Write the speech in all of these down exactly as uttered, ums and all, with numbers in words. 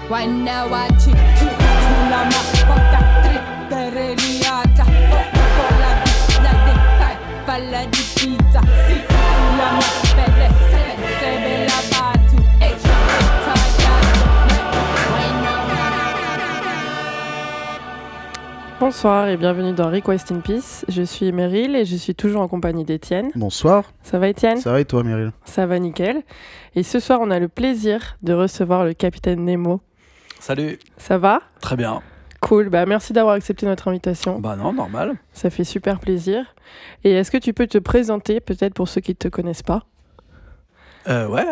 Wanawachi tulama wakatri tereliata kola la de falla di pizza si tulama belle sebe la batu e Bonsoir et bienvenue dans Request in Peace. Je suis Meryl et je suis toujours en compagnie d'Étienne. Bonsoir. Ça va Étienne ? Ça va et toi Meryl ? Ça va nickel. Et ce soir, on a le plaisir de recevoir le capitaine Nemo. Salut. Ça va ? Très bien. Cool, bah merci d'avoir accepté notre invitation. Bah non, normal. Ça fait super plaisir. Et est-ce que tu peux te présenter, peut-être pour ceux qui ne te connaissent pas ? Euh, ouais.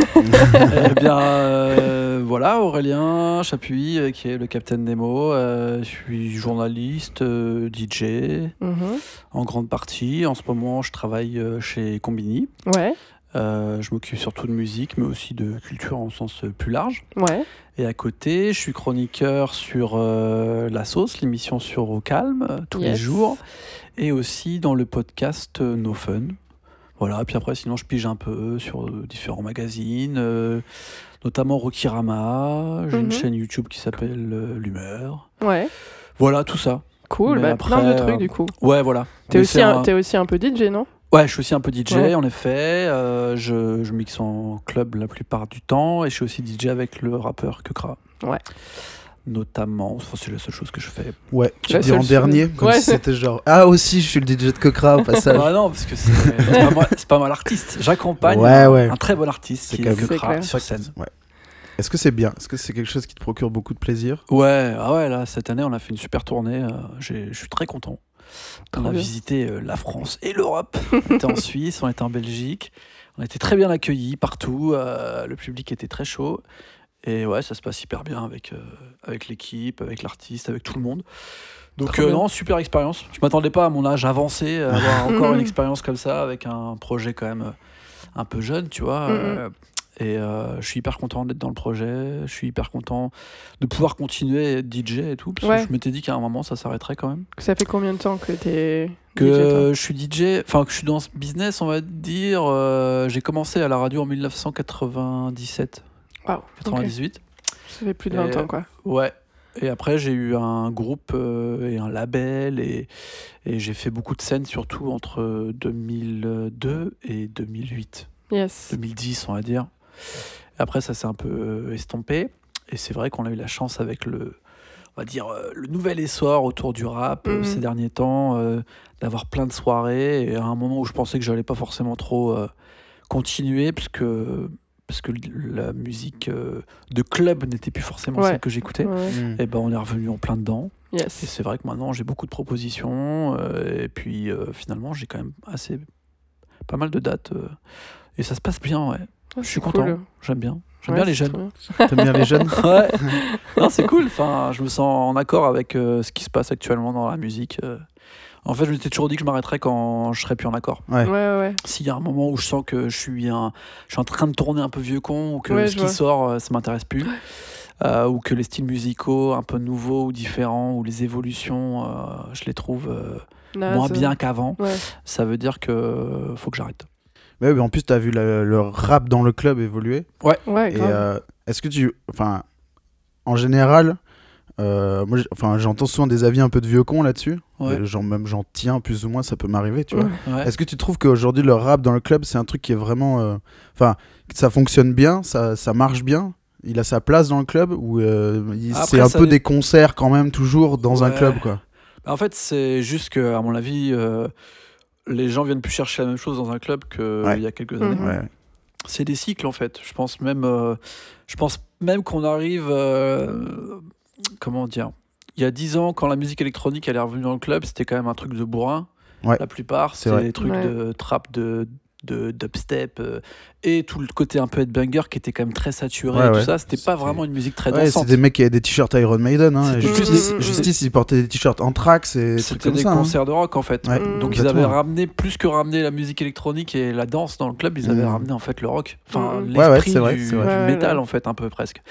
Eh bien, euh, voilà, Aurélien Chapuis, euh, qui est le capitaine Nemo. Euh, je suis journaliste, euh, D J, mm-hmm. en grande partie. En ce moment, je travaille euh, chez Combini. Ouais. Euh, je m'occupe surtout de musique, mais aussi de culture en sens plus large. Ouais. Et à côté, je suis chroniqueur sur euh, La Sauce, l'émission sur Au Calme, euh, tous yes. les jours. Et aussi dans le podcast euh, No Fun. Voilà, puis après, sinon, je pige un peu sur euh, différents magazines, euh, notamment Rockyrama. J'ai mm-hmm. une chaîne YouTube qui s'appelle euh, L'Humeur. Ouais. Voilà, tout ça. Cool, bah, après, plein de trucs du coup. Ouais, voilà. T'es aussi, un... un, t'es aussi un peu D J, non ? Ouais, je suis aussi un peu D J, ouais. en effet. Euh, je, je mixe en club la plupart du temps et je suis aussi D J avec le rappeur Kekra. Ouais. Notamment, enfin, c'est la seule chose que je fais. Ouais, tu la dis en dernier, comme ouais. si c'était genre ah aussi je suis le D J de Kekra au passage. Ah non, parce que c'est, c'est, pas, moi, c'est pas moi l'artiste. J'accompagne ouais, un, ouais. un très bon artiste c'est qui est Kekra sur scène. Ouais. Est-ce que c'est bien ? Est-ce que c'est quelque chose qui te procure beaucoup de plaisir ? Ouais, ah ouais, là cette année on a fait une super tournée. Euh, j'ai, je suis très content. On a bien. visité euh, la France et l'Europe. On était en Suisse, on était en Belgique. On a été très bien accueillis partout. Euh, le public était très chaud. Et ouais, ça se passe hyper bien avec, euh, avec l'équipe, avec l'artiste, avec tout le monde. Donc euh, non, super expérience. Je m'attendais pas à mon âge avancé à avoir encore une expérience comme ça avec un projet quand même un peu jeune, tu vois. Mm-hmm. Euh, et euh, je suis hyper content d'être dans le projet. Je suis hyper content de pouvoir continuer à être D J et tout. Parce ouais. que je m'étais dit qu'à un moment, ça s'arrêterait quand même. Ça fait combien de temps que t'es que D J, toi ? je suis D J, enfin que je suis dans ce business, on va dire. Euh, j'ai commencé à la radio en dix-neuf cent quatre-vingt-dix-sept. Wow, quatre-vingt-dix-huit. Okay. Ça fait plus de vingt et, ans, quoi. Ouais. Et après, j'ai eu un groupe euh, et un label et, et j'ai fait beaucoup de scènes, surtout entre deux mille deux et deux mille huit. Yes. deux mille dix, on va dire. Après, ça s'est un peu estompé. Et c'est vrai qu'on a eu la chance avec le, on va dire, euh, le nouvel essor autour du rap mm-hmm. euh, ces derniers temps, euh, d'avoir plein de soirées. Et à un moment où je pensais que j'allais pas forcément trop euh, continuer, parce que parce que la musique euh, de club n'était plus forcément ouais. celle que j'écoutais, ouais. et ben on est revenu en plein dedans. Yes. Et c'est vrai que maintenant j'ai beaucoup de propositions, euh, et puis euh, finalement j'ai quand même assez pas mal de dates, euh, et ça se passe bien, ouais. Oh, je suis cool. content, j'aime bien. J'aime ouais, bien les jeunes. Bien. T'aimes bien les jeunes ? Ouais. Non, c'est cool. Enfin, je me sens en accord avec euh, ce qui se passe actuellement dans la musique. Euh. En fait, je m'étais toujours dit que je m'arrêterais quand je serais plus en accord. Ouais. Ouais, ouais. S'il y a un moment où je sens que je suis, un, je suis en train de tourner un peu vieux con, ou que ouais, ce qui vois. sort, euh, ça m'intéresse plus, euh, ou que les styles musicaux un peu nouveaux ou différents, ou les évolutions, euh, je les trouve euh, Là, moins ça... bien qu'avant, ouais. ça veut dire qu'il euh, faut que j'arrête. Mais oui, en plus, tu as vu le, le rap dans le club évoluer. Ouais. Ouais, et euh, est-ce que tu. Enfin, en général, euh, moi, enfin, j'entends souvent des avis un peu de vieux cons là-dessus. Ouais. Et genre, même j'en tiens plus ou moins, ça peut m'arriver, tu vois. Ouais. Est-ce que tu trouves qu'aujourd'hui, le rap dans le club, c'est un truc qui est vraiment. Enfin, euh, ça fonctionne bien, ça, ça marche bien ? Il a sa place dans le club ? Ou euh, il, c'est un peu est... des concerts quand même, toujours dans ouais. un club, quoi ? En fait, c'est juste que, à mon avis. Euh... les gens viennent plus chercher la même chose dans un club qu'il ouais. y a quelques années. Mmh. Ouais. C'est des cycles, en fait. Je pense même, euh, je pense même qu'on arrive... Euh, comment dire ? Il y a dix ans, quand la musique électronique elle est revenue dans le club, c'était quand même un truc de bourrin. Ouais. La plupart, c'est c'était des trucs ouais. de trap, de, de dubstep, euh, et tout le côté un peu headbanger qui était quand même très saturé. Ouais, et tout ouais. ça, c'était, c'était pas vraiment une musique très ouais, dansante. C'est des mecs qui avaient des t-shirts Iron Maiden. Hein, Justice, mmh. Justice, ils portaient des t-shirts Anthrax et c'était comme des ça, concerts hein. de rock en fait. Ouais, donc ils avaient ramené, plus que ramené la musique électronique et la danse dans le club, ils avaient mmh. ramené en fait le rock. Enfin, mmh. l'esprit ouais, ouais, c'est vrai, du, c'est vrai. du ouais, métal ouais. en fait, un peu presque.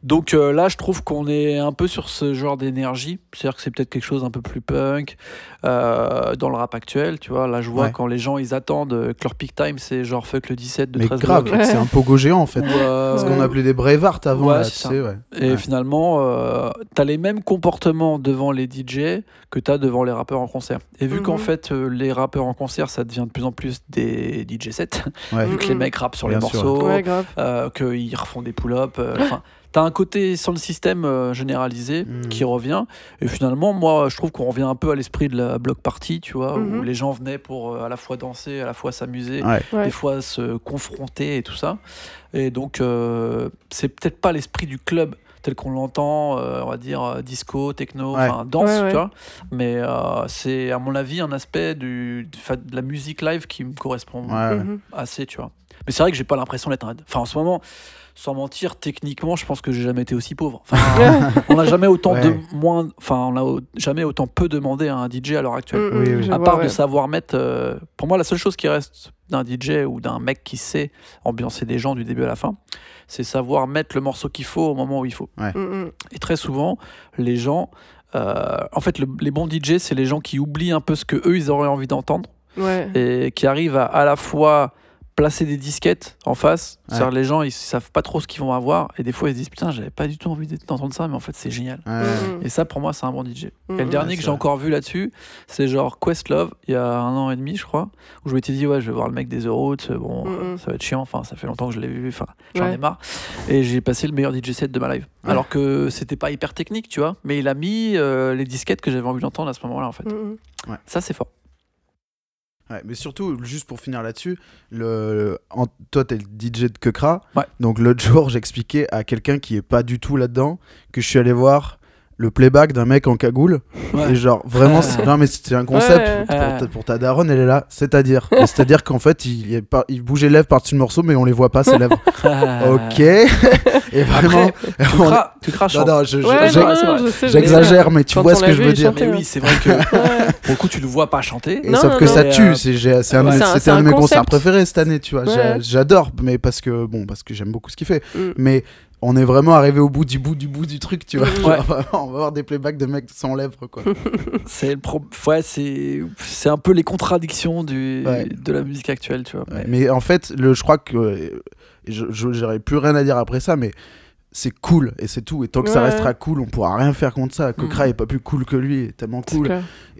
Donc euh, là, je trouve qu'on est un peu sur ce genre d'énergie. C'est-à-dire que c'est peut-être quelque chose un peu plus punk euh, dans le rap actuel. Tu vois, là, je vois Ouais. quand les gens ils attendent euh, que leur peak time, c'est genre fuck le dix-sept de Mais treize grave, blocs. Ouais. c'est un pogo géant en fait. Ou, euh, Ce qu'on appelait des Braveheart avant, Ouais, là, c'est tu ça. sais, ouais. Et Ouais. finalement, euh, t'as les mêmes comportements devant les D J que t'as devant les rappeurs en concert. Et vu Mhm. qu'en fait, euh, les rappeurs en concert, ça devient de plus en plus des D J sets, Ouais. vu que Mhm. les mecs rappent sur Bien les sûr. morceaux, Ouais, grave. euh, qu'ils refont des pull-ups. euh, Enfin, t'as un côté sur le système euh, généralisé Mhm. qui revient. Et finalement, moi, je trouve qu'on revient un peu à l'esprit de la block party, tu vois, Mhm. où les gens venaient pour euh, à la fois danser, à la fois s'amuser, Ouais. Ouais. des fois se confronter et tout ça. Et donc, euh, c'est peut-être pas l'esprit du club tel qu'on l'entend, euh, on va dire euh, disco, techno, Ouais. enfin danse, Ouais, ouais. tu vois. Mais euh, c'est à mon avis un aspect du, du fa- de la musique live qui me correspond Ouais, ouais. Mhm. assez, tu vois. Mais c'est vrai que j'ai pas l'impression d'être un... Enfin, en ce moment, sans mentir, techniquement, je pense que j'ai jamais été aussi pauvre. Enfin, on n'a jamais autant Ouais. de moins... Enfin, on n'a au- jamais autant peu demandé à un D J à l'heure actuelle. Mhm, Oui, oui. je À vois, part ouais. de savoir mettre... euh, pour moi, la seule chose qui reste d'un D J ou d'un mec qui sait ambiancer des gens du début à la fin, c'est savoir mettre le morceau qu'il faut au moment où il faut. Mhm. Et très souvent, les gens... euh, en fait, le- les bons D J, c'est les gens qui oublient un peu ce que eux ils auraient envie d'entendre Ouais. et qui arrivent à à la fois placer des disquettes en face. Ouais. C'est-à-dire les gens, ils savent pas trop ce qu'ils vont avoir et des fois ils se disent putain, j'avais pas du tout envie d'entendre ça, mais en fait c'est génial. Ouais. Mhm. Et ça, pour moi, c'est un bon D J. Mhm. Et le dernier Ouais, que c'est j'ai vrai. encore vu là-dessus, c'est genre Questlove, il y a un an et demi, je crois, où je m'étais dit, ouais, je vais voir le mec des The Roots, bon, Mhm. euh, ça va être chiant, enfin, ça fait longtemps que je l'ai vu, enfin, j'en Ouais. ai marre. Et j'ai passé le meilleur D J set de ma live. Ouais. Alors que c'était pas hyper technique, tu vois, mais il a mis euh, les disquettes que j'avais envie d'entendre à ce moment-là, en fait. Mhm. Ça, c'est fort. Ouais, mais surtout, juste pour finir là-dessus, le... en... toi, t'es le D J de Kekra. Ouais. Donc, l'autre jour, j'expliquais à quelqu'un qui est pas du tout là-dedans que je suis allé voir le playback d'un mec en cagoule. Ouais. Et genre, vraiment, c'est... non, mais c'était un concept Ouais. pour, Ouais. ta... pour ta daronne, elle est là. C'est-à-dire, Et c'est-à-dire qu'en fait, il... il, est pas... il bouge les lèvres par-dessus le morceau, mais on les voit pas, ses lèvres. Ok. Et vraiment. Tu on- craches, tu craches. Non, non, je- je- Ouais, j'ai- non, c'est non, vrai. je sais, je j'exagère, sais. mais tu Quand vois on ce l'a que je vu, veux il dire. chantait, Mais hein. oui, c'est vrai que Ouais. pour le coup, tu le vois pas chanter. Et Non, sauf non, que non. ça Mais, tue, euh, c'est, j'ai- c'est un, de ouais. mes- C'est un- c'était c'est un de un mes concerts concept. préférés cette année, tu vois. Ouais. J'a- J'adore, mais parce que bon, parce que j'aime beaucoup ce qu'il fait. Mm. Mais on est vraiment arrivé au bout du bout du bout du truc, tu vois. Mm. Genre, Ouais. vraiment, on va avoir des playbacks de mecs sans lèvres, quoi. C'est le pro... ouais, c'est c'est un peu les contradictions du... Ouais. de la musique actuelle, tu vois. Ouais, mais en fait, le, je crois que euh, je, je- j'aurais plus rien à dire après ça, mais c'est cool et c'est tout. Et tant que ça Ouais. restera cool, on pourra rien faire contre ça. Kokra Mm. est pas plus cool que lui, il est tellement C'est cool. clair.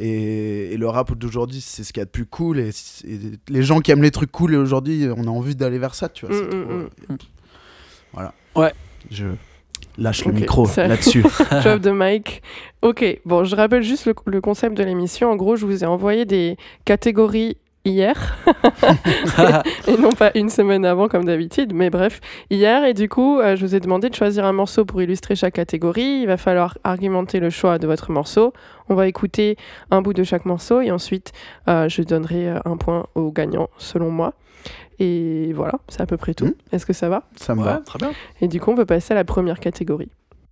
Et, et le rap d'aujourd'hui, c'est ce qu'il y a de plus cool. Et, et les gens qui aiment les trucs cool, et aujourd'hui, on a envie d'aller vers ça, tu vois. c'est Mm, trop- mm, mm. Voilà. Ouais. Je lâche Ok, le micro ça- là-dessus. Drop de mic. Ok, bon, je rappelle juste le, le concept de l'émission. En gros, je vous ai envoyé des catégories hier, et non pas une semaine avant comme d'habitude, mais bref, hier. Et du coup, euh, je vous ai demandé de choisir un morceau pour illustrer chaque catégorie. Il va falloir argumenter le choix de votre morceau. On va écouter un bout de chaque morceau et ensuite, euh, je donnerai euh, un point au gagnant, selon moi. Et voilà, c'est à peu près tout. Mm. Est-ce que ça va ? Ça me Ouais, va. très bien. Et du coup, on peut passer à la première catégorie.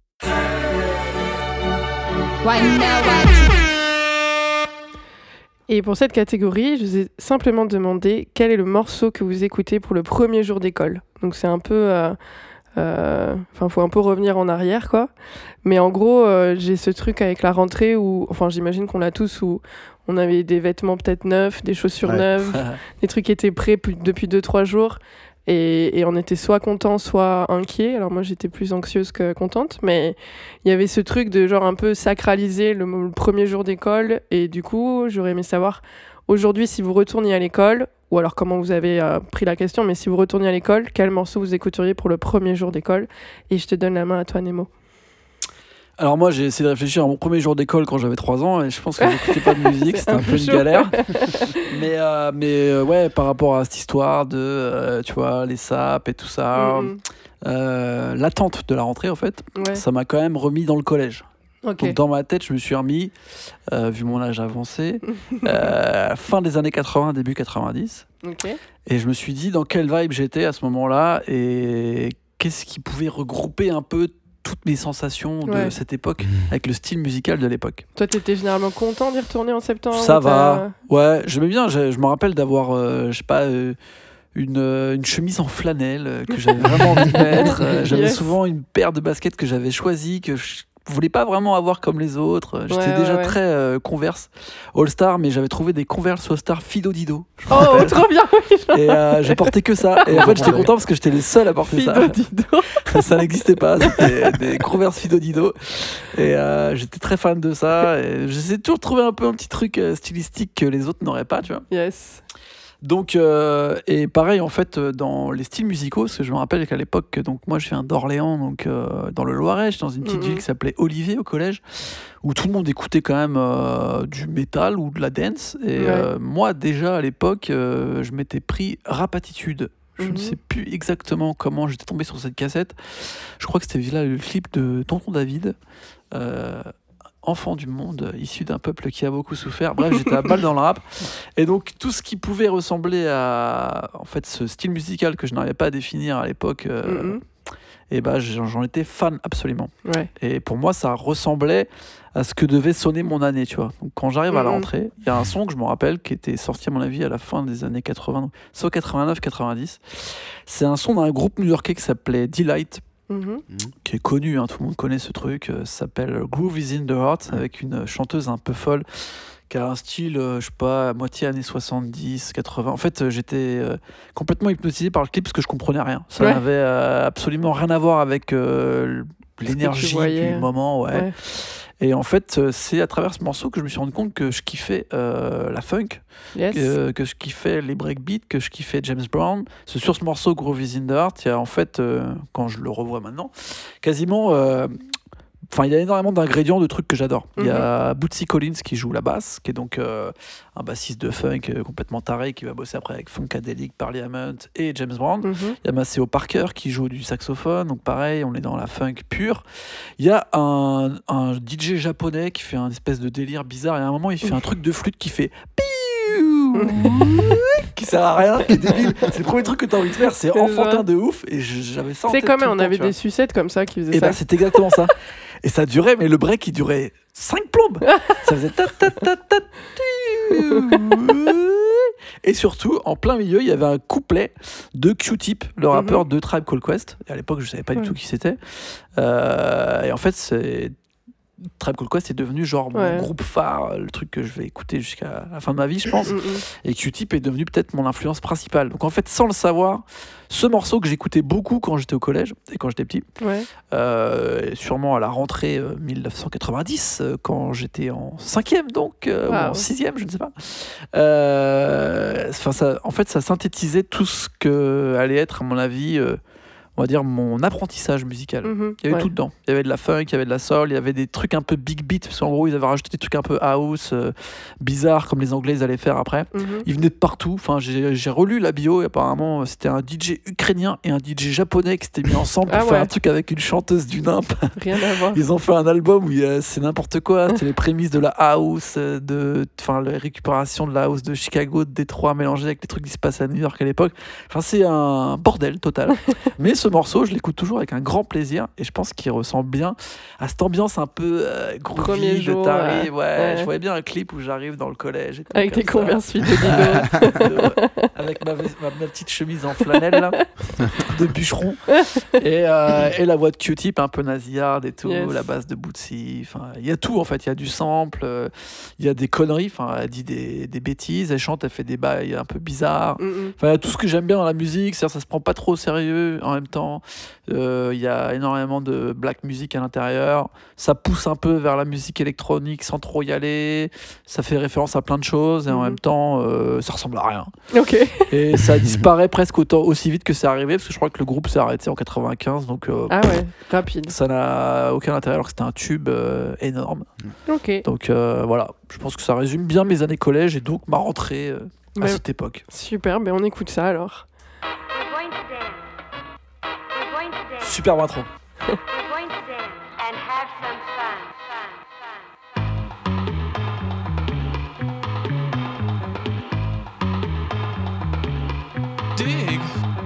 Et pour cette catégorie, je vous ai simplement demandé quel est le morceau que vous écoutez pour le premier jour d'école. Donc c'est un peu... euh, euh, Enfin, faut un peu revenir en arrière, quoi. Mais en gros, euh, j'ai ce truc avec la rentrée où... Enfin, j'imagine qu'on l'a tous, où on avait des vêtements peut-être neufs, des chaussures Ouais. neuves, des trucs qui étaient prêts pu- depuis deux trois jours. Et, et on était soit content, soit inquiet. Alors moi, j'étais plus anxieuse que contente. Mais il y avait ce truc de genre un peu sacraliser le, le premier jour d'école. Et du coup, j'aurais aimé savoir aujourd'hui si vous retourniez à l'école, ou alors comment vous avez euh, pris la question, mais si vous retourniez à l'école, quel morceau vous écouteriez pour le premier jour d'école. Et je te donne la main à toi, Nemo. Alors moi, j'ai essayé de réfléchir à mon premier jour d'école quand j'avais trois ans et je pense que j'écoutais pas de musique, C'est c'était un un peu peu une chaud. galère. mais euh, mais euh, ouais, par rapport à cette histoire de, euh, tu vois, les sapes et tout ça, Mhm. euh, l'attente de la rentrée en fait, Ouais. ça m'a quand même remis dans le collège. Ok. Donc dans ma tête, je me suis remis, euh, vu mon âge avancé, euh, fin des années quatre-vingts, début quatre-vingt-dix. Ok. Et je me suis dit dans quelle vibe j'étais à ce moment-là et qu'est-ce qui pouvait regrouper un peu toutes mes sensations de Ouais. cette époque avec le style musical de l'époque. Toi, t'étais généralement content d'y retourner en septembre? Ça ou t'as- va. Ouais, j'aimais bien. Je, je me rappelle d'avoir, euh, je sais pas, euh, une, euh, une chemise en flanelle euh, que j'avais vraiment envie de mettre. Euh, j'avais yes. souvent une paire de baskets que j'avais choisie, que je voulais pas vraiment avoir comme les autres. J'étais ouais, déjà ouais. très euh, Converse All-Star, mais j'avais trouvé des Converse All-Star Fido Dido. Oh, trop bien. Et euh, je portais que ça. Et en fait, j'étais content parce que j'étais le seul à porter Fido ça. Dido. Ça n'existait pas. C'était des Converse Fido Dido. Et euh, j'étais très fan de ça. Et j'essayais toujours de trouver un peu un petit truc euh, stylistique que les autres n'auraient pas, tu vois. Yes. Donc, euh, et pareil, en fait, dans les styles musicaux, parce que je me rappelle qu'à l'époque, donc moi je viens d'Orléans, donc euh, dans le Loiret, j'étais dans une petite mmh. ville qui s'appelait Olivier au collège, où tout le monde écoutait quand même euh, du métal ou de la dance. Et ouais. euh, moi, déjà à l'époque, euh, je m'étais pris Rapatitude. Je mmh. ne sais plus exactement comment j'étais tombé sur cette cassette. Je crois que c'était là le clip de Tonton David. Euh, enfant du monde, issu d'un peuple qui a beaucoup souffert. Bref, j'étais à balle dans le rap. Et donc, tout ce qui pouvait ressembler à en fait, ce style musical que je n'arrivais pas à définir à l'époque, euh, mm-hmm. et bah, j'en, j'en étais fan absolument. Ouais. Et pour moi, ça ressemblait à ce que devait sonner mon année, tu vois. Donc, quand j'arrive mm-hmm. à la rentrée, il y a un son que je me rappelle qui était sorti, à mon avis, à la fin des années quatre-vingts, soit quatre-vingt-neuf quatre-vingt-dix. C'est un son d'un groupe new-yorkais qui s'appelait Delight. Mmh. Qui est connu, hein, tout le monde connaît ce truc, euh, ça s'appelle Groove is in the Heart, mmh. avec une chanteuse un peu folle qui a un style, euh, je sais pas, à moitié années soixante-dix, quatre-vingts. En fait, euh, j'étais euh, complètement hypnotisé par le clip parce que je comprenais rien. Ça ouais. n'avait euh, absolument rien à voir avec euh, l'énergie du moment. Ouais. Ouais. Et en fait, c'est à travers ce morceau que je me suis rendu compte que je kiffais euh, la funk, yes. que, que je kiffais les breakbeats, que je kiffais James Brown. C'est sur ce morceau Groove is in the Heart, il y a en fait, euh, quand je le revois maintenant, quasiment... Euh, Enfin, il y a énormément d'ingrédients de trucs que j'adore. Il mm-hmm. y a Bootsy Collins qui joue la basse, qui est donc euh, un bassiste de funk euh, complètement taré, qui va bosser après avec Funkadelic, Parliament et James Brown. Il mm-hmm. y a Maceo Parker qui joue du saxophone, donc pareil, on est dans la funk pure. Il y a un, un D J japonais qui fait un espèce de délire bizarre, et à un moment, il fait un truc de flûte qui fait... qui sert à rien, qui est débile. C'est le premier truc que t'as envie de faire, c'est, c'est enfantin ça. De ouf. Et j'avais ça en c'est tête. C'est comme on avait temps, des sucettes comme ça qui faisaient et ça. Bah, c'est exactement ça. Et ça durait, mais le break il durait cinq plombes. Ça faisait ta ta ta ta. Et surtout, en plein milieu, il y avait un couplet de Q-Tip, le rappeur mm-hmm. de Tribe Called Quest. Et à l'époque, je savais pas du ouais. tout qui c'était. Euh, et en fait, c'est. Tribe Called Quest est devenu genre mon ouais. groupe phare, le truc que je vais écouter jusqu'à la fin de ma vie, je pense. Et Q-Tip est devenu peut-être mon influence principale. Donc en fait, sans le savoir, ce morceau que j'écoutais beaucoup quand j'étais au collège et quand j'étais petit, ouais. euh, sûrement à la rentrée euh, dix-neuf cent quatre-vingt-dix, euh, quand j'étais en cinquième donc, euh, wow. ou en sixième, je ne sais pas. Euh, ça, en fait, ça synthétisait tout ce que allait être, à mon avis, euh, on va dire mon apprentissage musical. Mmh, il y avait ouais. tout dedans. Il y avait de la funk, il y avait de la soul, il y avait des trucs un peu big beat, parce qu'en gros, ils avaient rajouté des trucs un peu house, euh, bizarres, comme les Anglais ils allaient faire après. Mmh. Ils venaient de partout. Enfin, j'ai, j'ai relu la bio, et apparemment, c'était un D J ukrainien et un D J japonais qui s'étaient mis ensemble pour ah, faire ouais. un truc avec une chanteuse du nimp. Rien à voir. Ils ont fait un album où il y a, c'est n'importe quoi. C'était les prémices de la house, de, enfin, la récupération de la house de Chicago, de Détroit, mélangée avec les trucs qui se passaient à New York à l'époque. Enfin, c'est un bordel total. Mais ce morceau, je l'écoute toujours avec un grand plaisir et je pense qu'il ressemble bien à cette ambiance un peu euh, groovy de taré. Ouais. Ouais, ouais. Je voyais bien un clip où j'arrive dans le collège. Et tout, avec tes Converse Fido Dido. Avec ma, ma, ma petite chemise en flanelle là, de bûcheron. Et, euh, et la voix de Q-Tip un peu nasillarde et tout, yes. la basse de Bootsy. Il y a tout en fait. Il y a du sample, il euh, y a des conneries. Elle dit des, des bêtises, elle chante, elle fait des bails un peu bizarres. Il y a tout ce que j'aime bien dans la musique. C'est-à-dire, ça se prend pas trop au sérieux en même temps. Il euh, y a énormément de black music à l'intérieur. Ça pousse un peu vers la musique électronique sans trop y aller. Ça fait référence à plein de choses et mm-hmm. en même temps, euh, ça ressemble à rien. Okay. Et ça disparaît presque autant, aussi vite que c'est arrivé parce que je crois que le groupe s'est arrêté en quatre-vingt-quinze. Donc, euh, ah ouais, rapide. Ça n'a aucun intérêt alors que c'était un tube euh, énorme. Okay. Donc euh, voilà, je pense que ça résume bien mes années collège et donc ma rentrée euh, à ouais. cette époque. Super, ben on écoute ça alors. Super intro. Dig.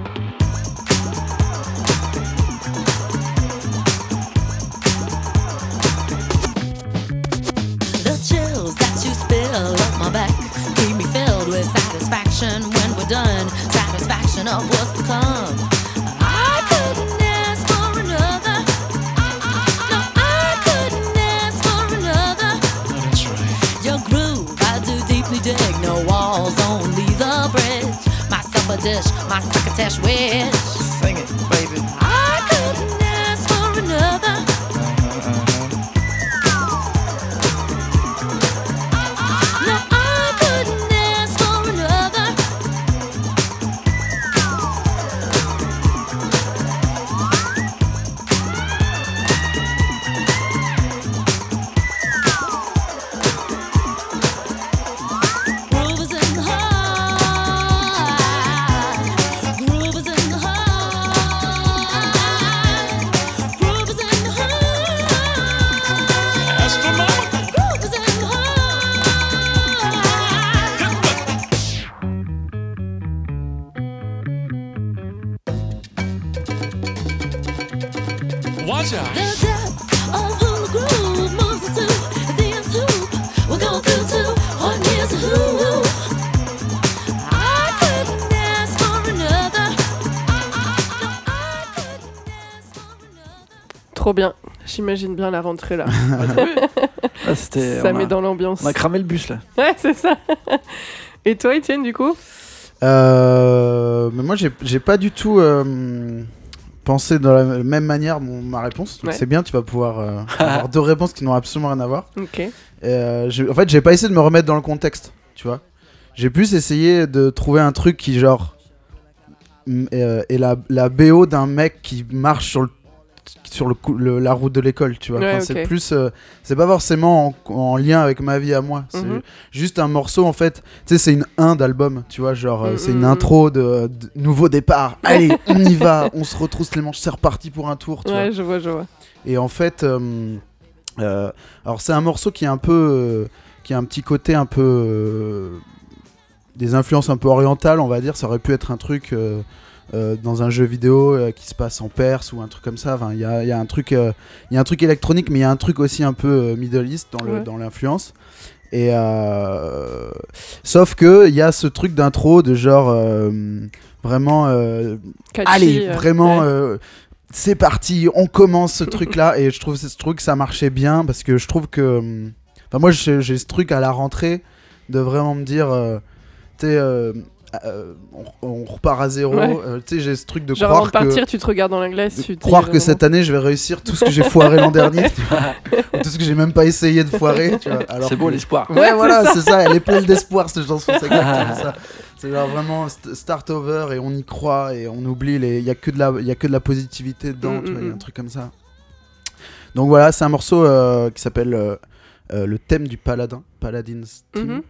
The chills that you spill up my back keep me filled with satisfaction when we're done. Satisfaction thinking of what's to come. I couldn't ask for another. No, I couldn't ask for another. Oh, that's right. Your groove, I do deeply dig. No walls, only the bridge. My supper dish, my succotash wish. Sing it, baby. I couldn't ask for another. No, I couldn't ask for another. Groove is in the heart. Groove is in the heart. Groove is in the heart. That's for mama. Groove is in the heart. Watch out. The depth of who the groove moves us to the nth hoop. We're going through to one year's a who. I couldn't ask for another. No, I couldn't ask for another. Trop bien. J'imagine bien la rentrée là. Ah, t'as vu Ah, c'était- Ça on met a- dans l'ambiance. On a cramé le bus là. Ouais, c'est ça. Et toi, Étienne, du coup? Euh, mais moi, j'ai j'ai pas du tout euh, pensé de la même manière mon, ma réponse. Donc Ouais. c'est bien, tu vas pouvoir euh, avoir deux réponses qui n'ont absolument rien à voir. Ok. Et, euh, j'ai- en fait, j'ai pas essayé de me remettre dans le contexte, tu vois. J'ai plus essayé de trouver un truc qui, genre, m- euh, est la, la B O d'un mec qui marche sur, le, sur le, cou- le- la route de l'école, tu vois. Ouais, Enfin, ok. C'est plus, euh, c'est pas forcément en, en lien avec ma vie à moi. C'est Mhm. juste un morceau, en fait. Tu sais, c'est une un d'album, tu vois. Genre, euh, Mhm, c'est une mhm. intro de, de nouveau départ. Allez, on y va, on se retrousse les manches, c'est reparti pour un tour, tu vois. Ouais, je vois, je vois. Et en fait, euh, euh, alors c'est un morceau qui est un peu, euh, qui a un petit côté un peu, euh, des influences un peu orientales, on va dire. Ça aurait pu être un truc euh, euh, dans un jeu vidéo euh, qui se passe en Perse ou un truc comme ça. Enfin, il y a, il y a un truc, euh, il y a un truc électronique, mais il y a un truc aussi un peu euh, Middle East dans le, Ouais. dans l'influence. Et euh, sauf que il y a ce truc d'intro de genre euh, vraiment. euh, Catchy, Allez, euh, vraiment, ouais. euh, c'est parti, on commence ce truc-là. Et je trouve, je trouve que ça marchait bien parce que je trouve que. hum, Enfin, moi, j'ai j'ai ce truc à la rentrée de vraiment me dire, euh, tu sais, euh, euh, on, on repart à zéro. Ouais. euh, tu sais, j'ai ce truc de Genre avant croire de que. partir, tu te regardes dans la glace, tu te dis Croire que vraiment- cette année je vais réussir tout ce que j'ai foiré l'an dernier, tu vois, ou tout ce que j'ai même pas essayé de foirer, tu vois. Alors C'est beau que- l'espoir. Ouais, Ouais, voilà, c'est c'est ça. Elle est pleine d'espoir, cette chanson. C'est exactement ça. C'est genre vraiment st- start over et on y croit et on oublie les. Il y a que de la, il y a que de la positivité dedans. Mm, tu vois, mm, il y a un mm. truc comme ça. Donc voilà, c'est un morceau euh, qui s'appelle euh, euh, le thème du paladin, Paladin's Theme. Mhm.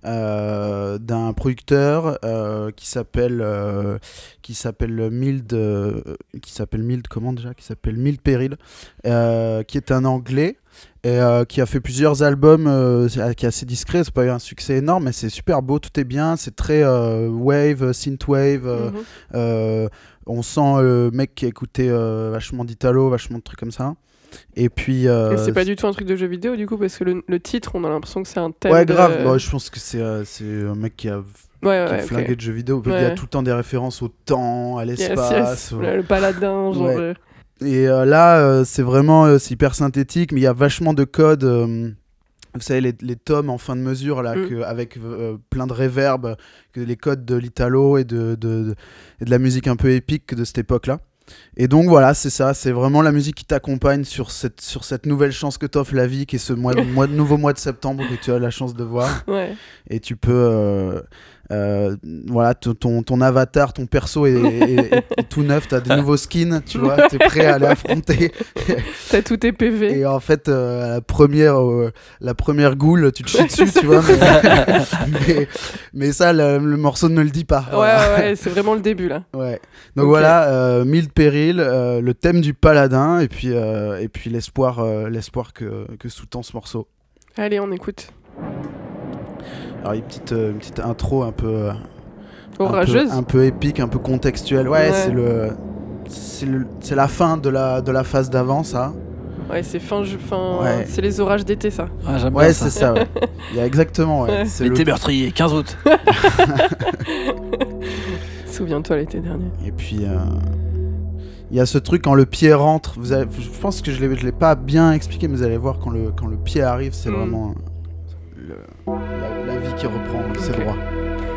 Euh, d'un producteur euh, qui s'appelle euh, qui s'appelle Mild euh, qui s'appelle Mild comment déjà qui s'appelle Mild Peril euh, qui est un anglais et euh, qui a fait plusieurs albums euh, c'est- qui est assez discret, c'est pas eu un succès énorme mais c'est super beau, tout est bien, c'est très euh, wave, synthwave euh, Mhm. euh, on sent le mec qui a écouté euh, vachement d'Italo, vachement de trucs comme ça. Et puis euh, Et c'est pas du tout un truc de jeu vidéo du coup parce que le, le titre on a l'impression que c'est un thème. ouais de- grave, Bon, je pense que c'est euh, c'est un mec qui a Ouais, qui ouais, est ouais, flingué ok. de jeux vidéo. Il y a Ouais. tout le temps des références au temps, à Yes, l'espace. yes. au- Le, le paladin, genre. Ouais. euh, Et euh, là, euh, c'est vraiment euh, c'est hyper synthétique, mais il y a vachement de codes. euh, vous savez, les, les tomes en fin de mesure, là, Mm. que, avec euh, plein de réverb, que les codes de l'italo et de, de, de- et de la musique un peu épique de cette époque-là. Et donc voilà, c'est ça, c'est vraiment la musique qui t'accompagne sur cette, sur cette nouvelle chance que t'offre la vie, qui est ce mois, mois, nouveau mois de septembre que tu as la chance de voir. Ouais. Et tu peux euh, euh, voilà t- ton, ton avatar, ton perso est, est- est- est tout neuf, t'as des nouveaux skins, tu vois, t'es prêt à aller affronter. T'as tous tes P V. Et en fait euh, la première euh, la première goule tu te chies dessus, tu vois, mais, mais, mais ça le, le morceau ne le dit pas. Ouais, Voilà. ouais, ouais, c'est vraiment le début là. Ouais. Donc Ok. voilà, euh, Mild Peril, euh, le thème du paladin et puis euh, et puis l'espoir euh, l'espoir que, que sous-tend ce morceau. Allez, on écoute. Alors une petite euh, une petite intro un peu euh, Orageuse. Un peu, un peu épique, un peu contextuel. Ouais, Ouais. c'est le, c'est le, c'est la fin de la, de la phase d'avant, ça. Ouais, c'est fin, ju- fin... Ouais. c'est les orages d'été ça. Ah, j'aime Ouais, bien c'est ça. ça. Ouais. Il y a exactement. Ouais. Ouais. C'est L'été le- meurtrier, quinze août. Souviens-toi l'été dernier. Et puis, il euh, y a ce truc quand le pied rentre. Vous avez, je pense que je ne l'ai pas bien expliqué, mais vous allez voir quand le, quand le pied arrive, c'est mm. vraiment le, la, la vie qui reprend ses okay. droits.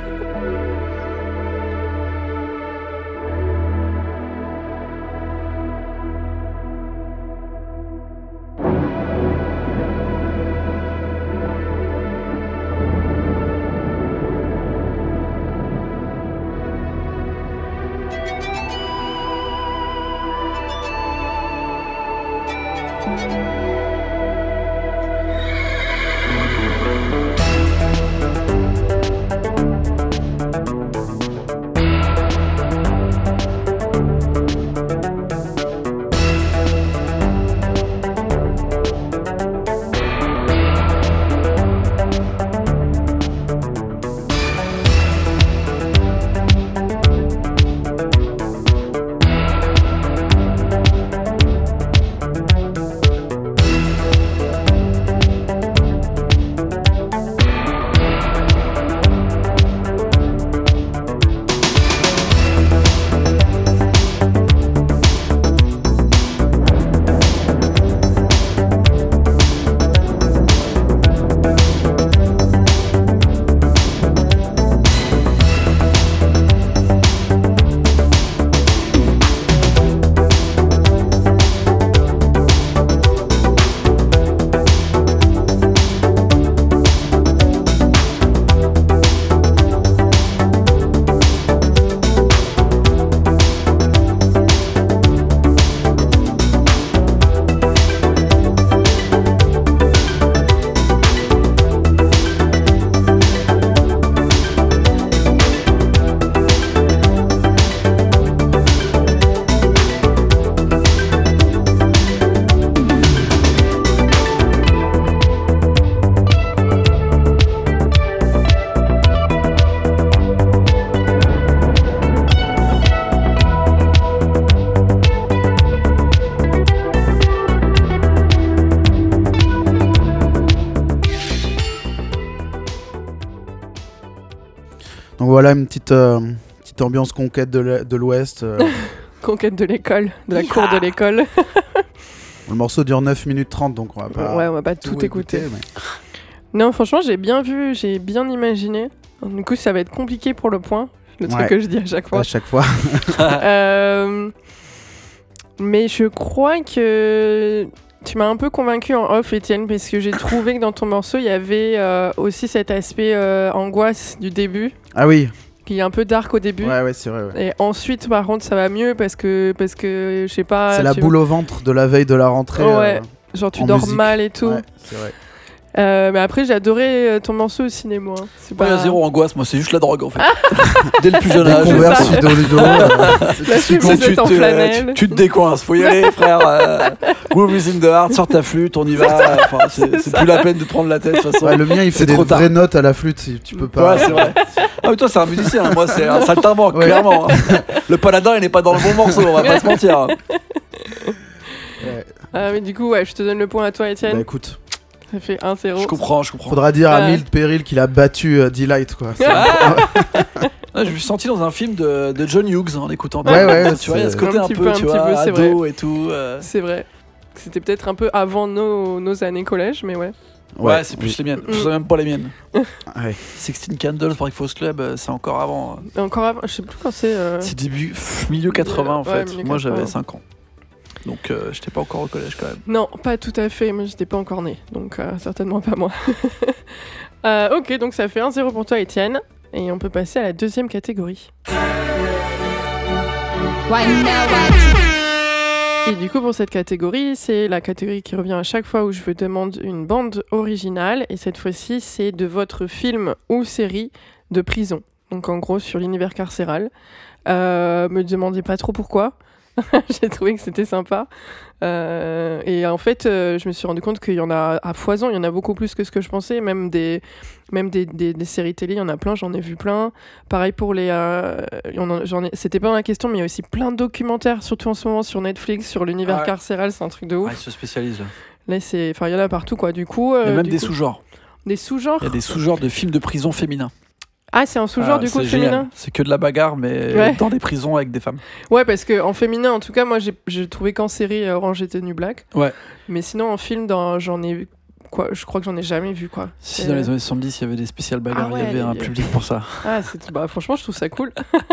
Donc voilà une petite, euh, petite ambiance conquête de l'Ouest. Euh. Conquête de l'école, de la cour de l'école. Le morceau dure neuf minutes trente, donc on va pas, ouais, on va pas tout, tout écouter. écouter mais... Non, franchement, j'ai bien vu, j'ai bien imaginé. Du coup, ça va être compliqué pour le point. Le truc ouais. que je dis à chaque fois. À chaque fois. euh, mais je crois que tu m'as un peu convaincu en off, Étienne, parce que j'ai trouvé que dans ton morceau, il y avait euh, aussi cet aspect euh, angoisse du début. Ah oui. Qui est un peu dark au début. Ouais, ouais, c'est vrai. Ouais. Et ensuite, par contre, ça va mieux parce que, parce que je sais pas. C'est la boule au ventre de la veille de la rentrée. Ouais. Euh, Genre, tu dors musique. mal et tout. Ouais, c'est vrai. Euh, mais après, j'ai adoré ton morceau au cinéma. Hein. C'est pas... ouais, zéro angoisse, moi, c'est juste la drogue en fait. Dès le plus jeune Des âge. Converse Ludo. La chute, c'est en flanelle. Tu, tu te décoinces, faut y aller, frère. Euh, Groove is in the heart, sors ta flûte, on y va. Enfin, c'est, c'est, c'est plus la peine de prendre la tête de toute façon. Ouais, le mien, il fait des vraies notes à la flûte, si tu peux pas. Ouais, c'est vrai. Ah, mais toi, c'est un musicien, hein. Moi, c'est un saltimbanque, ouais. Clairement. Hein. Le paladin, il n'est pas dans le bon morceau, on va pas se mentir. Ouais. Ah, mais du coup, ouais, je te donne le point à toi, Étienne. Bah écoute. Ça fait un zéro. Je comprends, je comprends. Faudra dire à euh... Milt Peril qu'il a battu uh, Delight, quoi. Ah ah, je me suis senti dans un film de, de John Hughes en écoutant. Ouais, ouais. Tu vois, il y a ce côté un, un peu, peu, tu un vois, peu, c'est ado vrai. Et tout. Euh... C'est vrai. C'était peut-être un peu avant nos, nos années collège, mais ouais. Ouais, ouais c'est plus oui. les miennes. Mm. C'est même pas les miennes. Ouais. sixteen Candles Breakfast Club, c'est encore avant. Encore avant, je sais plus quand c'est. Euh... C'est début, milieu quatre-vingts en ouais, fait. Moi quatre-vingts. J'avais cinq ans. Donc euh, j'étais pas encore au collège quand même. Non, pas tout à fait, moi j'étais pas encore née, donc euh, certainement pas moi. euh, ok, donc ça fait un zéro pour toi Étienne, et on peut passer à la deuxième catégorie. Et du coup pour cette catégorie, c'est la catégorie qui revient à chaque fois où je vous demande une bande originale, et cette fois-ci c'est de votre film ou série de prison, donc en gros sur l'univers carcéral. Euh, me demandez pas trop pourquoi. J'ai trouvé que c'était sympa. Euh, et en fait, euh, je me suis rendu compte qu'il y en a à foison, il y en a beaucoup plus que ce que je pensais. Même des, même des, des, des séries télé, il y en a plein, j'en ai vu plein. Pareil pour les... Euh, j'en ai, c'était pas dans la question, mais il y a aussi plein de documentaires, surtout en ce moment sur Netflix, sur l'univers ah ouais. carcéral, c'est un truc de ouf. Ouais, ils se spécialisent. Là, c'est, il y en a partout, quoi. Du coup, euh, il y a même du des coup, sous-genres. Des sous-genres. Il y a des sous-genres de films de prison féminins. Ah, c'est un sous-genre Ah, du coup c'est génial. féminin. C'est que de la bagarre, mais Ouais. dans des prisons avec des femmes. Ouais, parce que en féminin, en tout cas, moi, j'ai, j'ai trouvé qu'en série euh, Orange is the New Black. Ouais. Mais sinon, en film, dans, j'en ai quoi, je crois que j'en ai jamais vu quoi. Si C'est- dans les années soixante-dix, il y avait des spéciales bagarres, Ah ouais, il y avait un les- public pour ça. Ah, c'est... Bah, franchement, je trouve ça cool.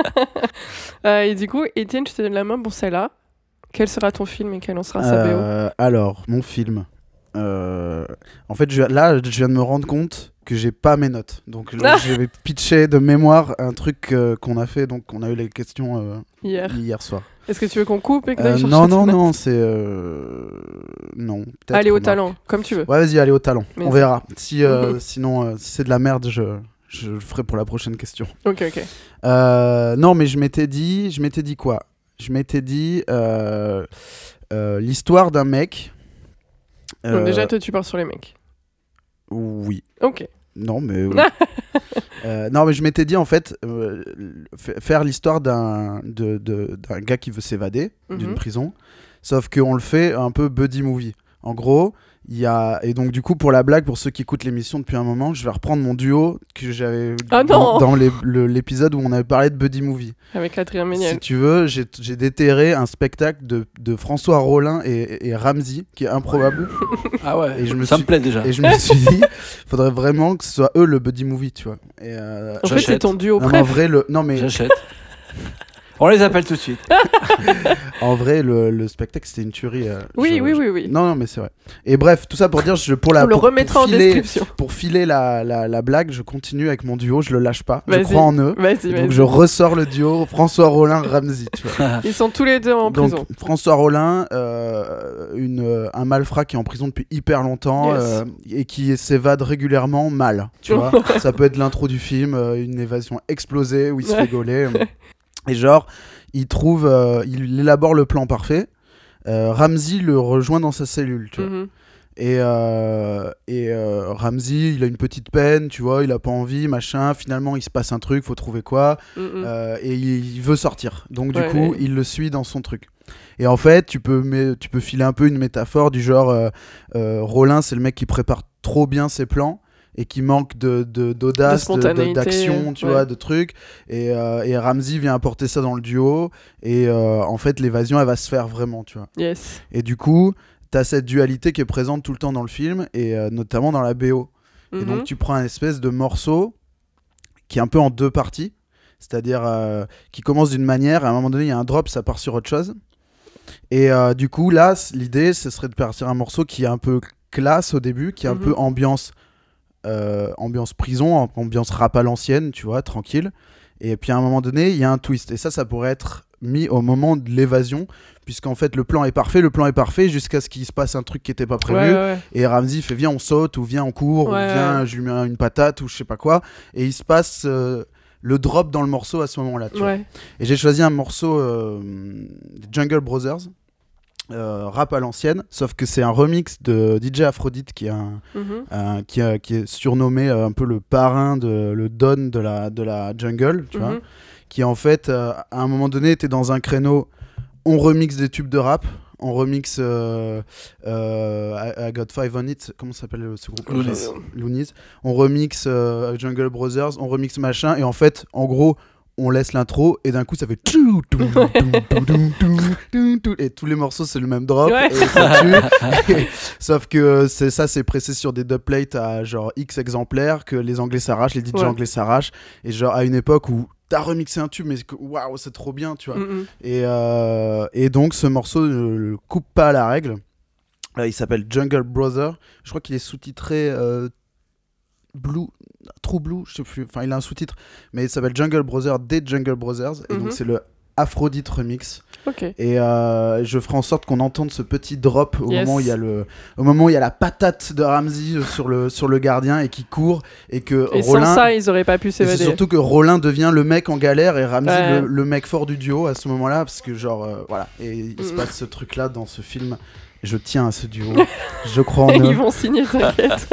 Euh, et du coup, Étienne, je te donne la main pour celle-là. Quel sera ton film et quelle en sera sa B O? Euh, alors, mon film. Euh, en fait, je, là, je viens de me rendre compte que j'ai pas mes notes. Donc, là, je vais pitcher de mémoire un truc euh, qu'on a fait. Donc, on a eu les questions euh, Hier. hier soir. Est-ce que tu veux qu'on coupe et que Euh, t'ailles chercher non, tes non, notes non, c'est. euh, Non. peut-être, Allez au remarque. talent, comme tu veux. Ouais, vas-y, allez au talent. Mais on c'est- verra. Si, euh, sinon, euh, si c'est de la merde, je, je le ferai pour la prochaine question. Ok, ok. Euh, non, mais je m'étais dit, je m'étais dit quoi? Je m'étais dit euh, euh, l'histoire d'un mec. Donc euh, déjà, toi, tu pars sur les mecs. Oui. Ok. Non, mais. oui. Euh, non, mais je m'étais dit en fait euh, f- faire l'histoire d'un de, de- d'un gars qui veut s'évader d'une Mhm. prison, sauf qu'on le fait un peu buddy movie. En gros, il y a et donc du coup pour la blague, pour ceux qui écoutent l'émission depuis un moment, je vais reprendre mon duo que j'avais Ah dans, non dans les- le- l'épisode où on avait parlé de buddy movie. Avec Adrien Si Méniel. tu veux, j'ai j'ai déterré un spectacle de, de François Rollin et, et Ramzy qui est improbable. Ah ouais, Et je me ça suis- me plaît déjà. Et je me suis dit, faudrait vraiment que ce soit eux le buddy movie, tu vois. Et euh, En fait, c'est j'achète. ton duo non, mais en préf. vrai, le, non, mais J'achète. On les appelle tout de suite. en vrai, le, le spectacle c'était une tuerie. euh, Oui, je- oui, je- oui, oui. Non, non, mais c'est vrai. Et bref, tout ça pour dire, je, pour la On le pour, remettra pour en filer, description. pour filer la, la, la blague, je continue avec mon duo, je le lâche pas. Je Vas-y. crois en eux. Vas-y, Donc vas-y. je ressors le duo François Rollin Ramzy, tu vois. Ils sont tous les deux en Donc, prison. François Rollin, euh, une, euh, un malfrat qui est en prison depuis hyper longtemps Yes. euh, et qui s'évade régulièrement mal. Tu vois, ça peut être l'intro du film, euh, une évasion explosée où il se Ouais. fait gauler. Et genre, il trouve, euh, il élabore le plan parfait. Euh, Ramzy le rejoint dans sa cellule, tu vois. Mhm. Et, euh, et euh, Ramzy, il a une petite peine, tu vois, il a pas envie, machin. Finalement, il se passe un truc, faut trouver quoi. Mhm. Euh, et il, il veut sortir. Donc du Ouais, coup, ouais. il le suit dans son truc. Et en fait, tu peux, mais, tu peux filer un peu une métaphore du genre euh, euh, Rollin, c'est le mec qui prépare trop bien ses plans et qui manque de, de, d'audace, De de- de- spontanéité, d'action, tu ouais. vois, de trucs. Et, euh, et Ramzy vient apporter ça dans le duo. Et euh, en fait, l'évasion, elle va se faire vraiment, tu vois. Yes. Et du coup, t'as cette dualité qui est présente tout le temps dans le film, et euh, notamment dans la B O. Et Mhm. donc tu prends un espèce de morceau qui est un peu en deux parties, c'est-à-dire euh, qui commence d'une manière, à un moment donné il y a un drop, ça part sur autre chose. Et euh, du coup là, c- l'idée ce serait de partir un morceau qui est un peu classe au début, qui est un Mhm. peu ambiance, euh, ambiance prison, am- ambiance rap à l'ancienne, tu vois, tranquille. Et puis à un moment donné, il y a un twist. Et ça, ça pourrait être mis au moment de l'évasion, puisqu'en fait le plan est parfait, le plan est parfait jusqu'à ce qu'il se passe un truc qui n'était pas prévu. Ouais, ouais, ouais. Et Ramzy fait viens on saute ou viens on court Ouais, ou viens ouais. je lui mets une patate ou je sais pas quoi, et il se passe euh, le drop dans le morceau à ce moment là, tu vois. Ouais. Et j'ai choisi un morceau euh, des Jungle Brothers, euh, rap à l'ancienne, sauf que c'est un remix de D J Aphrodite qui est un, Mhm. un- qui, a- qui est surnommé euh, un peu le parrain de le don de la de la jungle, tu vois, Mhm. qui en fait euh, à un moment donné était dans un créneau, on remixe des tubes de rap, on remixe euh, euh, I, I Got Five on It, comment ça s'appelle euh, ce groupe Loonies. Loonies. On remixe euh, Jungle Brothers, on remixe machin, et en fait en gros on laisse l'intro et d'un coup ça fait tchou, tou, tou, tou, tou, tou, tou, tou, et tous les morceaux c'est le même drop, Ouais. et ça tue. Et- sauf que c'est ça, c'est pressé sur des dubplates à genre X exemplaires que les Anglais s'arrachent, les D J Ouais. anglais s'arrachent, et genre à une époque où t'as remixé un tube mais que- waouh c'est trop bien, tu vois. Mhm. Et, euh, et donc ce morceau ne le coupe pas à la règle. Euh, il s'appelle Jungle Brother. Je crois qu'il est sous-titré euh, Blue, True Blue, je sais plus. Enfin, il a un sous-titre, mais il s'appelle Jungle Brother des Jungle Brothers. Et Mhm. donc c'est le Aphrodite remix. Ok. Et euh, je ferai en sorte qu'on entende ce petit drop au Yes. moment où il y a le, au moment où il y a la patate de Ramzy sur le sur le gardien et qui court, et que Et Rollin. sans ça, ils auraient pas pu Et c'est s'évader. surtout que Rollin devient le mec en galère et Ramzy Ouais. le, le mec fort du duo à ce moment-là, parce que genre euh, voilà, et il se Mm. passe ce truc là dans ce film. Je tiens à ce duo, je crois en eux. Ils vont signer, t'inquiète.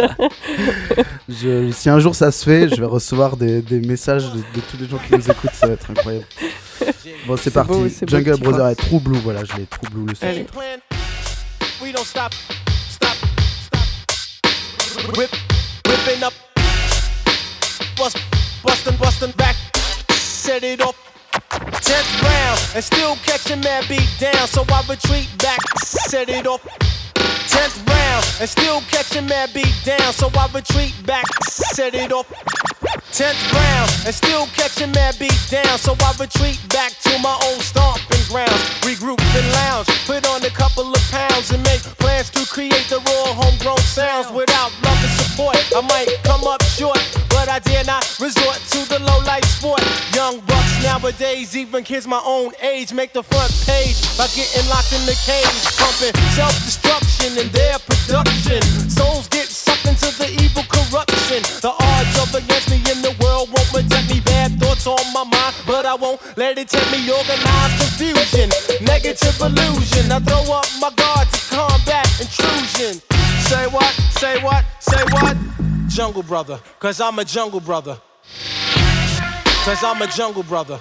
Je- si un jour ça se fait, je vais recevoir des, des messages de, de tous les gens qui nous écoutent, ça va être incroyable. Bon, c'est C'est parti. beau, c'est beau, Jungle petit Brother croix. est True Blue, voilà, je l'ai True Blue le son. Allez. plan. We don't stop, stop, stop. Whip, whipping up, bust, bustin', bustin' back, set it off. Tenth round, and still catching mad beat down, so I retreat back, set it off. Tenth round, and still catching mad beat down, so I retreat back, set it off. Tenth round, and still catching mad beat down, so I retreat back to my old stomping grounds. Regroup and lounge, put on a couple of pounds, and make plans to create the raw homegrown sounds. Without love and support, I might come up short, but I dare not resort to the low life sport. Young bucks nowadays, even kids my own age, make the front page by getting locked in the cage, pumping self-destruction in their production. Souls get sucked into the evil corruption. The odds of against me in the world won't protect me. Bad thoughts on my mind, but I won't let it tempt me. Organized confusion, negative illusion. I throw up my guard to combat intrusion. Say what? Say what? Say what? Jungle brother, cause I'm a jungle brother. Cause I'm a jungle brother.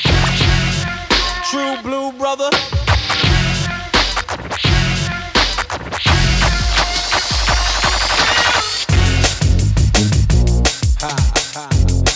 True blue brother. Ha, ha.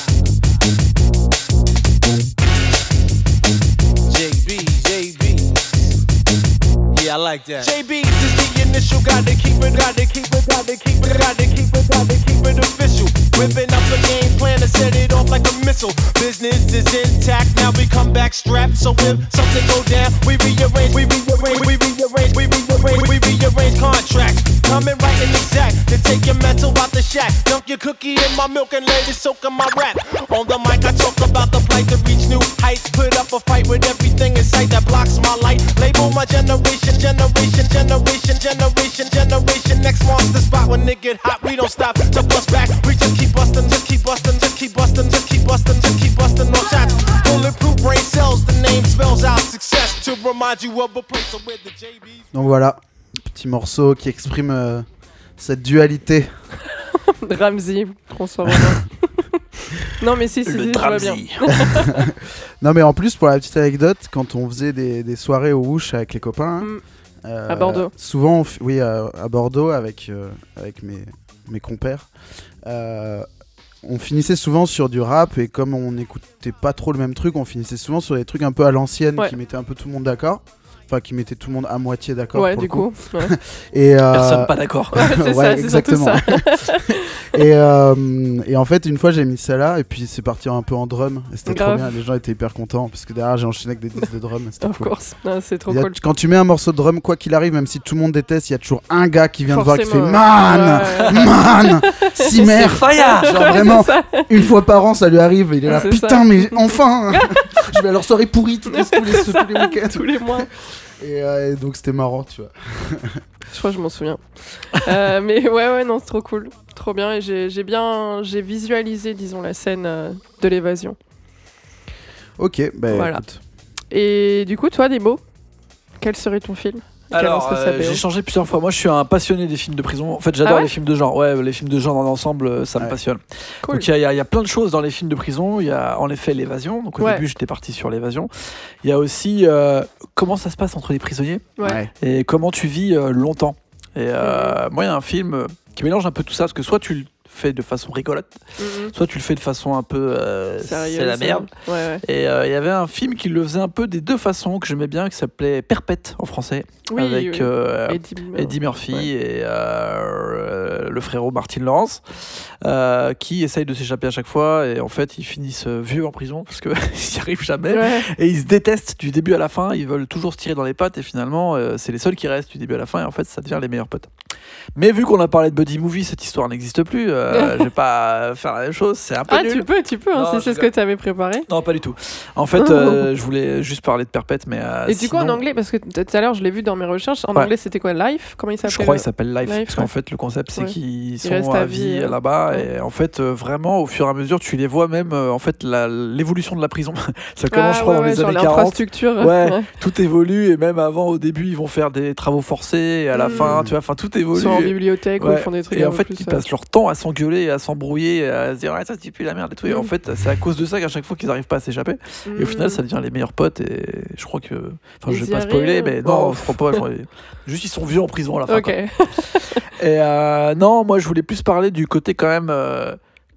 J B, J B. Yeah, I like that. J B is the initial, gotta keep it, gotta keep it, gotta keep it, gotta keep it, gotta keep it official. Whipping up a game plan to set it off like a missile. Business is intact, now we come back strapped. So if something go down, we rearrange, we rearrange, we rearrange, we rearrange, we rearrange contracts. Coming right and exact to take your mental out the shack. Dunk your cookie in my milk and let it soak in my rap. On the mic I talk about the plight to reach new heights. Put up a fight with everything in sight that blocks my light. Label my generation, generation, generation, generation, generation. Next monster spot when it get hot, we don't stop to bust back. We just keep bustin', just keep bustin', just keep bustin', just keep bustin', just keep bustin' no shots. Bulletproof brain cells, the name spells out success to remind you of a place where the J B's. Donc voilà, petit morceau qui exprime euh, cette dualité. Ramsey, François Rollin. Non mais si, si, si, je vois bien. Non mais en plus, pour la petite anecdote, quand on faisait des, des soirées au Woosh avec les copains, Mm. euh, À Bordeaux. souvent, on f- oui, à, à Bordeaux avec, euh, avec mes, mes compères, euh, on finissait souvent sur du rap, et comme on n'écoutait pas trop le même truc, on finissait souvent sur des trucs un peu à l'ancienne, Ouais. qui mettaient un peu tout le monde d'accord. Enfin, qui mettaient tout le monde à moitié d'accord. Ouais, pour du le coup. coup. Ouais. Et, euh, Personne pas d'accord. Ouais, c'est ouais, ça, c'est surtout exactement. ça. et, euh, et en fait, une fois, j'ai mis ça là, et puis c'est parti un peu en drum. Et c'était trop Grave. bien, les gens étaient hyper contents, parce que derrière, j'ai enchaîné avec des disques de drum. et C'était Of cool. course. Non, c'est trop Il y a- cool. Quand tu mets un morceau de drum, quoi qu'il arrive, même si tout le monde déteste, il y a toujours un gars qui vient te voir qui fait Forcément, Man ouais. Man Simer Faya. Genre vraiment, C'est ça. une fois par an, ça lui arrive, et il est là, C'est putain, ça. mais enfin Je vais à leur soirée pourrie tous les, tous les, tous les week-ends. Tous les mois. Et, euh, et donc c'était marrant, tu vois. Je crois que je m'en souviens. Euh, mais ouais, ouais, non, c'est trop cool. Trop bien. Et j'ai, j'ai bien j'ai visualisé, disons, la scène euh, de l'évasion. Ok, bah Voilà. écoute. Et du coup, toi, Nemo, quel serait ton film? Quelle Alors, serait sa euh, B O? j'ai changé plusieurs fois. Moi, je suis un passionné des films de prison. En fait, j'adore Ah ouais les films de genre. Ouais, les films de genre dans l'ensemble, euh, ça me Ouais. passionne. Cool. Donc, il y, a- il y a- il y a plein de choses dans les films de prison. Il y a en effet l'évasion. Donc, au Ouais. début, j'étais parti sur l'évasion. Il y a aussi euh, comment ça se passe entre les prisonniers Ouais. et comment tu vis euh, longtemps. Et euh, moi, il y a un film euh, qui mélange un peu tout ça, parce que soit tu le fais de façon rigolote, Mhm. soit tu le fais de façon un peu euh, Sérieux, c'est la ça. merde. Ouais, ouais. Et euh, il y avait un film qui le faisait un peu des deux façons que j'aimais bien, qui s'appelait Perpète en français, Oui, avec oui. euh, Eddie, Eddie Murphy Ouais. et euh, le frérot Martin Lawrence, euh, qui essayent de s'échapper à chaque fois, et en fait ils finissent vieux en prison parce qu'ils n'y arrivent jamais. Ouais. Et ils se détestent du début à la fin, ils veulent toujours se tirer dans les pattes, et finalement euh, c'est les seuls qui restent du début à la fin, et en fait ça devient les meilleurs potes. Mais vu qu'on a parlé de Buddy Movie, cette histoire n'existe plus, euh, je vais pas faire la même chose, c'est un peu Ah, nul. tu peux, tu peux, hein, Non, si je c'est ce que rigole. tu avais préparé. Non, pas du tout. En fait, euh, je voulais juste parler de Perpète, mais. euh, Et du coup, en sinon, anglais, parce que t- tout à l'heure, je l'ai vu dans mes recherches, en Ouais. anglais, c'était quoi? Life? Comment il s'appelait? je crois le- qu'il s'appelle Life, Life, parce qu'en ouais. fait, le concept, c'est Ouais. qu'ils sont restent à à vie vie, euh, là-bas, ouais. et en fait, euh, vraiment, au fur et à mesure, tu les vois même, euh, en fait, la- l'évolution de la prison. Ça commence, Ah, je crois, ouais, dans ouais, les genre années quarante. l'infrastructure. Ouais. Tout évolue, et même avant, au début, ils vont faire des travaux forcés, et à la Mm. fin, tu vois, enfin, tout Ils évolue. sont en bibliothèque ou Ouais. ils font des trucs Et un en peu fait, plus, ils euh, passent leur temps à s'engueuler, et à s'embrouiller, et à se dire, ouais, ça, c'est plus la merde et tout. Et Mm. en fait, c'est à cause de ça qu'à chaque fois qu'ils n'arrivent pas à s'échapper. Et au final, ça devient les meilleurs potes, et je crois que. Enfin, je Ils vais y pas spoiler, arrivent. mais non, Oh. je crois pas. je crois- Juste, ils sont vieux en prison à la fin. Ok. quoi. Et euh, non, moi, je voulais plus parler du côté quand même euh,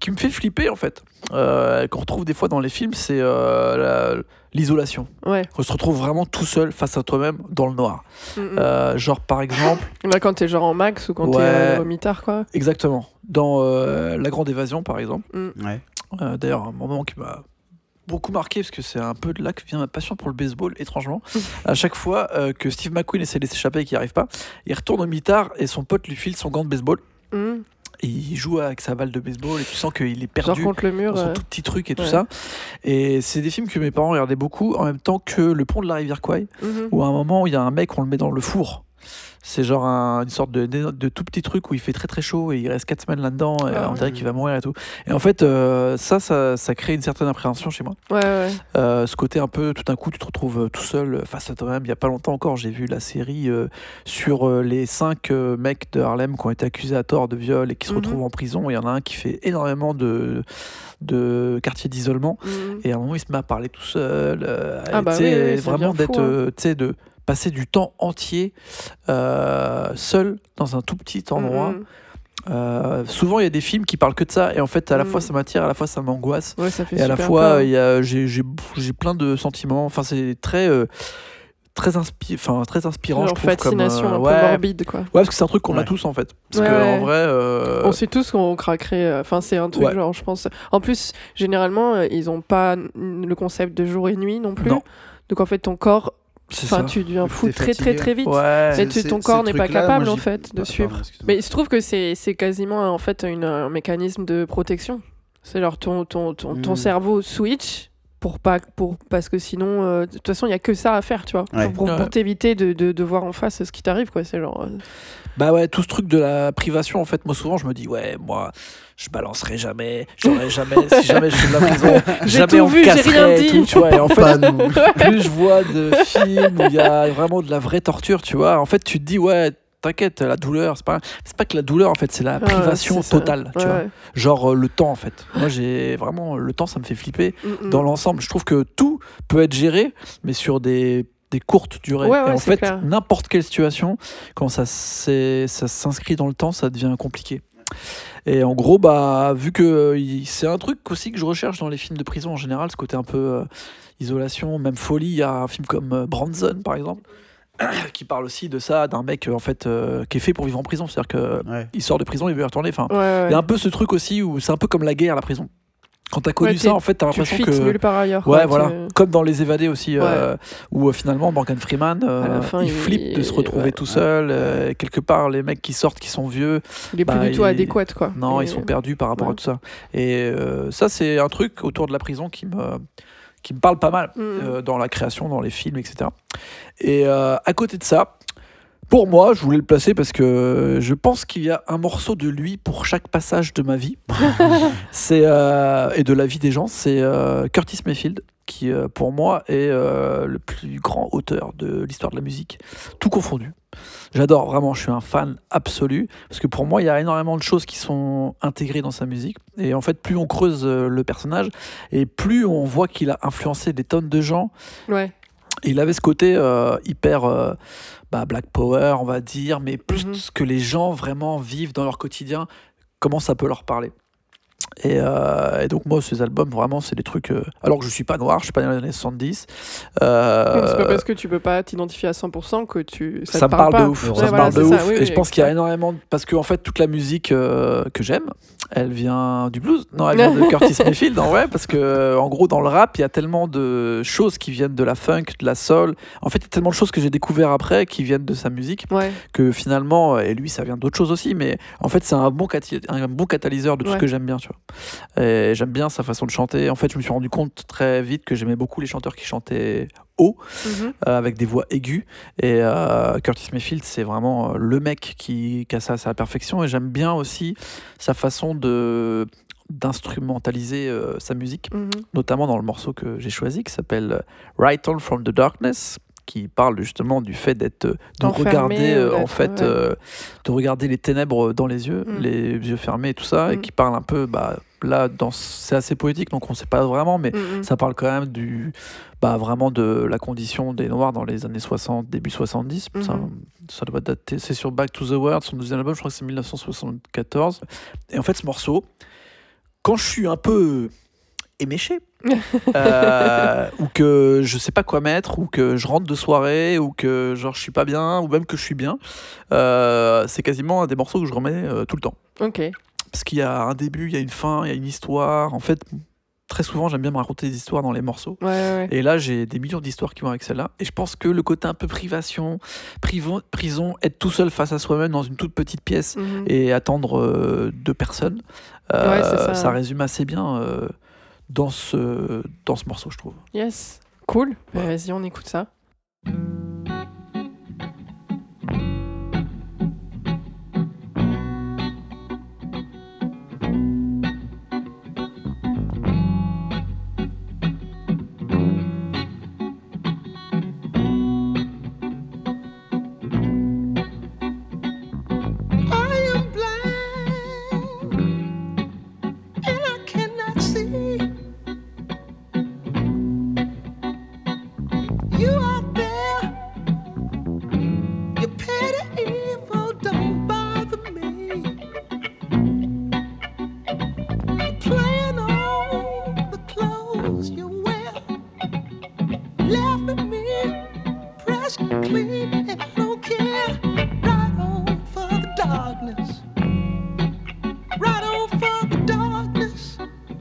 qui me fait flipper en fait, euh, qu'on retrouve des fois dans les films, c'est euh, la- l'isolation. Ouais. On se retrouve vraiment tout seul face à toi-même dans le noir. Mm, mm. Euh, genre par exemple, Là, quand t'es genre en max ou quand t'es Ouais. euh, au mitard, quoi. exactement, dans euh, La Grande Évasion par exemple, Ouais. euh, d'ailleurs un moment qui m'a beaucoup marqué parce que c'est un peu de là que vient ma passion pour le baseball, étrangement. À chaque fois euh, que Steve McQueen essaie de s'échapper et qu'il n'y arrive pas, il retourne au mitard et son pote lui file son gant de baseball. Mm. Et il joue avec sa balle de baseball et tu sens qu'il est Genre perdu contre le mur. dans son euh, tout petit truc et tout ouais. ça. Et c'est des films que mes parents regardaient beaucoup en même temps que Le Pont de la Rivière Kwai, mhm. où à un moment il y a un mec, on le met dans le four. C'est genre un- une sorte de, de, de tout petit truc où il fait très très chaud et il reste quatre semaines là-dedans et Ah on ouais. dirait qu'il va mourir et tout. Et en fait, euh, ça, ça, ça crée une certaine appréhension chez moi. Ouais, ouais. Euh, ce côté un peu, tout d'un coup, tu te retrouves euh, tout seul euh, face à toi-même. Il n'y a pas longtemps encore, j'ai vu la série euh, sur euh, les cinq euh, mecs de Harlem qui ont été accusés à tort de viol et qui se Mhm. retrouvent en prison. Il y en a un qui fait énormément de, de quartiers d'isolement. Mhm. Et à un moment, il se met à parler tout seul. euh, Ah et bah tu sais, oui, oui, ça vraiment devient fou, d'être, hein. euh, tu sais, de passer du temps entier euh, seul dans un tout petit endroit. Mhm. Euh, souvent, il y a des films qui parlent que de ça. Et en fait, à la Mhm. fois, ça m'attire, à la fois, ça m'angoisse. Ouais, ça fait Et à la super fois, peur. il y a- j'ai j'ai- j'ai plein de sentiments. Enfin, c'est très, euh, très, inspi- enfin, très inspirant, je Genre trouve. fascination comme, euh, un ouais. peu morbide, quoi. Ouais, parce que c'est un truc qu'on a Ouais. tous, en fait. Parce Ouais, que, ouais. en vrai... euh, On sait tous qu'on craquerait. euh, Enfin, c'est un truc, Ouais. genre, je pense. En plus, généralement, euh, ils ont pas n- le concept de jour et nuit non plus. Non. Donc, en fait, ton corps, c'est enfin, ça. tu deviens fou T'es très, très, fatigué. très vite. Ouais. Mais tu- C'est- ton ces corps n'est pas trucs-là, capable, moi, en j'y- fait, de Ah, suivre. pardon, excuse-moi. Mais il se trouve que c'est c'est quasiment, en fait, une, un mécanisme de protection. C'est genre ton, ton, ton, ton Mm. cerveau switch. Pour pas, pour, parce que sinon, euh, de toute façon, il n'y a que ça à faire, tu vois. Ouais. Pour, pour- Ouais. pour t'éviter de, de, de voir en face ce qui t'arrive, quoi. C'est genre. euh, Bah ouais, tout ce truc de la privation, en fait, moi, souvent, je me dis, ouais, moi, je balancerai jamais, j'aurai jamais, si jamais je fais de la prison, J'ai jamais tout on me vu, j'ai casserait rien et dit. tout, tu vois. Et en fait, Pas nous. plus je vois de films où il y a vraiment de la vraie torture, tu vois, en fait, tu te dis, ouais, t'inquiète, la douleur, c'est pas, c'est pas que la douleur, en fait, c'est la ouais, privation c'est ça. totale, tu Ouais, vois. ouais. Genre euh, le temps, en fait. Moi, j'ai vraiment, le temps, ça me fait flipper. Mm, mm. Dans l'ensemble, je trouve que tout peut être géré, mais sur des, des courtes durées. Ouais, Et ouais, en c'est fait, clair. n'importe quelle situation, quand ça, s'est- ça s'inscrit dans le temps, ça devient compliqué. Et en gros, bah, vu que euh, il- c'est un truc aussi que je recherche dans les films de prison en général, ce côté un peu euh, isolation, même folie. Il y a un film comme euh, Branson, par exemple, qui parle aussi de ça, d'un mec euh, en fait euh, qui est fait pour vivre en prison. C'est-à-dire que Ouais. il sort de prison, il veut y retourner. Enfin, Ouais, ouais. il y a un peu ce truc aussi où c'est un peu comme la guerre, la prison. Quand t'as connu Ouais, ça, t'es- en fait, t'as Tu l'impression fites que nulle part ailleurs. ouais, quoi, voilà, tu- comme dans Les Évadés aussi, euh, où euh, finalement Morgan Freeman, euh, À la fin, il, il- flippe de se retrouver ouais. tout seul. euh, et quelque part, les mecs qui sortent, qui sont vieux, Il est plus bah, du tout il- adéquat, quoi. non, Et- ils sont perdus par rapport ouais. à tout ça. Et euh, ça, c'est un truc autour de la prison qui me, qui me parle pas mal Mm. euh, dans la création, dans les films, et cetera. Et euh, à côté de ça, pour moi, je voulais le placer parce que je pense qu'il y a un morceau de lui pour chaque passage de ma vie. c'est euh, et de la vie des gens. C'est euh, Curtis Mayfield qui, euh, pour moi, est euh, le plus grand auteur de l'histoire de la musique, tout confondu. J'adore vraiment, je suis un fan absolu parce que pour moi, il y a énormément de choses qui sont intégrées dans sa musique. Et en fait, plus on creuse euh, le personnage et plus on voit qu'il a influencé des tonnes de gens. Ouais. Et il avait ce côté euh, hyper euh, bah, Black Power, on va dire, mais plus Mhm. ce que les gens vraiment vivent dans leur quotidien, comment ça peut leur parler. Et, euh, et donc moi, ces albums, vraiment, c'est des trucs... euh, alors que je suis pas noir, je suis pas né dans les années soixante-dix. euh, C'est pas parce que tu peux pas t'identifier à cent pour cent que tu. Ça, ça te me parle pas. de ouf, Ouais, ça me voilà, parle de c'est ouf. ça, oui, et oui, je pense qu'il y a exact. énormément... de- Parce que en fait, toute la musique euh, que j'aime, elle vient du blues. Non, elle vient de Curtis Mayfield, en vrai, parce que en gros, dans le rap, il y a tellement de choses qui viennent de la funk, de la soul. En fait, il y a tellement de choses que j'ai découvert après qui viennent de sa musique Ouais. que finalement, et lui, ça vient d'autres choses aussi, mais en fait, c'est un bon, cati- un bon catalyseur de tout Ouais. ce que j'aime bien, tu vois. Et j'aime bien sa façon de chanter. En fait, je me suis rendu compte très vite que j'aimais beaucoup les chanteurs qui chantaient haut, Mhm. euh, avec des voix aiguës. Et euh, Curtis Mayfield, c'est vraiment euh, le mec qui, qui a ça à sa perfection. Et j'aime bien aussi sa façon de d'instrumentaliser euh, sa musique, Mhm. notamment dans le morceau que j'ai choisi qui s'appelle Right On From The Darkness, qui parle justement du fait d'être de Enfermé regarder ou euh, en d'être- fait ouais. euh, de regarder les ténèbres dans les yeux, Mm. les yeux fermés et tout ça, et Mm. qui parle un peu bah là dans c'est assez poétique donc on sait pas vraiment, mais Mhm. ça parle quand même du bah vraiment de la condition des noirs dans les années soixante, début soixante-dix. Mhm. ça, ça doit dater, c'est sur Back to the World, son deuxième album, je crois que c'est mille neuf cent soixante-quatorze. Et en fait ce morceau, quand je suis un peu éméché, euh, ou que je sais pas quoi mettre, ou que je rentre de soirée, ou que genre je suis pas bien, ou même que je suis bien, euh, c'est quasiment un des morceaux que je remets euh, tout le temps. Ok. Parce qu'il y a un début, il y a une fin, il y a une histoire. En fait, très souvent, j'aime bien me raconter des histoires dans les morceaux. Ouais, ouais, ouais. Et là, j'ai des millions d'histoires qui vont avec celle-là. Et je pense que le côté un peu privation, privon, prison, être tout seul face à soi-même dans une toute petite pièce Mhm. et attendre euh, deux personnes, euh, Ouais, c'est ça. résume assez bien euh, dans, ce, dans ce morceau, je trouve. Yes. Cool. Bah, Ouais. vas-y, on écoute ça. I am blind and I cannot see. You out there, your petty evil don't bother me. Playing on the clothes you wear, laugh at me, press clean and don't care. Right on for the darkness. Right on for the darkness.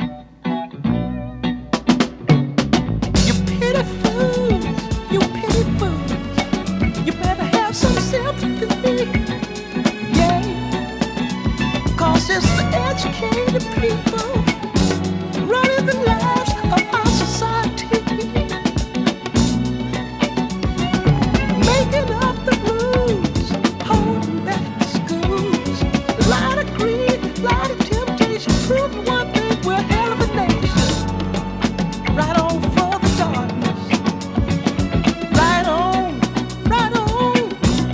You pity fools, you pity fools. You better have some sympathy. Yeah, cause it's the educated people running the lives of our society. Making up the rules, holding back the schools. A lot of greed, a lot of temptation, proving one thing, we're a hell of a nation. Right on for the darkness. Right on, right on.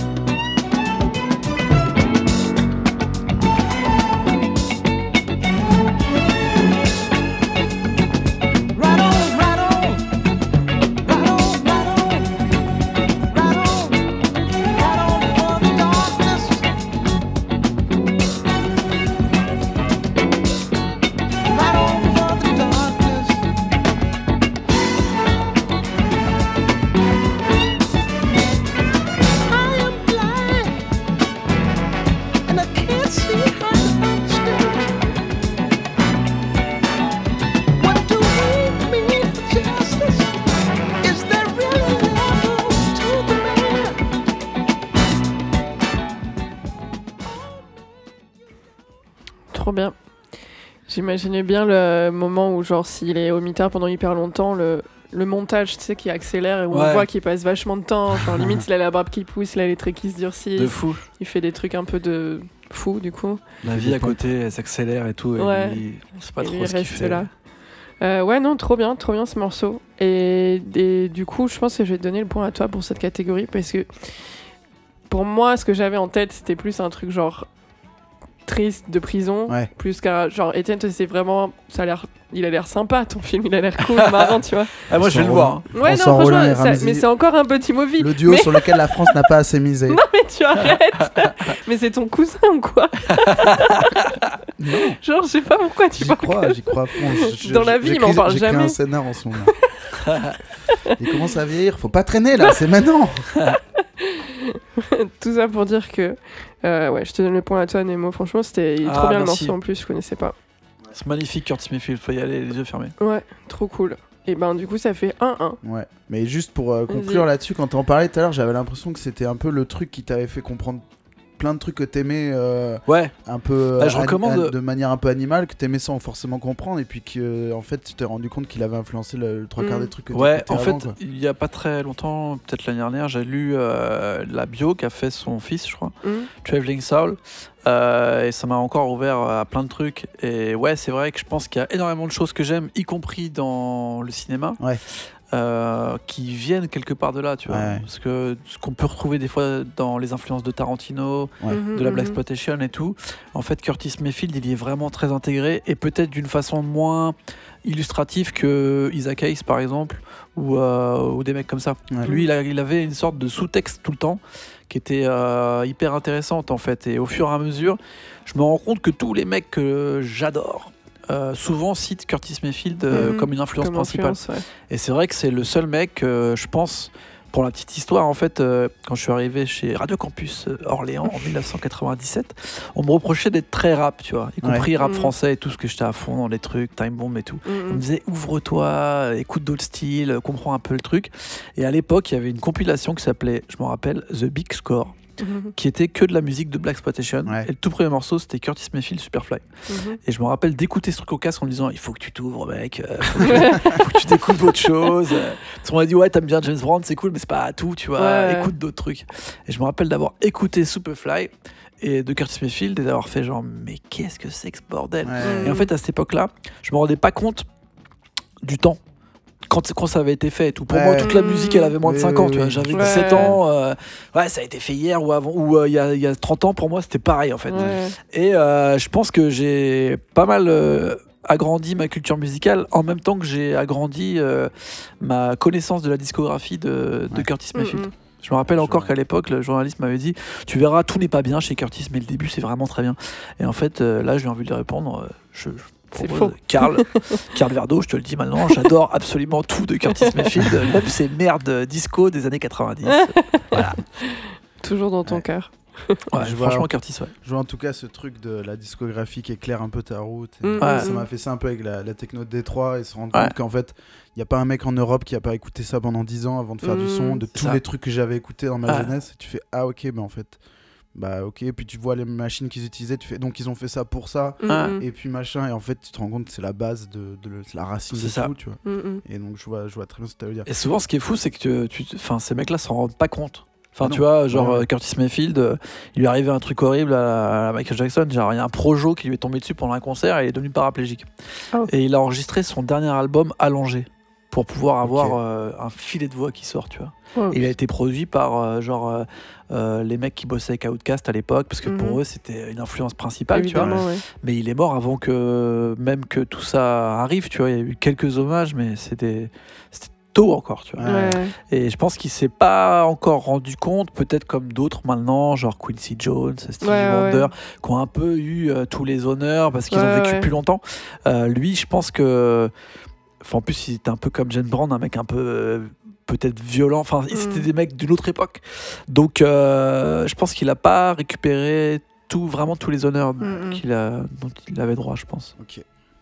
Right on, right on. Right on, right on. Right on, right on for the darkness. Right on for the darkness. I am blind and I can't see how to understand. What do we mean for justice? Is there really level to the man? Trop bien. J'imaginais bien le moment où, genre, s'il est au mitard pendant hyper longtemps, le, le montage, tu sais, qui accélère et où on Ouais. voit qu'il passe vachement de temps. Genre, limite, il a la barbe qui pousse, il a les traits qui se De durcissent. fou. Il fait des trucs un peu de fou, du coup. La vie à côté, elle s'accélère et tout. Et Ouais. lui, on sait pas Et trop lui, il ce qu'il reste fait. là. Euh, ouais, non, trop bien, trop bien ce morceau. Et, et du coup, je pense que je vais te donner le point à toi pour cette catégorie parce que pour moi, ce que j'avais en tête, c'était plus un truc genre triste de prison, Ouais. plus qu'un genre Étienne, toi, c'est vraiment, ça a l'air, il a l'air sympa ton film, il a l'air cool, marrant, tu vois. Ah, moi, je vais le voir. hein. Ouais, François non, Rollin et franchement, ça- Ramsey. mais c'est encore un petit movie. Le duo mais... sur lequel la France n'a pas assez misé. Non, mais tu arrêtes. Mais c'est ton cousin ou quoi? Non. Genre, je sais pas pourquoi tu J'y parles crois, comme- j'y crois à fond. Je- je- Dans la vie, il j'écris- m'en parle j'écris jamais. un scénar en ce moment. Il commence à vieillir, faut pas traîner là, c'est maintenant. Tout ça pour dire que euh, ouais, je te donne le point à toi, Nemo. Franchement, c'était il est trop Ah, bien merci. le morceau en plus, je connaissais pas. C'est magnifique, Curtis Mayfield. Faut y aller, les yeux fermés. Ouais, trop cool. Et ben du coup, ça fait un un. Ouais, mais juste pour euh, conclure Vas-y. là-dessus, quand t'en parlais tout à l'heure, j'avais l'impression que c'était un peu le truc qui t'avait fait comprendre plein de trucs que t'aimais euh, Ouais. un peu Bah, je an- recommande- an- de manière un peu animale, que t'aimais sans forcément comprendre, et puis que euh, en fait tu t'es rendu compte qu'il avait influencé le, le trois quarts Mm. des trucs que Ouais, t'écoutais en avant, fait, quoi. il y a pas très longtemps, peut-être l'année dernière, j'ai lu euh, la bio qu'a fait son fils, je crois, Mhm. Traveling Soul, euh, et ça m'a encore ouvert à plein de trucs. Et ouais, c'est vrai que je pense qu'il y a énormément de choses que j'aime, y compris dans le cinéma. Ouais. euh, qui viennent quelque part de là, tu vois. Ouais. Parce que ce qu'on peut retrouver des fois dans les influences de Tarantino, Ouais. Mhm, de la mhm. Blaxploitation et tout, en fait, Curtis Mayfield, il y est vraiment très intégré et peut-être d'une façon moins illustrative que Isaac Hayes, par exemple, ou, euh, ou des mecs comme ça. Ouais. Lui, il, a- il avait une sorte de sous-texte tout le temps qui était euh, hyper intéressante, en fait. Et au fur et à mesure, je me rends compte que tous les mecs que j'adore, euh, souvent citent Curtis Mayfield euh, Mmh, comme une influence comme principale. influence, ouais. Et c'est vrai que c'est le seul mec, euh, je pense, pour la petite histoire, en fait, euh, quand je suis arrivé chez Radio Campus euh, Orléans en dix-neuf cent quatre-vingt-dix-sept, on me reprochait d'être très rap, tu vois, y compris Ouais. rap Mm. français et tout, ce que j'étais à fond dans les trucs, Time Bomb et tout. Mm, On me mm. disait ouvre-toi, écoute d'autres styles, euh, comprends un peu le truc. Et à l'époque, il y avait une compilation qui s'appelait, je m'en rappelle, The Big Score, Mhm, qui était que de la musique de Blaxploitation. Ouais. Et le tout premier morceau, c'était Curtis Mayfield, Superfly. mhm. Et je me rappelle d'écouter ce truc au casque en me disant, il faut que tu t'ouvres, mec, euh, faut, que, faut que tu découvres autre chose. Euh, Parce qu'on m'a dit, ouais, t'aimes bien James Brown, c'est cool, mais c'est pas tout, tu vois, Ouais. écoute d'autres trucs. Et je me rappelle d'avoir écouté Superfly et de Curtis Mayfield et d'avoir fait genre, mais qu'est-ce que c'est que ce bordel? Ouais. Et en fait, à cette époque-là, je me rendais pas compte du temps. Quand, quand ça avait été fait et tout. Pour Ouais. moi, toute la musique, elle avait moins de Oui, cinq oui, ans. Tu vois. oui. J'avais Ouais. dix-sept ans. euh, ouais, ça a été fait hier ou avant. Ou euh, il y, a, il y a trente ans, pour moi, c'était pareil en fait. Ouais. Et euh, je pense que j'ai pas mal euh, agrandi ma culture musicale en même temps que j'ai agrandi euh, ma connaissance de la discographie de, de Ouais. Curtis Mm, Mayfield. mm. Je me rappelle Je encore vois. qu'à l'époque, le journaliste m'avait dit, tu verras, tout n'est pas bien chez Curtis, mais le début, c'est vraiment très bien. Et en fait, euh, là, j'ai envie de lui répondre. euh, je, je C'est propose- faux. Karl, Karl Verdo, je te le dis maintenant, j'adore absolument tout de Curtis Mayfield, même ces merdes disco des années quatre-vingt-dix. Voilà. Toujours dans ton Ouais. cœur. Ouais, Je vois- franchement, Curtis, ouais. Je vois en tout cas ce truc de la discographie qui éclaire un peu ta route. Et Mm, Ouais. Ça mm, m'a mm. fait ça un peu avec la, la techno de Détroit et se rendre Ouais. compte qu'en fait, il n'y a pas un mec en Europe qui a pas écouté ça pendant dix ans avant de faire du Mm, son, de c'est tous ça. les trucs que j'avais écoutés dans ma Ouais. jeunesse. Et tu fais, ah ok, bah en fait, bah ok. Et puis tu vois les machines qu'ils utilisaient, tu fais, donc ils ont fait ça pour ça. Mm, Ah. mm. Et puis machin, et en fait, tu te rends compte que c'est la base de, de le- c'est la racine C'est de ça. tout, tu vois. Mm, mm. Et donc je vois, je vois très bien ce que tu veux dire. Et souvent, ce qui est fou, c'est que tu, tu- enfin, ces mecs-là s'en rendent pas compte. Enfin, Ah tu non. vois, genre Ouais, ouais. euh, Curtis Mayfield, euh, il lui arrivait un truc horrible à, à Michael Jackson. Genre, il y a un projo qui lui est tombé dessus pendant un concert et il est devenu paraplégique. Oh. Et il a enregistré son dernier album allongé pour pouvoir avoir Ok. euh, un filet de voix qui sort, tu vois. Oh. Et il a été produit par euh, genre euh, euh, les mecs qui bossaient avec Outkast à l'époque, parce que Mhm. pour eux c'était une influence principale, tu vois. Évidemment, ouais. Mais il est mort avant que même que tout ça arrive, tu vois. Il y a eu quelques hommages, mais c'était c'était tôt encore, tu vois. Ouais. Ouais. Et je pense qu'il s'est pas encore rendu compte, peut-être comme d'autres maintenant, genre Quincy Jones, Stevie Ouais, ouais, Wonder, ouais. qui ont un peu eu euh, tous les honneurs parce qu'ils ont Ouais, vécu ouais. plus longtemps. Euh, lui, je pense que, enfin, en plus, il était un peu comme James Brown, un mec un peu euh, peut-être violent. Enfin, c'était Mm. des mecs d'une autre époque. Donc, euh, je pense qu'il a pas récupéré tout, vraiment tous les honneurs Mm, mm. qu'il a, dont il avait droit, je pense. Ok.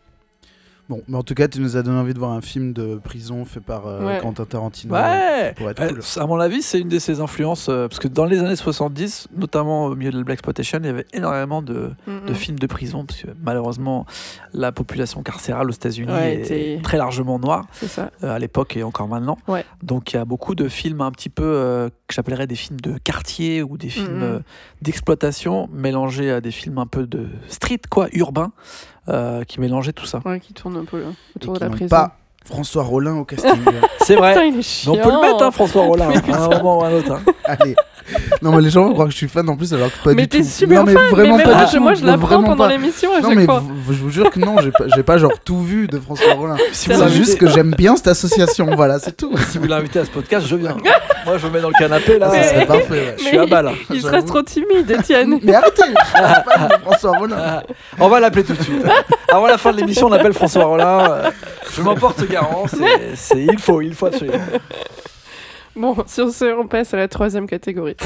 Bon, mais en tout cas, tu nous as donné envie de voir un film de prison fait par euh, Ouais. Quentin Tarantino. Ouais. Pour être Euh, cool. À mon avis, c'est une de ses influences, euh, parce que dans les années soixante-dix, notamment au milieu de la Blaxploitation, il y avait énormément de, Mm, de mm. films de prison, parce que malheureusement, la population carcérale aux États-Unis Ouais, est était- très largement noire, C'est ça. euh, à l'époque et encore maintenant. Ouais. Donc il y a beaucoup de films un petit peu, euh, que j'appellerais des films de quartier ou des films Mhm. euh, d'exploitation, mélangés à des films un peu de street, quoi, urbain, euh, qui mélangeaient tout ça. Ouais, qui tourne un peu là, Et autour qui de la n'ont prison. pas François Rollin au casting. C'est vrai. Putain, il est Mais chiant. on peut le mettre, hein, François Rollin, à un moment ou à un autre. hein. Allez. Non, mais les gens vont croire que je suis fan en plus, alors que pas Mais du tout. t'es super non, mais fan, vraiment mais pas même du je- tout. moi je Mais l'apprends vraiment pendant pas. l'émission à Non, chaque mais fois. v- je vous jure que non, j'ai pas, j'ai pas genre tout vu de François Rollin. Si vous C'est invitez- juste que j'aime bien cette association, voilà, c'est tout. Si vous l'invitez à ce podcast, je viens. Moi, je me mets dans le canapé, là. Ça Mais- serait parfait, ouais. Je suis à bas, là. Il J'avoue. reste trop timide, Étienne. Mais arrêtez, je suis pas fan de François Rollin. Ah, on va l'appeler tout de suite. Avant la fin de l'émission, on appelle François Rollin. Euh, Je m'en porte garant. C'est, c'est- il faut, il faut absolument. Bon, sur ce, on passe à la troisième catégorie.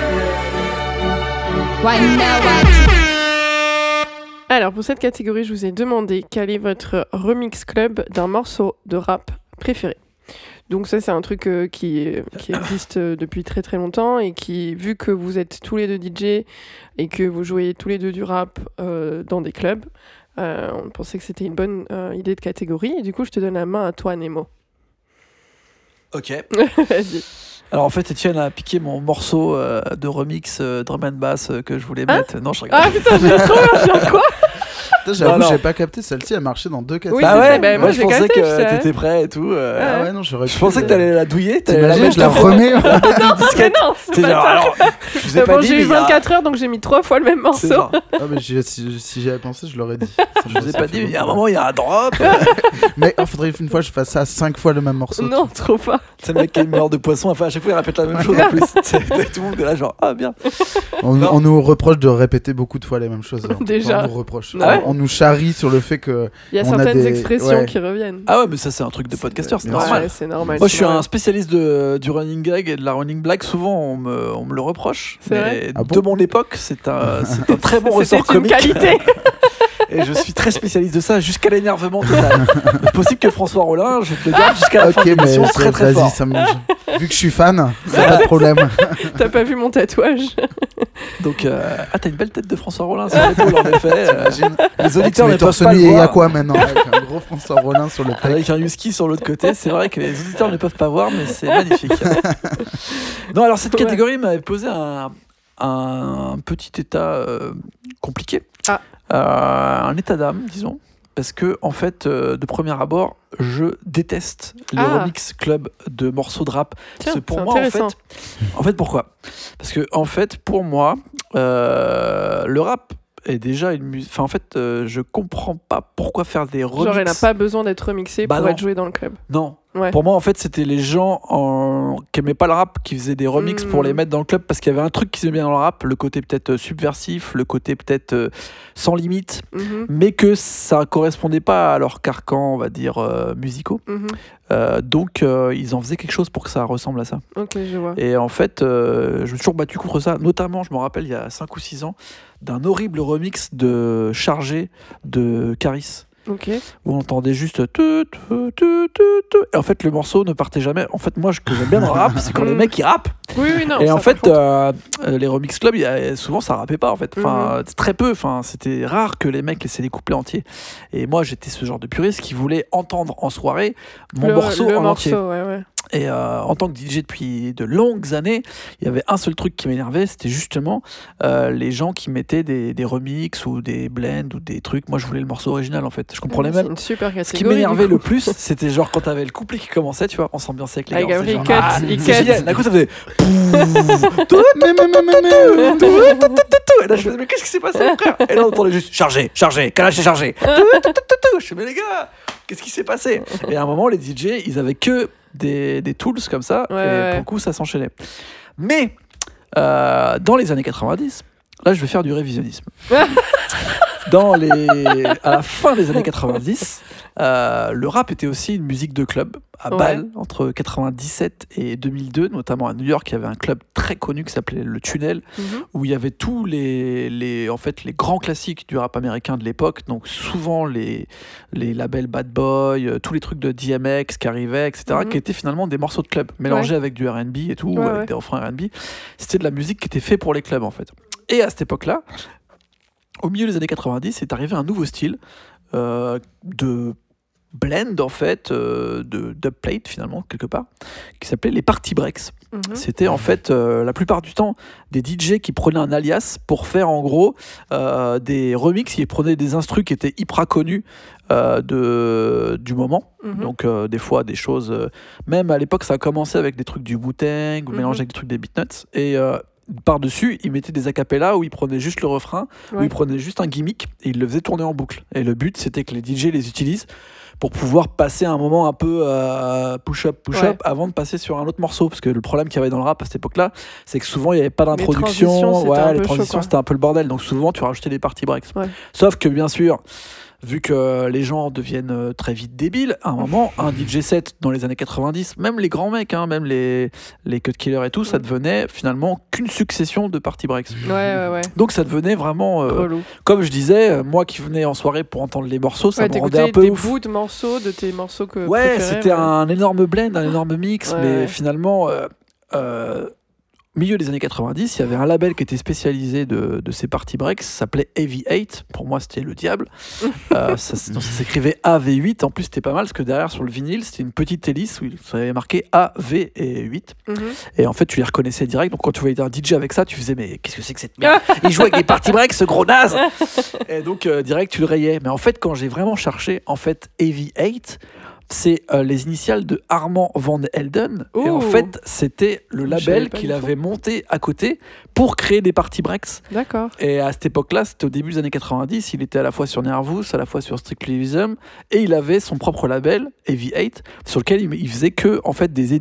Right now, I Alors, pour cette catégorie, je vous ai demandé quel est votre remix club d'un morceau de rap préféré. Donc ça, c'est un truc euh, qui, euh, qui existe euh, depuis très très longtemps et qui, vu que vous êtes tous les deux D J et que vous jouez tous les deux du rap euh, dans des clubs, euh, on pensait que c'était une bonne euh, idée de catégorie. Et du coup, je te donne la main à toi, Nemo. Ok. Vas-y. Alors en fait, Étienne a piqué mon morceau euh, de remix euh, drum and bass euh, que je voulais Hein mettre. Non, je rigole. Ah putain, j'ai trop peur, genre quoi? Putain, J'avoue, Non, non. j'ai pas capté, celle-ci a marché dans deux catégories. Oui, bah je sais, ouais, bah, moi, moi, je j'ai pensais capté, que je sais. t'étais prêt et tout. euh, Ah ouais, non, j'aurais Je pu, pensais que euh, t'allais la douiller. t'allais la T'imagines, mettre je la en- remets. Non, mais non, c'est T'es pas genre, ça. alors, je vous ai Mais pas bon, dit, j'ai mais eu il y a- vingt-quatre heures, donc j'ai mis trois fois le même C'est morceau. genre, Ah, mais j'ai- si, si j'y avais pensé, je l'aurais dit. Ça je me- vous ai ça pas fait dit, mais il y a un beaucoup. moment, il y a un drop. Mais il faudrait une fois que je fasse ça cinq fois le même morceau. Non, trop pas. C'est le mec qui a une meilleure de poisson. Enfin, à chaque fois, il répète la même chose en plus. C'est- Tout le monde est là, genre, ah bien. On, Non. on nous reproche de répéter beaucoup de fois les mêmes choses. alors. Déjà. On nous reproche. Ah ouais on, nous charrie sur le fait que. Il y a on certaines a des... expressions ouais. qui reviennent. Ah ouais, mais ça, c'est un truc de podcasteur, c'est Bien normal. Ouais, c'est normal. Moi, je c'est suis normal. un spécialiste de, du running gag et de la running blague. Souvent, on me, on me le reproche. C'est vrai Mais Ah bon de mon époque, c'est un, c'est un très bon C'est ressort une comique. qualité. Et je suis très spécialiste de ça, jusqu'à l'énervement total. C'est possible que François Rollin, je te le garde jusqu'à la fin Ok, de mais l'émission, c'est- très très vas-y, fort. ça me... vu que je suis fan, ça pas de problème. T'as pas vu mon tatouage? Donc, euh, ah, t'as une belle tête de François Rollin sur l'épaule, en effet. Euh, T'imagines les Tu auditeurs mets ne peuvent torse pas nu le et il y a voir. quoi maintenant avec un gros François Rollin sur le pec. Avec un husky sur l'autre côté, c'est vrai que les auditeurs ne peuvent pas voir, mais c'est magnifique. Non, alors cette Ouais. catégorie m'avait posé un, un petit état euh, compliqué, Ah. Euh, un état d'âme, disons, parce que en fait, euh, de premier abord, je déteste les Ah. remix club de morceaux de rap. Tiens, C'est pour c'est moi, en fait, intéressant. en fait, pourquoi ? Parce que en fait, pour moi, euh, le rap est déjà une musique. Enfin, en fait, euh, je comprends pas pourquoi faire des remix. Genre, elle n'a pas besoin d'être remixée Bah pour non. être jouée dans le club. Non. Ouais. Pour moi, en fait, c'était les gens en... qui aimaient pas le rap, qui faisaient des remixes Mm. pour les mettre dans le club parce qu'il y avait un truc qui s'aimait bien dans le rap, le côté peut-être euh, subversif, le côté peut-être euh, sans limite, Mhm, mais que ça correspondait pas à leurs carcans, on va dire, euh, musicaux. mhm. Euh, donc, euh, ils en faisaient quelque chose pour que ça ressemble à ça. Ok, je vois. Et en fait, euh, je me suis toujours battu contre ça. Notamment, je me rappelle, il y a cinq ou six ans, d'un horrible remix de Chargé de Caris, Ok. où on entendait juste tu, tu, tu, tu, tu. Et en fait, le morceau ne partait jamais. En fait, moi, ce que j'aime bien dans le rap, c'est quand les mecs ils rappent. Oui, oui, non. Et ça, en par fait, contre. euh, euh, les remix clubs, il y a- souvent ça rappait pas en fait. Enfin, c'est très peu. Enfin, c'était rare que les mecs laissaient des couplets entiers. Et moi, j'étais ce genre de puriste qui voulait entendre en soirée mon le, morceau le en morceau, entier. ouais, ouais. Et euh, en tant que D J depuis de longues années, il y avait un seul truc qui m'énervait, c'était justement euh, les gens qui mettaient des, des remixes ou des blends ou des trucs. Moi, je voulais le morceau original en fait. Je comprenais C'est même. une super catégorie. Ce qui m'énervait du le coup. plus, c'était genre quand t'avais le couplet qui commençait, tu vois, on s'ambiançait avec les Avec gars. on Gabriel, faisait il genre, cut, ah, il c'est cut. génial. D'un coup, ça faisait. Mais, mais, mais, mais, mais. Et là, je faisais, mais qu'est-ce qui s'est passé, frère? Et là, on entendait juste chargé, chargé, calage est chargé. Je fais, mais les gars, qu'est-ce qui s'est passé? Et à un moment, les D J, ils avaient que des, des tools comme ça, Ouais, et ouais. pour le coup, ça s'enchaînait. Mais euh, dans les années quatre-vingt-dix, là, je vais faire du révisionnisme. Dans les... À la fin des années quatre-vingt-dix, euh, le rap était aussi une musique de club à Ouais. Bâle, entre quatre-vingt-dix-sept et deux mille deux, notamment à New York. Il y avait un club très connu qui s'appelait le Tunnel, Mhm. où il y avait tous les, les, en fait, les grands classiques du rap américain de l'époque, donc souvent les, les labels Bad Boy, euh, tous les trucs de D M X qui arrivaient, et cetera, Mhm. qui étaient finalement des morceaux de club, mélangés avec du R and B et tout, Ouais, avec ouais. des refrains R and B. C'était de la musique qui était faite pour les clubs, en fait. Et à cette époque-là, au milieu des années quatre-vingt-dix, est arrivé un nouveau style euh, de blend, en fait, euh, de dubplate, finalement, quelque part, qui s'appelait les party breaks. Mhm. C'était en fait euh, la plupart du temps des D J qui prenaient un alias pour faire en gros euh, des remixes. Ils prenaient des instrus qui étaient hyper connus euh, de, du moment. Mhm. Donc euh, des fois des choses. euh, même à l'époque, ça a commencé avec des trucs du Wu-Tang ou Mhm. mélangé avec des trucs des Beatnuts. Et euh, par-dessus, ils mettaient des acapellas où ils prenaient juste le refrain, où Ouais. ils prenaient juste un gimmick et ils le faisaient tourner en boucle. Et le but, c'était que les D J les utilisent pour pouvoir passer un moment un peu euh, push-up, push-up, Ouais. avant de passer sur un autre morceau. Parce que le problème qu'il y avait dans le rap à cette époque-là, c'est que souvent, il n'y avait pas d'introduction. transitions, c'était Ouais, un les peu chaud, transitions, quoi. c'était un peu le bordel. Donc souvent, tu rajoutais des party breaks. Ouais. Sauf que, bien sûr, vu que les gens deviennent euh, très vite débiles, à un moment, un D J set dans les années quatre-vingt-dix, même les grands mecs, hein, même les, les cut killers et tout, ça devenait finalement qu'une succession de party breaks. Ouais, ouais, ouais. Donc ça devenait vraiment, euh, Relou. comme je disais, euh, moi qui venais en soirée pour entendre les morceaux, ça Ouais, me rendait t'écoutais un peu des ouf. bouts de morceaux de tes morceaux que Ouais, préférés, c'était ouais. un énorme blend, un énorme mix, Ouais, mais ouais. finalement, euh, euh, milieu des années quatre-vingt-dix, il y avait un label qui était spécialisé de, de ces party breaks, ça s'appelait A V huit, pour moi c'était le diable. euh, ça, s- donc, ça s'écrivait A V huit, en plus c'était pas mal, parce que derrière sur le vinyle, c'était une petite hélice où il ça avait marqué A V et huit. Mhm. Et en fait, tu les reconnaissais direct. Donc, quand tu voyais un D J avec ça, tu faisais, mais qu'est-ce que c'est que cette merde? Il jouait avec des party breaks, ce gros naze! Et donc, euh, direct, tu le rayais. Mais en fait, quand j'ai vraiment cherché, en fait, A V huit, c'est euh, les initiales de Armand Van Helden. Et en Ouh. fait, c'était le Je savais label pas qu'il du tout. avait monté à côté pour créer des party breaks. D'accord. Et à cette époque-là, c'était au début des années quatre-vingt-dix, il était à la fois sur Nervous, à la fois sur Strictlyism, et il avait son propre label, A V huit, sur lequel il, il faisait que en fait des edits.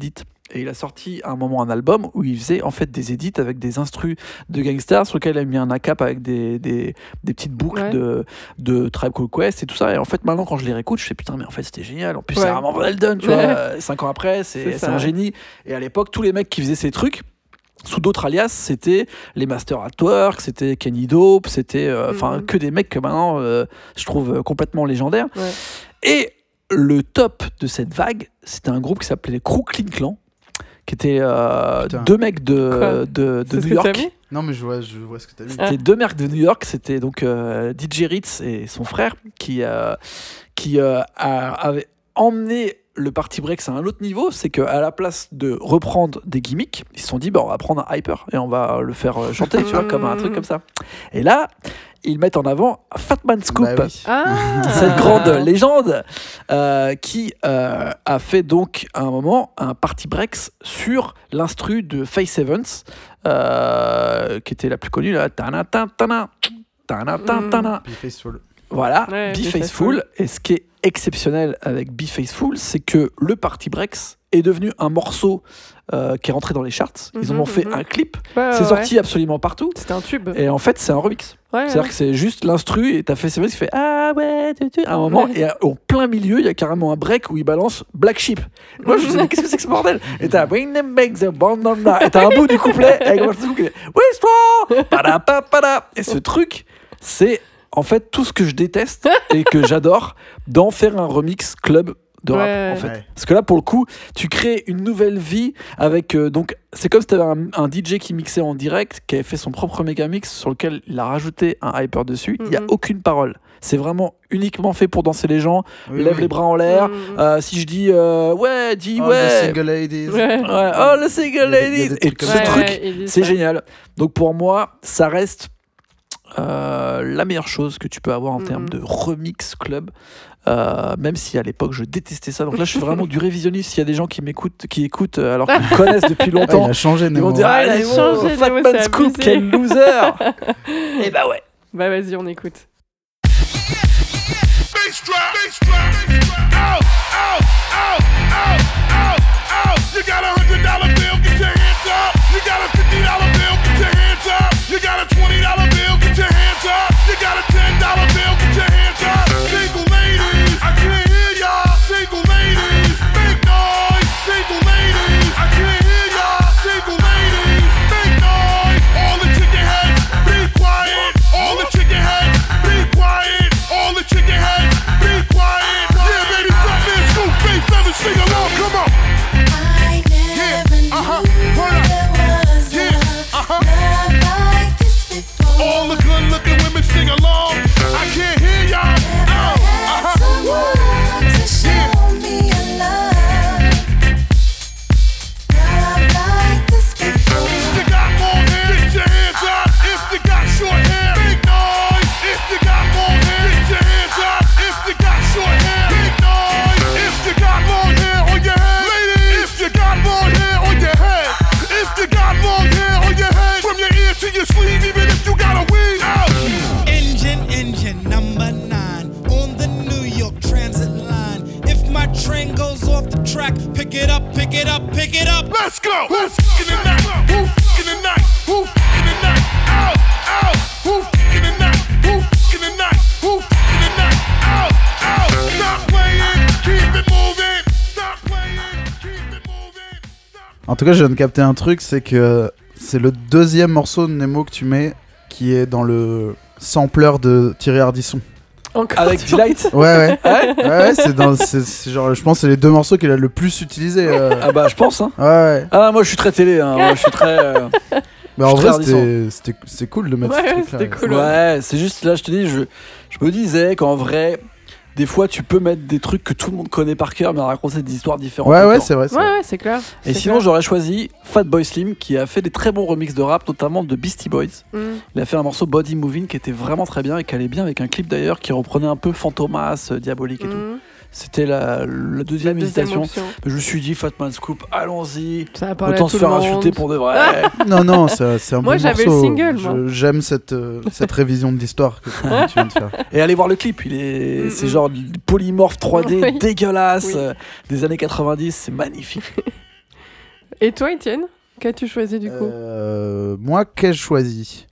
Et il a sorti à un moment un album où il faisait en fait des edits avec des instrus de gangsters sur lequel il a mis un A C A P avec des, des, des petites boucles Ouais. de, de Tribe Called Quest et tout ça. Et en fait, maintenant, quand je les réécoute, je fais putain, mais en fait, c'était génial. En plus, Ouais. c'est vraiment Eldon, tu Ouais. vois. euh, Cinq ans après, c'est, C'est c'est ça. un génie. Et à l'époque, tous les mecs qui faisaient ces trucs, sous d'autres alias, c'était les Masters at Work, c'était Kenny Dope, c'était euh, enfin Mhm. que des mecs que maintenant, euh, je trouve euh, complètement légendaires. Ouais. Et le top de cette vague, c'était un groupe qui s'appelait les Crooklyn Clan, qui étaient euh, Putain. deux mecs de, Quoi de, de C'est ce New que t'as York. mis Non, mais je vois, je vois ce que t'as dit. Ah. C'était deux mecs de New York, c'était donc euh, D J Ritz et son frère qui, euh, qui euh, a- avaient emmené le party breaks à un autre niveau. C'est qu'à la place de reprendre des gimmicks, ils se sont dit bah, on va prendre un hyper et on va le faire euh, chanter, tu vois, comme un truc comme ça. Et là, ils mettent en avant Fat Man Scoop. Bah oui. Ah Cette grande légende euh, qui euh, a fait donc à un moment un party breaks sur l'instru de Faith Evans euh, qui était la plus connue là. Tana, tana, tana, tana, tana, tana. Puis Faceful. Voilà, Ouais, Be Be Faithful. Faithful. Et ce qui est exceptionnel avec Be Faithful, c'est que le party breaks est devenu un morceau euh, qui est rentré dans les charts. Ils en Mhm, ont fait mhm. un clip. Ouais, c'est ouais, sorti absolument partout. C'était un tube. Et en fait, c'est un remix. Ouais, C'est-à-dire ouais. que c'est juste l'instru et t'as fait Evans qui fait ah ouais tu, tu, à un moment Ouais. et à- au plein milieu il y a carrément un break où il balance Black Sheep. Moi je me disais mais qu'est-ce que c'est que ce bordel et t'as Bring them back the bandana et t'as un bout du couplet avec un truc qui fait We strong pada pa pada et ce truc c'est en fait tout ce que je déteste et que j'adore d'en faire un remix club de rap Ouais. en fait. Ouais. Parce que là pour le coup tu crées une nouvelle vie avec euh, donc c'est comme si t'avais un, un D J qui mixait en direct qui avait fait son propre méga mix sur lequel il a rajouté un hyper dessus. Il y a Mhm. aucune parole. C'est vraiment uniquement fait pour danser les gens. Oui, Lève oui. les bras en l'air. Mhm. Euh, si je dis euh, ouais, dis Oh, ouais. the single ladies. Ouais. Ouais, oh le single Il y a des- il y a ladies. des Et trucs comme ce ça. truc, Ouais, il dit c'est ça. génial. Donc pour moi, ça reste euh, la meilleure chose que tu peux avoir en Mhm. termes de remix club. Euh, même si à l'époque je détestais ça. Donc là, je fais vraiment du révisionniste. S'il y a des gens qui m'écoutent, qui écoutent, euh, alors qu'ils me connaissent depuis Ah, il longtemps, a changé, ils vont Nemo. dire Ah, ah, il a Nemo, changé, Fat Nemo, Man c'est Scoop, abusé. quel loser. Et bah ouais. Bah vas-y, on écoute. Bass drop, bass drop, out, out, out, out, out, out. You got a hundred dollar bill, get your hands up. You got a fifty dollar bill, get your hands up. You got a twenty dollar bill, get your hands up. You got a ten dollar bill, get your hands up. Single ladies, I can't hear y'all. Single ladies, make noise. Single ladies, I can't hear y'all. Single ladies, make noise. All the chicken heads, be quiet. All the chicken heads, be quiet. All the chicken heads, be quiet. Yeah, baby, Fat Man Scoop, Faith Evans, sing along, come on. I never knew uh-huh, there hold up. was a Yeah, uh-huh. love like this before. All the good looking women sing along. I can't hear y'all. Never Oh, had uh-huh. someone to show me a love, love like this before. If you got long hair, get your hands up. If you got short hair, big noise. If you got long hair, get your hands up. If you got short hair, big noise. If you got long hair on your head, ladies. If you got long hair on your head. If you got long hair on your head, from your ear to your sleeve, even if you got a weave. Out. Engine, engine number nine on the New York Transit line. If my train goes off the track, pick it up, pick it up, pick it up. Let's go. Who's f***ing the night? Who f***ing the night? Who f***ing the night? Out, out. Who f***ing the night? Who f***ing the night? Who f***ing the night? Out, out. Stop playing, keep it moving. Stop playing, keep it moving. Stop. En tout cas, je viens de capter un truc, c'est que c'est le deuxième morceau de Nemo que tu mets qui est dans le sampler de Thierry Ardisson. Encore. Avec Delight. Ouais, ouais. ouais, ouais, c'est dans. C'est, c'est genre, je pense que c'est les deux morceaux qu'il a le plus utilisé. euh. Ah bah je pense. Hein. Ouais, ouais. Ah moi je suis très télé. Hein. Moi, je suis très. euh, Mais en Je suis vrai, très c'était, c'était, c'est cool de mettre Ouais, ce ouais, truc-là. c'était cool. Ouais, c'est juste là, je te dis, je, je me disais qu'en vrai, des fois, tu peux mettre des trucs que tout le monde connaît par cœur, mais raconter des histoires différentes. Ouais, ouais, encore. c'est vrai. c'est Ouais, vrai. ouais, c'est clair. Et c'est sinon, clair. j'aurais choisi Fatboy Slim, qui a fait des très bons remixes de rap, notamment de Beastie Boys. Mm. Il a fait un morceau Body Moving qui était vraiment très bien et qui allait bien avec un clip d'ailleurs qui reprenait un peu Fantomas, euh, Diabolique et tout. Mm. C'était la, la La deuxième deuxième hésitation. option. Je me suis dit, Fatman Scoop, allons-y. Ça a parlé Autant à se tout le faire monde. insulter pour de vrai. Non, non, c'est, c'est un Moi, bon j'avais morceau. le single, Je- moi. J'aime cette, euh, cette révision de l'histoire que tu viens de faire. Et allez voir le clip, il est, Mm, c'est mm. genre polymorphe trois D Oui. dégueulasse Oui. euh, des années quatre-vingt-dix, c'est magnifique. Et toi, Étienne, qu'as-tu choisi du coup euh, Moi, qu'ai-je choisi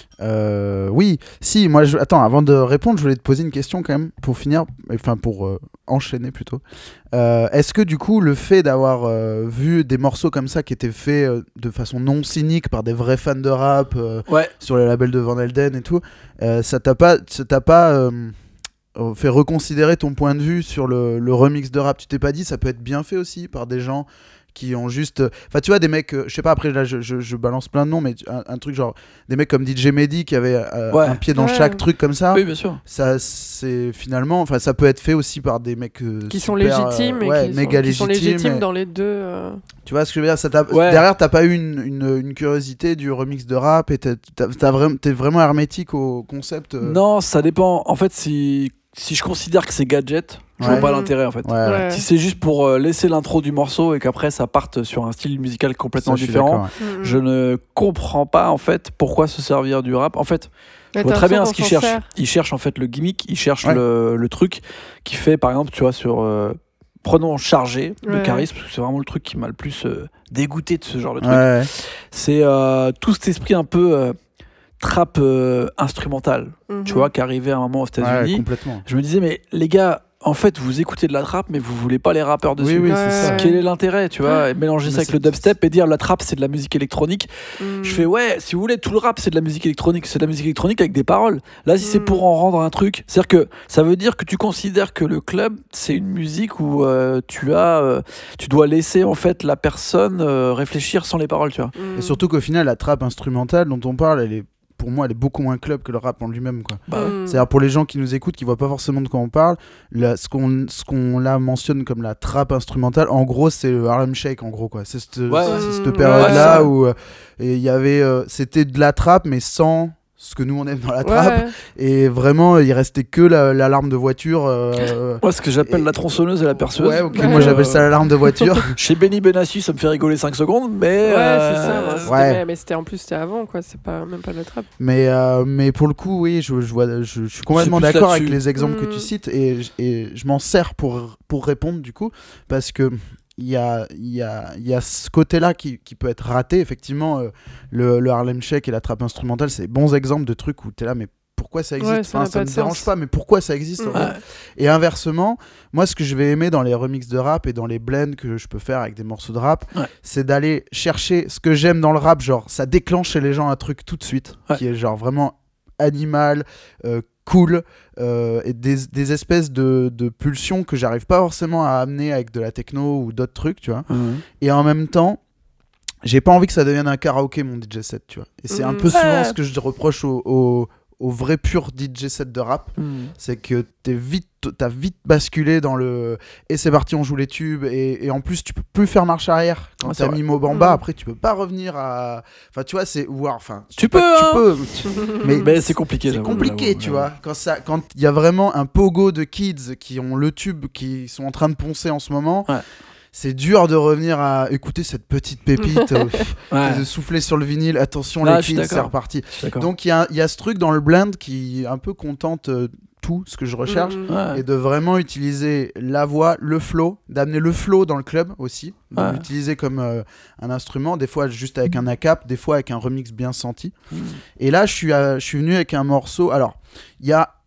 euh, Oui, si, moi, je... attends, avant de répondre, je voulais te poser une question quand même, pour finir, enfin pour euh, enchaîner plutôt. Euh, est-ce que du coup, le fait d'avoir euh, vu des morceaux comme ça qui étaient faits euh, de façon non cynique par des vrais fans de rap euh, ouais. sur les labels de Van Helden et tout, euh, ça t'a pas, ça t'a pas euh, fait reconsidérer ton point de vue sur le, le remix de rap? Tu t'es pas dit ça peut être bien fait aussi par des gens qui ont juste, enfin tu vois, des mecs, euh, je sais pas, après là je, je, je balance plein de noms, mais un, un truc genre des mecs comme D J Mehdi qui avait euh, ouais. un pied dans ouais. chaque truc comme ça. Oui, bien sûr. Ça c'est finalement, enfin ça peut être fait aussi par des mecs euh, qui super, sont légitimes euh, et ouais, qui, méga sont, qui sont légitimes et... dans les deux. Euh... Tu vois ce que je veux dire, ça t'a... Ouais. Derrière t'as pas eu une, une, une curiosité du remix de rap et t'as, t'as, t'as vraiment, t'es vraiment hermétique au concept. Euh... Non, ça dépend. En fait, si si je considère que c'est gadget, je Ouais. vois pas l'intérêt en fait. Ouais, ouais. Ouais. Si c'est juste pour euh, laisser l'intro du morceau et qu'après ça parte sur un style musical complètement Ça, je suis différent, d'accord, ouais. Mm-hmm. je ne comprends pas en fait pourquoi se servir du rap. En fait, je Mais vois t'as très bien l'impression ce qu'ils qu'on s'en cherchent. sert. Ils cherchent en fait le gimmick, ils cherchent Ouais. le, le truc qui fait par exemple, tu vois, sur euh, prenons Chargé de Ouais. Charisme, parce que c'est vraiment le truc qui m'a le plus euh, dégoûté de ce genre de truc. Ouais, ouais. C'est euh, tout cet esprit un peu euh, trap euh, instrumental, Mhm. tu vois, qui arrivait à un moment aux Ouais, États-Unis. complètement. Je me disais, mais les gars, en fait, vous écoutez de la trap, mais vous voulez pas les rappeurs dessus. Oui, oui, Ouais. c'est ça. Quel est l'intérêt, tu vois, et mélanger Mais ça avec c'est- le dubstep et dire la trap c'est de la musique électronique. Mm. Je fais ouais, si vous voulez, tout le rap c'est de la musique électronique, c'est de la musique électronique avec des paroles. Là, si c'est Mm. pour en rendre un truc, c'est-à-dire que ça veut dire que tu considères que le club c'est une musique où euh, tu as, euh, tu dois laisser en fait la personne euh, réfléchir sans les paroles, tu vois. Mm. Et surtout qu'au final, la trappe instrumentale dont on parle, elle est, pour moi, elle est beaucoup moins club que le rap en lui-même, quoi. Bah ouais. Mm. C'est-à-dire pour les gens qui nous écoutent, qui voient pas forcément de quoi on parle, là, ce qu'on ce qu'on là mentionne comme la trappe instrumentale, en gros, c'est le Harlem Shake, en gros, quoi. C'est cette, Ouais, c'est ouais. cette Ouais, période-là ouais. où euh, et il y avait, euh, c'était de la trappe, mais sans ce que nous on aime dans la trappe. Ouais. Et vraiment, il restait que la- l'alarme de voiture. euh, Moi, ce que j'appelle Et- la tronçonneuse et la perceuse. Ouais, ok, Ouais. moi j'appelle ça l'alarme de voiture. Chez Benny Benassi, ça me fait rigoler cinq secondes, mais. Ouais, euh, c'est ça. moi, c'était- ouais. Mais, mais c'était en plus c'était avant quoi. C'est pas même pas de la trappe. Mais, euh, mais pour le coup, oui, je, je, vois, je, je suis complètement C'est plus d'accord là-dessus. avec les exemples que Mm. tu cites et, et je m'en sers pour, pour répondre du coup, parce que il y a, y, a, y a ce côté-là qui, qui peut être raté. Effectivement, euh, le, le Harlem Shake et la trappe instrumentale, c'est des bons exemples de trucs où tu es là, mais pourquoi ça existe? Ouais, ça Enfin, n'a ça pas me de dérange sens. pas, mais pourquoi ça existe? Mm. en fait Ouais. Et inversement, moi, ce que je vais aimer dans les remixes de rap et dans les blends que je peux faire avec des morceaux de rap, Ouais. c'est d'aller chercher ce que j'aime dans le rap. Genre, ça déclenche chez les gens un truc tout de suite, Ouais. qui est genre vraiment animal, euh, cool, euh, et des, des espèces de, de pulsions que j'arrive pas forcément à amener avec de la techno ou d'autres trucs, tu vois. Mhm. Et en même temps, j'ai pas envie que ça devienne un karaoké, mon D J set, tu vois. Et c'est un Mm. peu souvent Ouais. ce que je reproche aux au, au vrais purs D J set de rap. Mhm. C'est que t'es vite, t'as vite basculé dans le et c'est parti, on joue les tubes, et, et en plus tu peux plus faire marche arrière quand Ouais, c'est t'as vrai. mis Mobamba. Mm. Après tu peux pas revenir à, enfin tu vois, c'est ou alors, enfin Tu pas peux, que hein. tu peux tu- mais Mais c'est compliqué. c'est j'avoue, compliqué, j'avoue, tu j'avoue. vois, quand ça, quand il y a vraiment un pogo de kids qui ont le tube, qui sont en train de poncer en ce moment. Ouais. C'est dur de revenir à écouter cette petite pépite, euh, Ouais. et de souffler sur le vinyle. Attention, Ah, les je suis kids, d'accord. c'est reparti. Je suis d'accord. Donc il y a, il y a ce truc dans le blend qui un peu contente euh, tout ce que je recherche. Mm. Ouais. Et de vraiment utiliser la voix, le flow, d'amener le flow dans le club aussi, de Ouais. l'utiliser comme euh, un instrument, des fois juste avec un A C A P, des fois avec un remix bien senti. Mm. Et là, je suis, à- je suis venu avec un morceau. Alors, il y a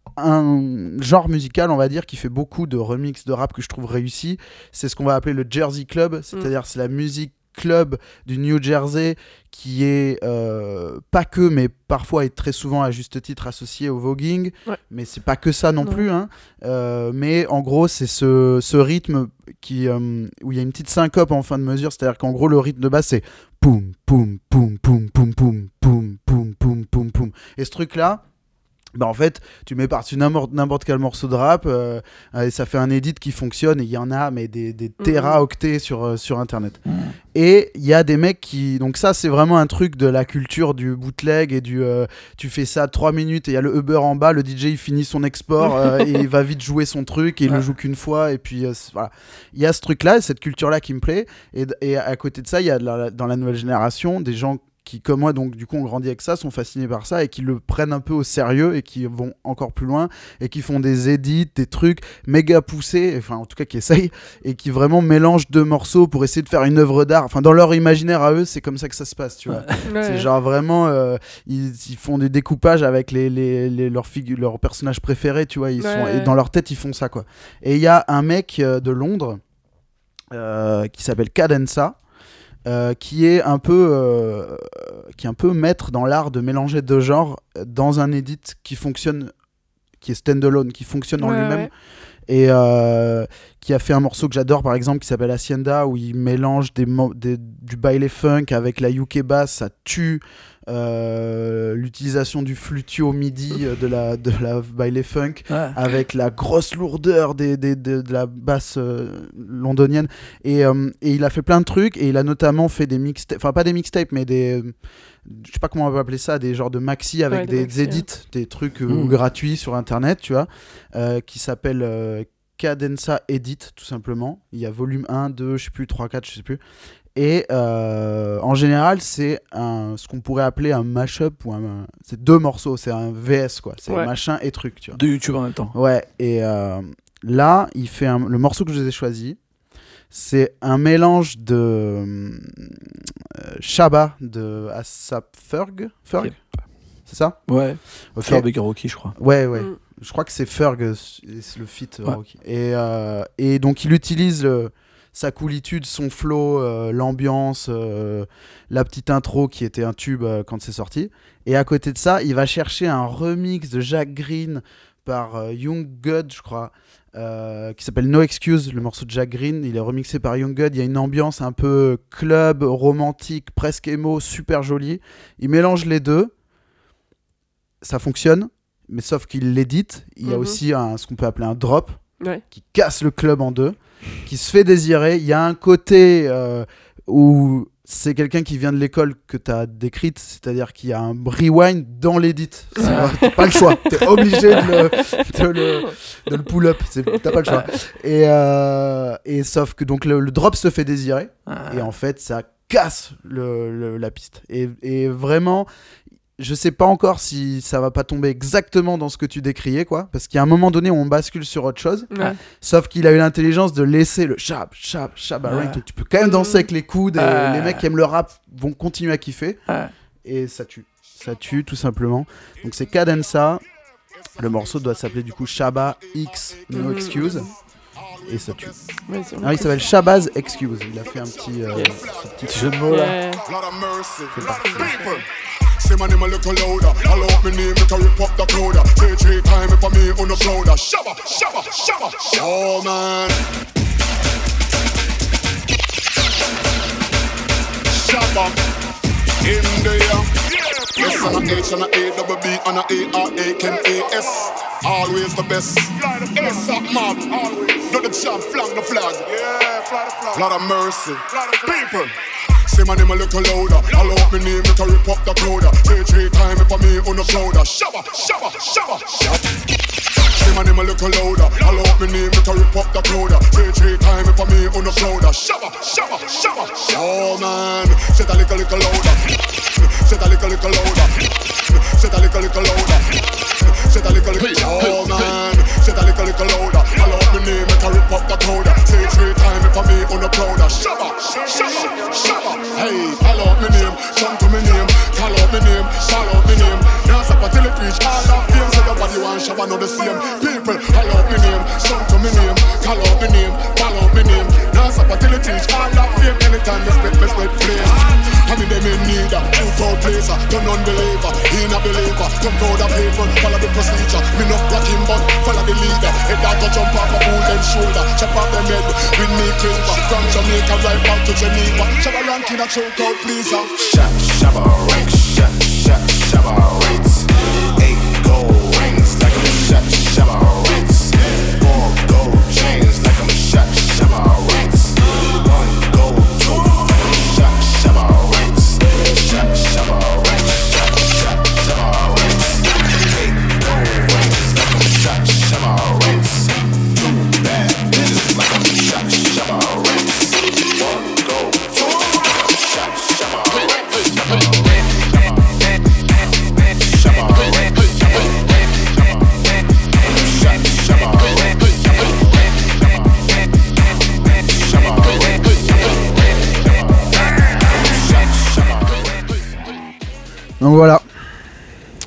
un genre musical, on va dire, qui fait beaucoup de remix de rap que je trouve réussi. C'est ce qu'on va appeler le Jersey Club, c'est-à-dire c'est la musique club du New Jersey qui est euh, pas que, mais parfois et très souvent à juste titre associé au voguing. Ouais. Mais c'est pas que ça non, Non. plus. Hein. Euh, mais en gros, c'est ce, ce rythme qui, euh, où il y a une petite syncope en fin de mesure, c'est-à-dire qu'en gros, le rythme de base, c'est poum, poum, poum, poum, poum, poum, poum, poum, poum, poum, poum. Et ce truc-là, bah en fait, tu mets par-dessus n'importe, n'importe quel morceau de rap euh, et ça fait un edit qui fonctionne, et il y en a mais des, des téraoctets sur, euh, sur internet. Mm. Et il y a des mecs qui... Donc ça, c'est vraiment un truc de la culture du bootleg et du... euh, tu fais ça trois minutes et il y a le Uber en bas, le D J il finit son export euh, et il va vite jouer son truc et il Ouais. le joue qu'une fois, et puis euh, c'est- voilà. Il y a ce truc-là, cette culture-là qui me plaît, et, et à côté de ça, il y a de la- dans la nouvelle génération des gens qui, comme moi, donc du coup, ont grandi avec ça, sont fascinés par ça et qui le prennent un peu au sérieux et qui vont encore plus loin et qui font des edits, des trucs méga poussés, enfin en tout cas qui essayent et qui vraiment mélangent deux morceaux pour essayer de faire une œuvre d'art. Enfin, dans leur imaginaire à eux, c'est comme ça que ça se passe, tu vois. Ouais. C'est genre vraiment, euh, ils, ils font des découpages avec les, les, les, leurs, figu- leurs personnages préférés, tu vois. Ils Ouais, sont, ouais. et dans leur tête, ils font ça, quoi. Et il y a un mec euh, de Londres euh, qui s'appelle Cadenza. Euh, qui est un peu euh, qui est un peu maître dans l'art de mélanger deux genres dans un edit qui fonctionne, qui est standalone, qui fonctionne en Ouais, lui-même ouais. et euh, qui a fait un morceau que j'adore par exemple qui s'appelle Hacienda où il mélange des, mo- des, du baile funk avec la U K bass, ça tue. Euh, l'utilisation du flutio midi euh, de la, de la baile funk Ouais. avec la grosse lourdeur des, des, des- de la basse euh, londonienne et, euh, et il a fait plein de trucs et il a notamment fait des mixtapes, enfin pas des mixtapes mais des euh, je sais pas comment on va appeler ça, des genres de maxi avec Ouais, des des, maxi, edits, des trucs euh, Mmh. gratuits sur internet, tu vois, euh, qui s'appellent euh, Cadenza Edit tout simplement. Il y a volume un, deux, je sais plus, trois, quatre, je sais plus. Et euh, en général, c'est un, ce qu'on pourrait appeler un mashup ou un, c'est deux morceaux, c'est un V S quoi, c'est Ouais. machin et truc, tu vois. De YouTube en même temps. Ouais, et euh, là, il fait un- le morceau que je vous ai choisi, c'est un mélange de euh, Shabba de Asap Ferg, Ferg Ok. c'est ça? Ouais. Ok. Faire Big Rocky, je crois. Ouais, ouais. Mm. Je crois que c'est Ferg, euh, c'est le feat. euh, Ouais. Rocky. Et, euh, et donc, il utilise le- sa coolitude, son flow, euh, l'ambiance, euh, la petite intro qui était un tube euh, quand c'est sorti. Et à côté de ça, il va chercher un remix de Jack Green par euh, Young God, je crois, euh, qui s'appelle No Excuse, le morceau de Jack Green. Il est remixé par Young God. Il y a une ambiance un peu club, romantique, presque émo, super jolie. Il mélange les deux. Ça fonctionne, mais sauf qu'il l'édite. Il y a Mhm. aussi un, ce qu'on peut appeler un drop Ouais. qui casse le club en deux, qui se fait désirer. Il y a un côté euh, où c'est quelqu'un qui vient de l'école que tu as décrite, c'est-à-dire qu'il y a un rewind dans l'édit. C'est pas- T'as pas le choix. T'es obligé de le, de le, de le pull up. C'est- T'as pas le choix. Et, euh, et sauf que donc le, le drop se fait désirer et en fait ça casse le, le- la piste. Et, et vraiment, je sais pas encore si ça va pas tomber exactement dans ce que tu décriais, quoi, parce qu'il y a un moment donné où on bascule sur autre chose. Ouais. Sauf qu'il a eu l'intelligence de laisser le chab, chab, chab, Ouais. tu peux quand même danser avec les coudes et Ouais. les mecs qui aiment le rap vont continuer à kiffer Ouais. et ça tue. Ça tue tout simplement. Donc c'est Cadenza. Le morceau doit s'appeler du coup Shabba X No Mhm. Excuse et ça tue. Vas-y, on Ah, il écoute. s'appelle Shabazz Excuse. Il a fait un petit, euh, Yes. ce petit jeu de mots là. Yeah. Lot of mercy. C'est parti. People. Say my name a little louder. All out me name, make a rip up the crowd. Three, three time if I me on the crowd. Shabba, shabba, shabba. Oh man. Shabba. In there. Yes, and a H and a A, double B and a A R A K A S. Always the best. Yes, up mad. Always. Do the job, flag the flag. Yeah, flag the flag. Lot of mercy. People. Say my name a little louder. All out me name, make a rip up the crowd. Three, three time if I me on the crowd. Shabba, shabba, shabba, shabba. Say my name a little louder. All out me name, make a rip up the crowd. Three, three time if I me on the crowd. Shabba, shabba, shabba. Oh man, say that little, little louder. Say that little, little louder. Say that little, little louder. Say that little, little. Oh man, say that little, little louder. All out me name, make a rip up the crowd. Three, three time if I me on the crowd. Shabba, shabba, shabba. Hey, call out me name, come to me name, call out me name, call out me name. Dance up until it reach all that fame, so your body want shabba know the same. People, call out me name, come to me name, call out me name, call out me name. Dance up until it reach all that fame, anytime me spit, me spit flame. I mean them in need, two cold placer, turn unbeliever, in a believer, come to the paper, follow the procedure. Me not rocking but follow the leader. Head out to jump off a pull them shoulder, chop off them head with me cleaver. From Jamaica right back to Geneva, shabba ranking a choke out pleaser. Shab, shabba ranks, shab, shab, shabba ranks. Eight gold rings like I'm shab, shabba ranks. Four gold chains like I'm shab, shabba ranks. One gold tooth like I'm shab, shabba ranks. Shab, shabba ranks, shab, shab, shabba ranks. Eight gold rings like I'm shab, shabba ranks. Two bad bitches like I'm shab, shabba ranks. One gold tooth like I'm shab, shabba ranks.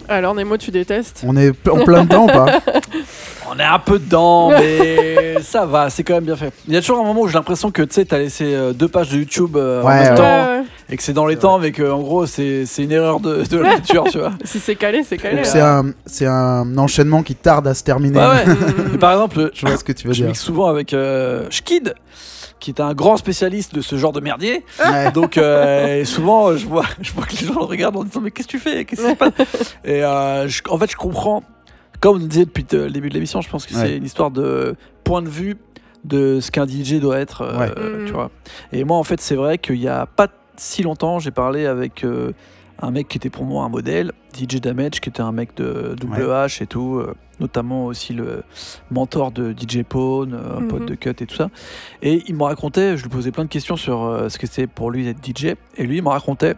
Alors Nemo, tu détestes? On est en plein dedans ou pas? On est un peu dedans, mais ça va, c'est quand même bien fait. Il y a toujours un moment où j'ai l'impression que tu sais, t'as laissé euh, deux pages de YouTube euh, en Ouais, même ouais. temps Ouais, ouais. et que c'est dans les temps, mais que en gros c'est c'est une erreur de, de la lecture, tu vois. Si c'est calé, c'est calé. Donc hein. c'est un, c'est un enchaînement qui tarde à se terminer. Ouais, ouais. Mm. Et par exemple, Je vois ce que tu veux je dire. mixe souvent avec euh, Schkid, qui est un grand spécialiste de ce genre de merdier. Ouais. Donc euh, souvent, je vois, je vois que les gens le regardent en disant mais qu'est-ce que tu fais, qu'est-ce qui se passe? Et euh, je- en fait, je comprends. Comme on disait depuis le début de l'émission, je pense que Ouais. c'est une histoire de point de vue de ce qu'un D J doit être, euh, Ouais. euh, Mhm. tu vois. Et moi, en fait, c'est vrai qu'il y a pas si longtemps, j'ai parlé avec euh, un mec qui était pour moi un modèle, D J Damage, qui était un mec de W H et tout, euh, notamment aussi le mentor de D J Pone, euh, un Mhm. pote de Cut et tout ça. Et il me racontait, je lui posais plein de questions sur euh, ce que c'était pour lui d'être D J, et lui, il me racontait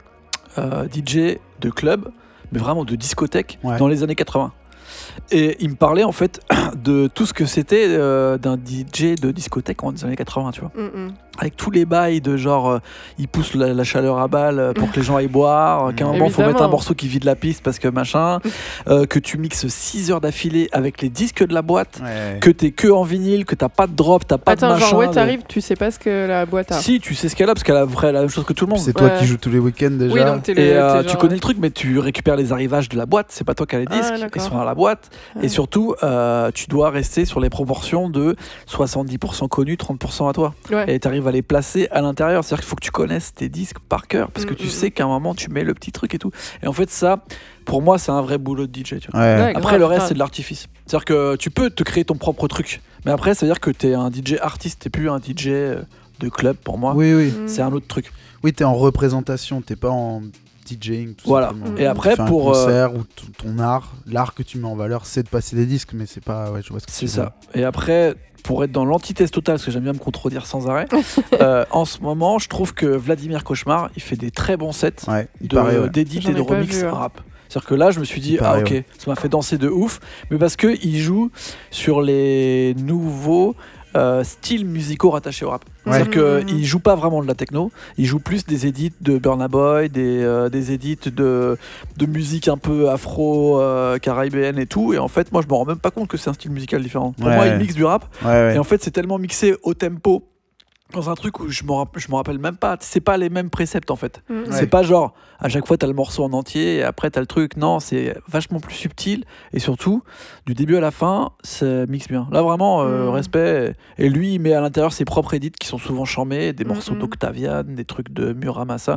euh, D J de club, mais vraiment de discothèque, Ouais. dans les années quatre-vingts. Et il me parlait en fait de tout ce que c'était euh, d'un D J de discothèque en années quatre-vingts, tu vois. Mm, mm. Avec tous les bails de genre, euh, il pousse la, la chaleur à balle euh, pour que les gens aillent boire, euh, qu'à un moment, il faut mettre un Évidemment. morceau qui vide la piste parce que machin, euh, que tu mixes six heures d'affilée avec les disques de la boîte, Ouais. que t'es que en vinyle, que t'as pas de drop, t'as pas Attends, de machin. genre, ouais, de- t'arrives, tu sais pas ce que la boîte a. Si, tu sais ce qu'elle a parce qu'elle a vrai, la même chose que tout le monde. C'est toi Ouais. qui joues tous les week-ends déjà. Oui, donc t'es le. Et euh, t'es tu genre- connais le truc, mais tu récupères les arrivages de la boîte, c'est pas toi qui as les Ah, disques, d'accord. ils sont à la boîte. Ouais. Et surtout, euh, tu dois rester sur les proportions de soixante-dix pour cent connus, trente pour cent à toi. Ouais. Et tu arrives à les placer à l'intérieur. C'est-à-dire qu'il faut que tu connaisses tes disques par cœur, parce que Mm, tu mm, sais qu'à un moment, tu mets le petit truc et tout. Et en fait, ça, pour moi, c'est un vrai boulot de D J. Tu vois. Ouais. Ouais, Après, grave, le reste, grave. c'est de l'artifice. C'est-à-dire que tu peux te créer ton propre truc. Mais après, ça veut dire que tu es un D J artiste, t'es plus un D J euh, de club pour moi. Oui, oui. Mm. C'est un autre truc. Oui, t'es en représentation, t'es pas en DJing. Tout Voilà. simplement. Mm. Et après, Tu fais un pour. euh, concert ou t- ton art, l'art que tu mets en valeur, c'est de passer des disques, mais c'est pas. Ouais, je vois ce que C'est tu veux ça. Et après, pour être dans l'antithèse totale, parce que j'aime bien me contredire sans arrêt, euh, en ce moment, je trouve que Vladimir Cauchemar, il fait des très bons sets dire. Ouais, il de paraît. Ouais. d'édit J'en et ai de pas remix vu, hein. rap. C'est-à-dire que là, je me suis dit, Il ah paraît, ok, ouais. ça m'a fait danser de ouf, mais parce qu'il joue sur les nouveaux euh, styles musicaux rattachés au rap. Ouais. C'est-à-dire Mhm. qu'il joue pas vraiment de la techno, il joue plus des edits de Burna Boy, des, euh, des edits de, de musique un peu afro, euh, caribéenne et tout. Et en fait, moi, je me rends même pas compte que c'est un style musical différent. Pour Ouais, moi, ouais. il mixe du rap, Ouais, ouais. et en fait, c'est tellement mixé au tempo. Dans un truc où je me rapp- je me rappelle même pas, c'est pas les mêmes préceptes en fait. Mm. C'est pas genre à chaque fois t'as le morceau en entier et après t'as le truc. Non, c'est vachement plus subtil et surtout du début à la fin, ça mixe bien. Là vraiment, euh, Mm. respect. Et lui, il met à l'intérieur ses propres edits qui sont souvent charmés, des Mm, morceaux mm. d'Octavian, des trucs de Muramasa.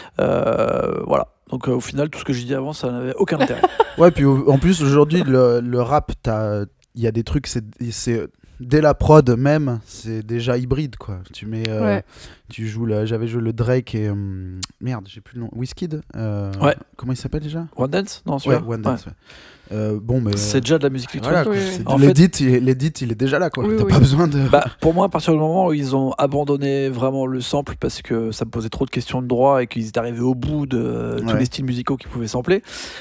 Euh, voilà. Donc euh, au final, tout ce que j'ai dit avant, ça n'avait aucun intérêt. Ouais, puis au- en plus, aujourd'hui, le, le rap, t'as- il y a des trucs, c'est. c'est- Dès la prod même, c'est déjà hybride quoi. Tu mets, euh, Ouais. tu joues là, j'avais joué le Drake et hum, merde, j'ai plus le nom. Wizkid. Euh, Ouais. Comment il s'appelle déjà? One Dance, non, Ouais, celui-là One Dance. ouais. Euh, bon, mais C'est déjà de la musique électronique. voilà, quoi, Oui, oui. c'est- En fait- l'édit, il, est- l'édit, il est déjà là quoi. Oui, T'as oui. pas besoin de. Bah, pour moi, à partir du moment où ils ont abandonné vraiment le sample parce que ça me posait trop de questions de droit et qu'ils étaient arrivés au bout de tous Ouais. les styles musicaux qu'ils pouvaient sampler,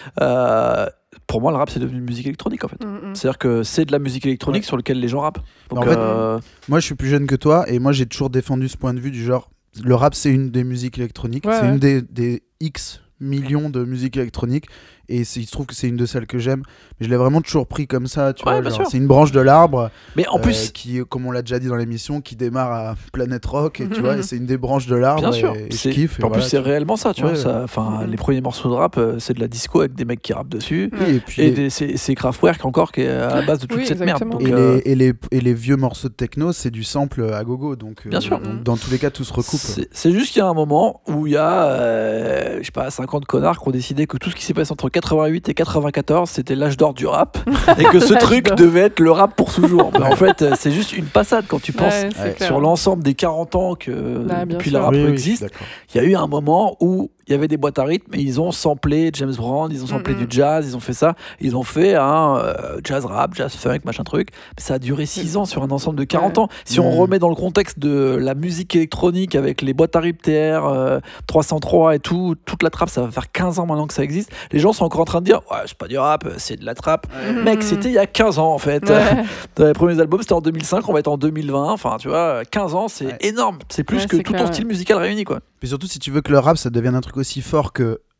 euh, pour moi, le rap, c'est devenu une musique électronique en fait. Mm, mm. C'est-à-dire que c'est de la musique électronique Ouais. sur laquelle les gens rappent. Donc, En fait, euh, Moi, je suis plus jeune que toi et moi, j'ai toujours défendu ce point de vue du genre, le rap, c'est une des musiques électroniques, Ouais, c'est ouais. une des, des X millions de musiques électroniques et c'est- il se trouve que c'est une de celles que j'aime. Mais je l'ai vraiment toujours pris comme ça, tu Ouais, vois. bien genre, sûr. c'est une branche de l'arbre. mais en euh, plus, qui, comme on l'a déjà dit dans l'émission, qui démarre à Planète Rock et tu Mhm. vois, et c'est une des branches de l'arbre. bien sûr, et, et je c'est- kiffe. et en voilà, plus, c'est tu vois. réellement ça, tu Ouais, vois. ouais. ça- Enfin, Mhm. les premiers morceaux de rap, euh, c'est de la disco avec des mecs qui rappent dessus. Oui, et puis Et les- des- c'est c'est Kraftwerk encore qui est à la base de toute Oui, cette exactement. merde. et, Donc, euh, les, et, les, et les vieux morceaux de techno, c'est du sample à gogo. Donc, euh, Bien sûr. donc dans tous les cas, tout se recoupe. C'est c'est juste qu'il y a un moment où il y a, euh, je sais pas, cinquante connards qui ont décidé que tout ce qui s'est passé entre quatre-vingt-huit et quatre-vingt-quatorze, c'était l'âge d'or du rap, et que ce L'âge truc d'or. devait être le rap pour toujours. Mais en fait, euh, c'est juste une passade quand tu penses Ouais, c'est Ouais, clair. sur l'ensemble des quarante ans que Bah, bien depuis sûr. le rap Oui, oui, je suis existe. d'accord. Il y a eu un moment où il y avait des boîtes à rythme et ils ont samplé James Brown, ils ont samplé Mm-mm. du jazz, ils ont fait ça, ils ont fait un euh, jazz rap, jazz funk, machin truc. Ça a duré six ans sur un ensemble de quarante Ouais. ans. Si on Mm. remet dans le contexte de la musique électronique avec les boîtes à rythme T R euh, trois cent trois et tout, toute la trappe, ça va faire quinze ans maintenant que ça existe. Les gens sont encore en train de dire ouais, c'est pas du rap, c'est de la trappe. Mhm. Mec, c'était il y a quinze ans en fait. Ouais. Dans les premiers albums, c'était en deux mille cinq, on va être en deux mille vingt. Enfin, tu vois, quinze ans, c'est Ouais. énorme. C'est plus Ouais, que c'est tout clair, ton style musical réuni, quoi. Puis surtout, si tu veux que le rap, ça devienne un truc aussi fort que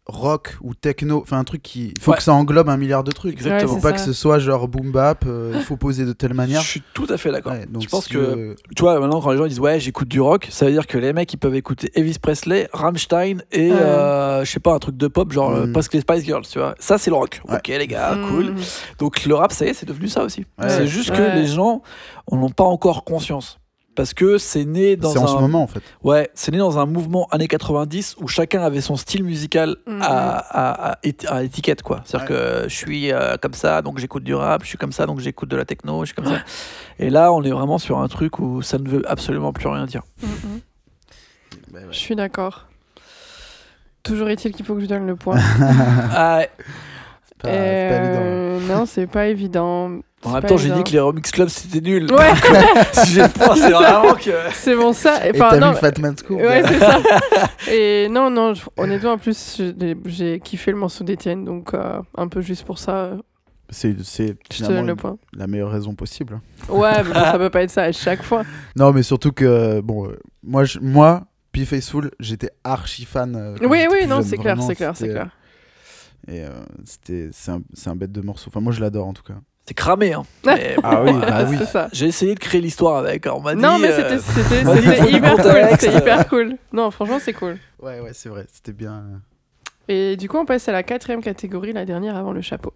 rock ou techno, enfin un truc qui, il faut Ouais. que ça englobe un milliard de trucs. Exactement. Ouais, Faut c'est pas ça. que ce soit genre boom bap, euh, il faut poser de telle manière. Je suis tout à fait d'accord. Ouais, donc je pense si que, veux- tu vois, maintenant quand les gens disent ouais, j'écoute du rock, ça veut dire que les mecs ils peuvent écouter Elvis Presley, Rammstein et Ouais. euh, je sais pas, un truc de pop genre euh, Mm. parce que les Spice Girls, tu vois. Ça c'est le rock. Ouais. Ok les gars, Mm. cool. Donc le rap, ça y est, c'est devenu ça aussi. Ouais. C'est juste que Ouais. les gens en ont pas encore conscience. Parce que c'est né dans c'est un en ce moment en fait. ouais, c'est né dans un mouvement années quatre-vingt-dix où chacun avait son style musical Mhm. à, à, à, éti- à étiquette quoi. C'est-à-dire que je suis euh, comme ça donc j'écoute du rap, je suis comme ça donc j'écoute de la techno, je suis comme ça. Et là, on est vraiment sur un truc où ça ne veut absolument plus rien dire. Mm, mm. Je suis d'accord. Toujours est-il qu'il faut que je donne le point. Ah, ouais. C'est pas, c'est pas évident. Euh, non, c'est pas évident. En C'est même pas temps, j'ai évident. dit que les remix clubs c'était nul. Ouais, Si j'ai le point, c'est vraiment que c'est bon ça. Et Enfin, t'as non, vu Fat Man Scoop ouais, c'est ça. Et non, non, je- honnêtement, en plus, j'ai- j'ai kiffé le morceau d'Étienne, donc euh, un peu juste pour ça, euh, C'est, c'est je te finalement donne le point. la meilleure raison possible. Ouais, mais bon, ça peut pas être ça à chaque fois. Non, mais surtout que bon, euh, moi, je, moi, P Faceful, j'étais archi fan. euh, quand Oui, j'étais oui, plus non, jeune, c'est clair, vraiment, c'est clair, c'est c'était- clair. Et euh, c'était, c'est un, c'est un bête de morceau. Enfin, moi, je l'adore en tout cas. c'est cramé. Hein. Mais Ah oui, bah oui. C'est ça. j'ai essayé de créer l'histoire avec. On m'a dit. Non, mais euh, c'était c'était- on m'a dit, c'était faut du hyper cool. contexte. C'était hyper cool. Non, franchement, c'est cool. Ouais, ouais, c'est vrai. C'était bien. euh. Et du coup, on passe à la quatrième catégorie, la dernière avant le chapeau.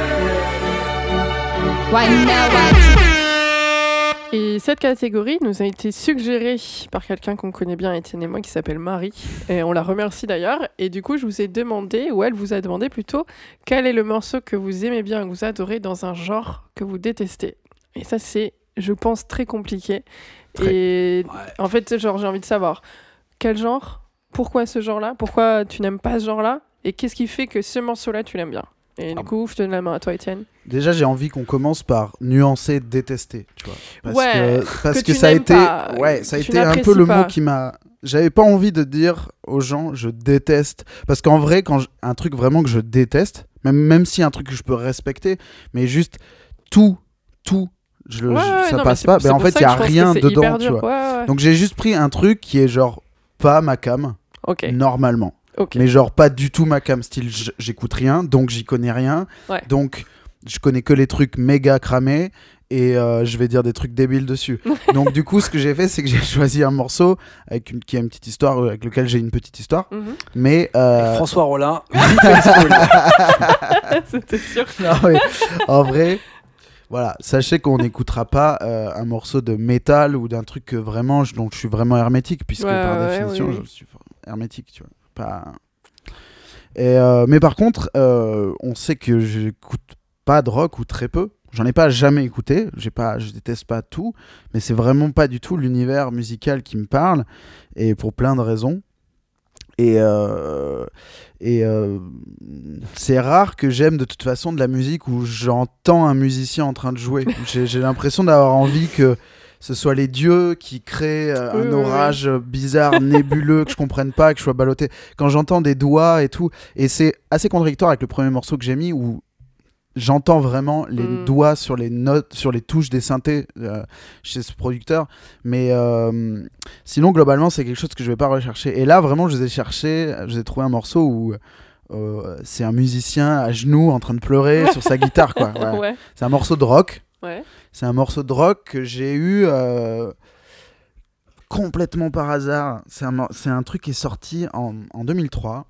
Right now, I Et cette catégorie nous a été suggérée par quelqu'un qu'on connaît bien, Étienne et moi, qui s'appelle Marie. Et on la remercie d'ailleurs. Et du coup, je vous ai demandé, ou elle vous a demandé plutôt, quel est le morceau que vous aimez bien, que vous adorez dans un genre que vous détestez. Et ça, c'est, je pense, très compliqué. Très. Et Ouais. en fait, genre, j'ai envie de savoir quel genre, pourquoi ce genre-là, pourquoi tu n'aimes pas ce genre-là, et qu'est-ce qui fait que ce morceau-là, tu l'aimes bien. Et du Ah. coup, je te donne la main à toi, Étienne. Déjà, j'ai envie qu'on commence par nuancer détester, tu vois. Parce Ouais, que, parce que que, tu ça a n'aimes été, pas, ouais, ça a que tu été un peu n'apprécies le pas. mot qui m'a. J'avais pas envie de dire aux gens je déteste, parce qu'en vrai, quand je- un truc vraiment que je déteste, même même si un truc que je peux respecter, mais juste tout, tout, je le, Ouais, je- ouais, ça non, mais passe c'est- pas. c'est Ben en pour fait, ça il y que a je pense que rien c'est dedans, hyper tu dur. vois. Ouais, ouais. Donc j'ai juste pris un truc qui est genre pas ma cam, Ok, normalement. ok. Mais genre pas du tout ma cam, style j- j'écoute rien, donc j'y connais rien. Ouais. Donc je connais que les trucs méga cramés et euh, je vais dire des trucs débiles dessus. Donc du coup ce que j'ai fait c'est que j'ai choisi un morceau avec une, qui a une petite histoire, euh, avec lequel j'ai une petite histoire. Mhm. Mais euh, François Rollin, Be Faithful. C'était sûr. non, mais en vrai, voilà, sachez qu'on n'écoutera pas euh, un morceau de métal ou d'un truc que vraiment, je- dont je suis vraiment hermétique, puisque Ouais, par ouais, définition, oui, oui. je suis hermétique, tu vois. Pas... Et, euh, mais par contre, euh, on sait que j'écoute pas de rock ou très peu. J'en ai pas jamais écouté. J'ai pas, je déteste pas tout, mais c'est vraiment pas du tout l'univers musical qui me parle, et pour plein de raisons. Et, euh, et euh, c'est rare que j'aime de toute façon de la musique où j'entends un musicien en train de jouer. J'ai, j'ai l'impression d'avoir envie que ce soit les dieux qui créent euh, Oui, un oui, orage bizarre, nébuleux, que je comprenne pas, que je sois ballotté. Quand j'entends des doigts et tout, et c'est assez contradictoire avec le premier morceau que j'ai mis où j'entends vraiment les Mm. doigts sur les notes, sur les touches des synthés euh, chez ce producteur. Mais euh, sinon, globalement, c'est quelque chose que je vais pas rechercher. Et là, vraiment, je vous ai cherché, je vous ai trouvé un morceau où euh, c'est un musicien à genoux en train de pleurer sur sa guitare, quoi. Ouais. Ouais, C'est un morceau de rock. ouais. C'est un morceau de rock que j'ai eu euh, complètement par hasard. C'est un, mor- c'est un truc qui est sorti en, en deux mille trois.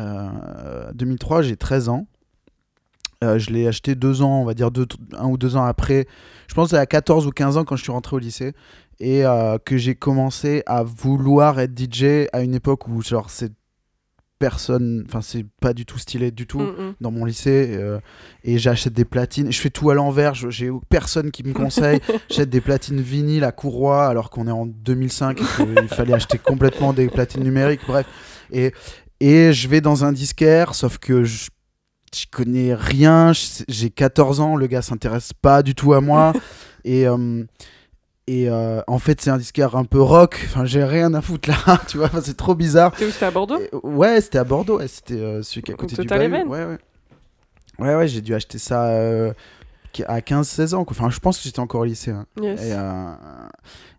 Euh, deux mille trois, j'ai treize ans. Euh, je l'ai acheté deux ans, on va dire deux, un ou deux ans après. Je pense que c'est à quatorze ou quinze ans quand je suis rentré au lycée. Et euh, que j'ai commencé à vouloir être D J à une époque où genre c'est personne, enfin c'est pas du tout stylé du tout Mm, mm. dans mon lycée, euh, et j'achète des platines, je fais tout à l'envers, je- j'ai personne qui me conseille, j'achète des platines vinyles à courroie alors qu'on est en deux mille cinq et qu'il fallait acheter complètement des platines numériques, bref, et, et je vais dans un disquaire, sauf que je je connais rien, je- j'ai quatorze ans, le gars s'intéresse pas du tout à moi, et euh, et euh, en fait c'est un disquaire un peu rock, enfin j'ai rien à foutre là, tu vois, enfin, c'est trop bizarre. T'es où, c'était à Bordeaux? Et- ouais, c'était à Bordeaux, ouais, c'était euh, celui qui est à côté du Total Bahut. Even. Ouais, ouais. Ouais, ouais, j'ai dû acheter ça euh, qui- à quinze seize ans, quoi. Enfin, je pense que j'étais encore au lycée. hein. Yes. Et, euh,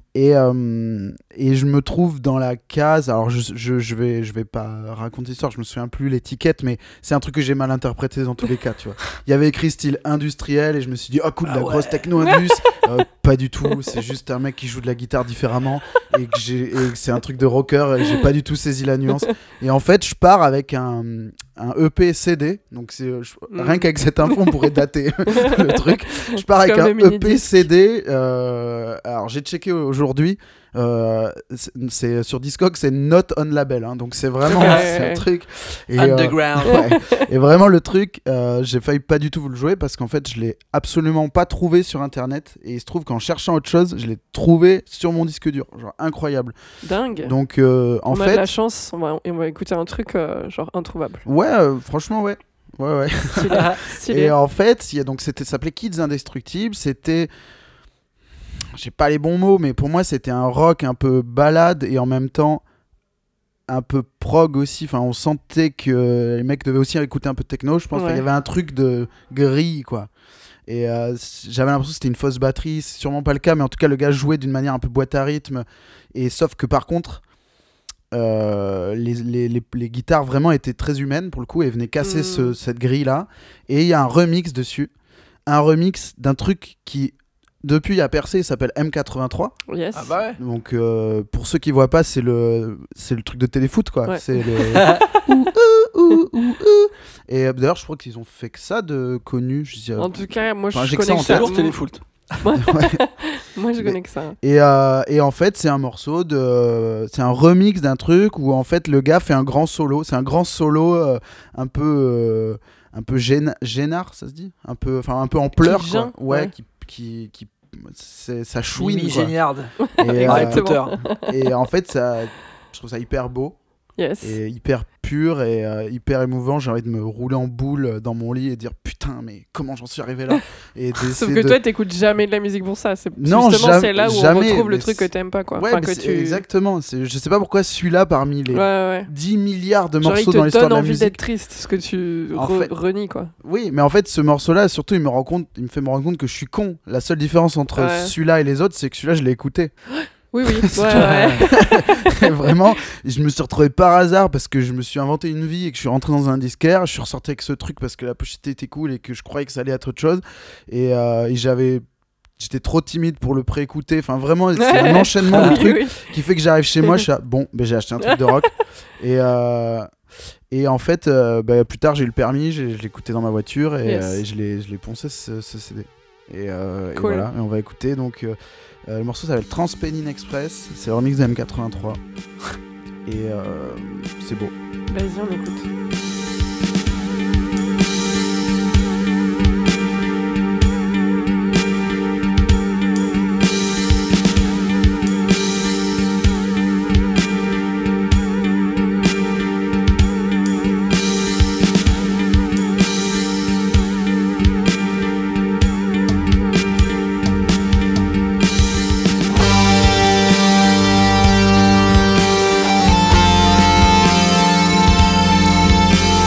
Et, euh, et je me trouve dans la case. Alors, je, je, je, vais, je vais pas raconter l'histoire, je me souviens plus l'étiquette, mais c'est un truc que j'ai mal interprété dans tous les cas. Tu vois. Il y avait écrit style industriel et je me suis dit, oh cool, Ah la ouais. grosse techno-indus. euh, pas du tout, c'est juste un mec qui joue de la guitare différemment et que, j'ai, et que c'est un truc de rocker et j'ai pas du tout saisi la nuance. Et en fait, je pars avec un, un E P C D, donc c'est, je, Mm. rien qu'avec cette info, on pourrait dater le truc. Je pars C'est avec comme un le E P mini-disque. C D. Euh, alors, j'ai checké aujourd'hui. Euh, c'est, c'est sur Discog, c'est not on label, hein, donc c'est vraiment Ouais. c'est un truc. Et, euh, Underground. ouais. Et vraiment le truc, euh, j'ai failli pas du tout vous le jouer parce qu'en fait je l'ai absolument pas trouvé sur internet et il se trouve qu'en cherchant autre chose, je l'ai trouvé sur mon disque dur, genre incroyable. Dingue. Donc euh, en on a fait, de la chance, on va, on va écouter un truc euh, genre introuvable. ouais, euh, franchement ouais, ouais ouais. Stylé. Stylé. Et en fait, il y a donc c'était ça s'appelait Kids Indestructibles, c'était j'ai pas les bons mots mais pour moi c'était un rock un peu balade et en même temps un peu prog aussi, enfin on sentait que les mecs devaient aussi écouter un peu de techno, je pense. Enfin, il Ouais. y avait un truc de gris quoi. Et euh, j'avais l'impression que c'était une fausse batterie, c'est sûrement pas le cas, mais en tout cas le gars jouait d'une manière un peu boîte à rythme. Et sauf que par contre, euh, les, les, les, les guitares vraiment étaient très humaines pour le coup et venaient casser Mm. ce, cette grille là. Et il y a un remix dessus, un remix d'un truc qui depuis a percé, il s'appelle M quatre-vingt-trois. Yes. Ah bah ouais. Donc euh, pour ceux qui voient pas, c'est le c'est le truc de téléfoot quoi. Ouais. C'est le ouh, ouh, ouh, ouh, ouh. Et euh, d'ailleurs, je crois qu'ils ont fait que ça de connu. Je dis, euh, En tout cas, moi Enfin, je j'ai que ça connais en que ça. tête. Lourd téléfoot. ouais. Moi je Mais- connais que ça. Et, euh, et en fait, c'est un morceau de, c'est un remix d'un truc où en fait le gars fait un grand solo. C'est un grand solo euh, un peu euh, un peu gêne- gênard, ça se dit, un peu, enfin un peu en pleurs quoi. gêne, Ouais, ouais. qui qui qui c'est, ça chouine Mimi quoi. Géniarde. Et, Harry euh, Potter. et en fait, ça, je trouve ça hyper beau. Yes. Et hyper pur et euh, hyper émouvant. J'ai envie de me rouler en boule dans mon lit et dire putain, mais comment j'en suis arrivé là et Sauf d'essayer que de... toi t'écoutes jamais de la musique pour ça. C'est Non, justement jam- c'est là où jamais, on retrouve le mais truc que c'est- t'aimes pas quoi. Ouais, Enfin, mais que c'est- tu... exactement. C'est... Je sais pas pourquoi celui-là, parmi les Ouais, ouais. dix milliards de Genre, il morceaux te dans l'histoire donne de la envie musique. d'être triste, ce que tu En re- fait- renies quoi. Oui, mais en fait, ce morceau-là, surtout, il me, rend compte, il me fait me rendre compte que je suis con. La seule différence entre Ouais. celui-là et les autres, c'est que celui-là, je l'ai écouté. Oui, oui. C'est ouais, tout. ouais. Vraiment, je me suis retrouvé par hasard parce que je me suis inventé une vie et que je suis rentré dans un disquaire. Je suis ressorti avec ce truc parce que la pochette était cool et que je croyais que ça allait être autre chose. Et, euh, et j'avais. J'étais trop timide pour le préécouter. Enfin, vraiment, c'est un enchaînement de Oui, trucs oui. qui fait que j'arrive chez moi. Je suis là, bon, ben, j'ai acheté un truc de rock. Et, euh, et en fait, euh, bah, plus tard, j'ai eu le permis. J'ai, je l'ai écouté dans ma voiture et, Yes. euh, et je, l'ai, je l'ai poncé ce, ce C D. Et, euh, et Cool. voilà, et on va écouter. Donc, euh, euh, le morceau s'appelle Transpennine Express. C'est le remix de M quatre-vingt-trois. Et euh, c'est beau. Vas-y, on écoute. Thank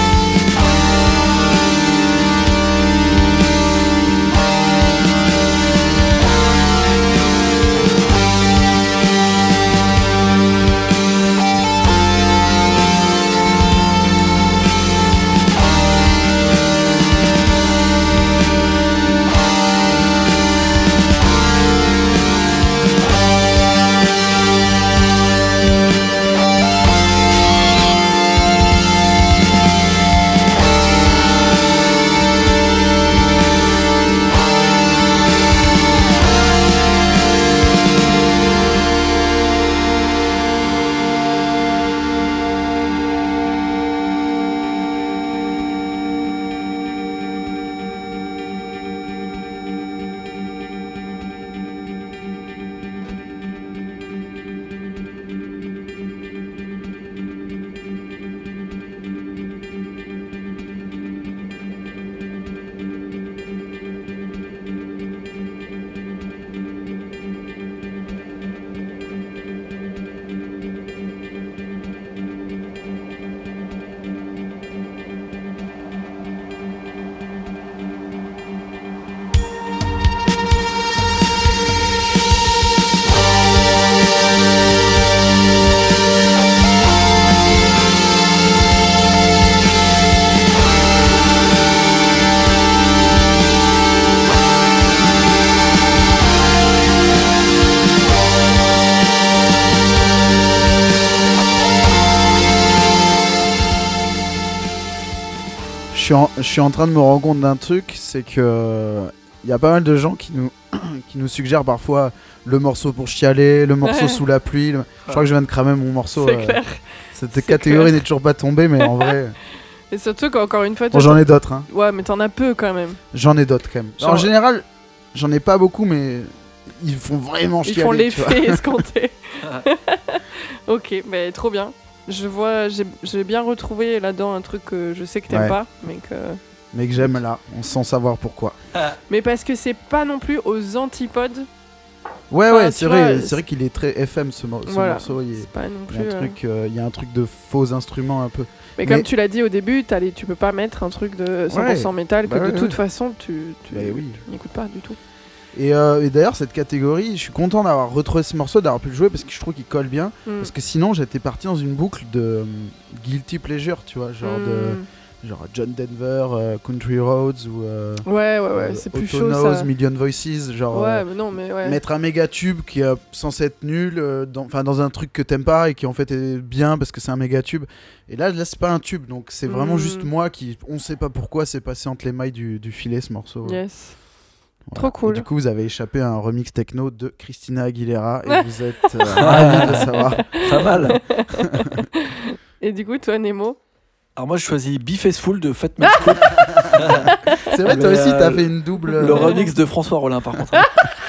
suis en, je suis en train de me rendre compte d'un truc, c'est que il y a pas mal de gens qui nous, qui nous suggèrent parfois le morceau pour chialer, le morceau Ouais. sous la pluie. le- Je crois que je viens de cramer mon morceau. C'est euh, clair. Cette C'est catégorie clair. n'est toujours pas tombée, mais en vrai, Et surtout qu'encore une fois, bon, j'en ai d'autres. Hein. ouais, mais t'en as peu quand même. J'en ai d'autres quand même. Genre- En général, j'en ai pas beaucoup, mais ils font vraiment Ils chialer. font tu vois. l'effet escompté. Ok, mais trop bien. Je vois, j'ai j'ai bien retrouvé là-dedans un truc que je sais que t'aimes Ouais. pas, mais que. Mais que j'aime là, sans savoir pourquoi. Mais parce que c'est pas non plus aux antipodes. Ouais, Enfin, ouais, tu c'est vois, vrai, c'est- c'est vrai qu'il est très F M ce, mor- ce Voilà. morceau. Il, est- C'est pas non il plus. y a un euh, truc, euh, il y a un truc de faux instruments un peu. Mais comme mais- tu l'as dit au début, t'as les- tu peux pas mettre un truc de cent pour cent Ouais. métal que Bah de ouais, toute ouais. façon tu, tu, Bah oui. tu n'écoutes pas du tout. Et, euh, et d'ailleurs, cette catégorie, je suis content d'avoir retrouvé ce morceau, d'avoir pu le jouer parce que je trouve qu'il colle bien. Mm. Parce que sinon, j'étais parti dans une boucle de euh, guilty pleasure, tu vois, genre Mm. de genre John Denver, euh, Country Roads ou euh, Ouais, ouais, ouais, euh, c'est plus Otto chaud Knows, ça. Million Voices, genre Ouais, euh, mais non, mais ouais. mettre un méga tube qui est censé être nul, euh, dans, enfin dans un truc que t'aimes pas et qui en fait est bien parce que c'est un méga tube. Et là, là c'est pas un tube, donc c'est vraiment Mm. juste moi qui, on sait pas pourquoi, c'est passé entre les mailles du, du filet ce morceau. Yes. Voilà. Trop cool. Et du coup, vous avez échappé à un remix techno de Christina Aguilera et vous êtes euh, ravis de le savoir. Pas mal. Et du coup, toi, Nemo. Alors moi, je choisis Be Faithful de Fat Man Scoop, C'est vrai, toi Mais, aussi, euh, t'as fait une double. le remix de François Rollin, par contre.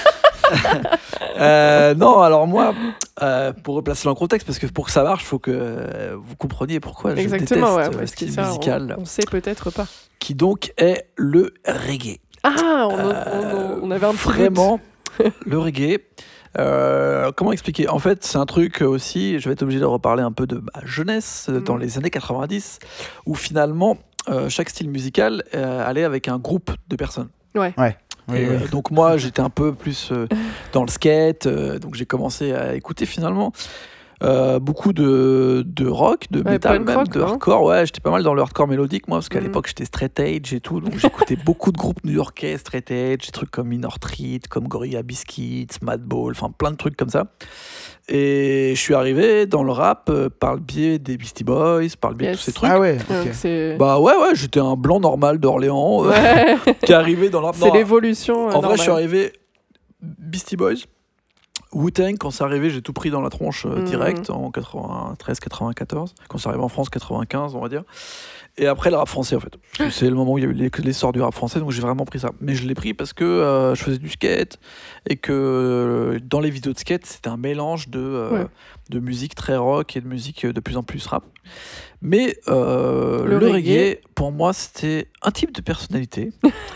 Euh, non, alors moi, euh, pour replacer dans le contexte, parce que pour que ça marche, il faut que euh, vous compreniez pourquoi Exactement, ouais, je déteste euh, le parce que style ça, musical, on, on sait peut-être pas. qui donc est le reggae. Ah, on, Euh, on- on avait un petit doute. Vraiment, le reggae. Euh, comment expliquer? En fait, c'est un truc aussi, je vais être obligé de reparler un peu de ma jeunesse, euh, dans Mhm. les années quatre-vingt-dix, où finalement, euh, chaque style musical euh, allait avec un groupe de personnes. Oui, Et, oui. euh, donc moi, j'étais un peu plus euh, dans le skate, euh, donc j'ai commencé à écouter finalement euh, beaucoup de, de rock, de Ouais, metal, punk même rock, de hein. hardcore. Ouais, j'étais pas mal dans le hardcore mélodique moi, parce qu'à Mhm. l'époque j'étais straight edge et tout, donc j'écoutais beaucoup de groupes new-yorkais straight edge, des trucs comme Minor Threat, comme Gorilla Biscuits, Madball, enfin plein de trucs comme ça. Et je suis arrivé dans le rap euh, par le biais des Beastie Boys, par le biais de Yes. tous ces trucs. Ah ouais, Donc, ok. c'est Bah ouais, ouais, j'étais un blanc normal d'Orléans euh, ouais. qui est arrivé dans le rap. c'est Non, l'évolution. euh, en vrai, je suis normale. arrivé Beastie Boys, Wu-Tang, quand c'est arrivé, j'ai tout pris dans la tronche euh, Mhm. direct en quatre-vingt-treize quatre-vingt-quatorze. Quand c'est arrivé en France, quatre-vingt-quinze, on va dire. Et après, le rap français, en fait. Parce que c'est le moment où il y a eu les- l'essor du rap français, donc j'ai vraiment pris ça. Mais je l'ai pris parce que euh, je faisais du skate et que euh, dans les vidéos de skate, c'était un mélange de, euh, Ouais. de musique très rock et de musique euh, de plus en plus rap. Mais euh, Le le, reggae. reggae, pour moi, c'était un type de personnalité.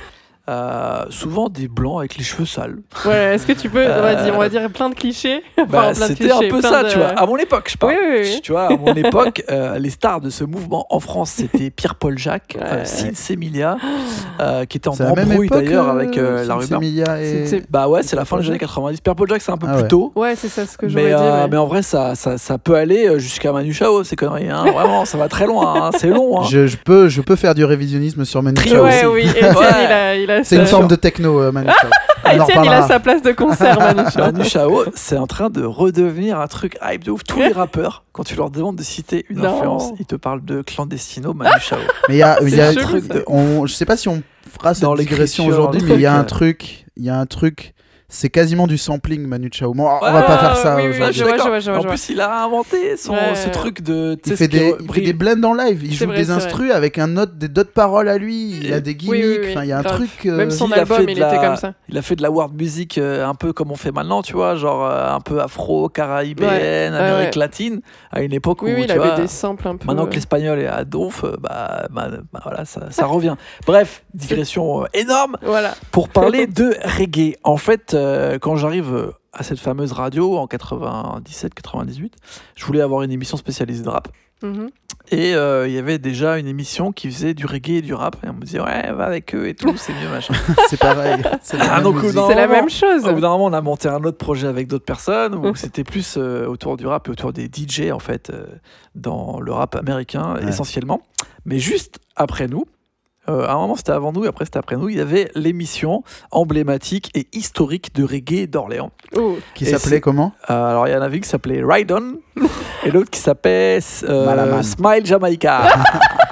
Euh, souvent des blancs avec les cheveux sales. Ouais, est-ce que tu peux, Euh, vas-y, on va dire plein de clichés. Bah, Enfin, plein de c'était un clichés, peu plein ça, de- tu vois. À mon époque, je parle. Oui, oui, oui. Tu vois, à mon époque, euh, les stars de ce mouvement en France, c'était Pierre-Paul Jacques, Ouais. euh, Sins Emilia, euh, qui était en C'est la même embrouille époque d'ailleurs euh, avec euh, la Sins rumeur. Emilia et... C'est- Bah ouais, c'est la fin des années quatre-vingt-dix. Pierre-Paul Jacques, c'est un peu Ah plus ouais. tôt. Ouais, c'est ça ce que j'aurais Mais, dit. euh, ouais. mais en vrai, ça, ça, ça peut aller euh, jusqu'à Manu Chao, ces conneries. Hein. Vraiment, ça va très loin. Hein. C'est long. Hein. Je, je peux, je peux faire du révisionnisme sur Manu Trio Chao Ouais, aussi. oui, Étienne, Ouais. il a, il a C'est sa- une forme de techno, euh, Manu Chao. On en Étienne, il a reparlera. sa place de concert, Manu Chao. Manu Chao, c'est en train de redevenir un truc hype de ouf. Tous les rappeurs, quand tu leur demandes de citer une Non. influence, ils te parlent de Clandestino, Manu Chao. Mais il y a, il y a C'est un chelou, truc. ça. de- on, je sais pas si on fera cette Dans digression l'écriture, aujourd'hui, le mais il y a truc, un euh. truc. Il y a un truc. C'est quasiment du sampling, Manu Chao. Bon, on Ouais, va pas faire ça oui, oui, aujourd'hui. je vois, je vois, je vois, En je vois. plus, il a inventé son, Ouais. ce truc de. tu Il sais, fait, ce qui des, est- il fait brille. des blends en live, il C'est joue vrai, des c'est vrai. instrus avec un note, des d'autres paroles à lui, il a des gimmicks, Oui, oui, oui, enfin, il y a un grave. truc. euh, Même son il a album, fait de il la- était comme ça. Il a fait de la world music euh, un peu comme on fait maintenant, tu vois, genre euh, un peu afro, caraïbéenne, Ouais, ouais, Amérique ouais. latine, à une époque Oui, où oui, il tu avait vois, des samples un peu. maintenant que euh, l'espagnol est à donf, euh, bah, bah, bah, voilà, ça, ça revient. Bref, digression euh, énorme Voilà. pour parler de reggae. En fait, euh, quand j'arrive euh, à cette fameuse radio en quatre-vingt-dix-sept quatre-vingt-dix-huit, je voulais avoir une émission spécialisée de rap. Mhm. Et euh, il y avait déjà une émission qui faisait du reggae et du rap. Et on me disait, ouais, va avec eux et tout, c'est mieux, machin. C'est pareil. C'est la Ah, même donc, musique. non. C'est la vraiment. même chose. Au bout d'un moment, on a monté un autre projet avec d'autres personnes où c'était plus euh, autour du rap et autour des D J, en fait, euh, dans le rap américain, Ouais. essentiellement. Mais juste après nous, euh, à un moment c'était avant nous et après c'était après nous, il y avait l'émission emblématique et historique de reggae d'Orléans. Oh. Qui Et s'appelait c'est- comment Euh, alors il y en avait une qui s'appelait Ride On et l'autre qui s'appelait euh, Malaman. Smile Jamaica.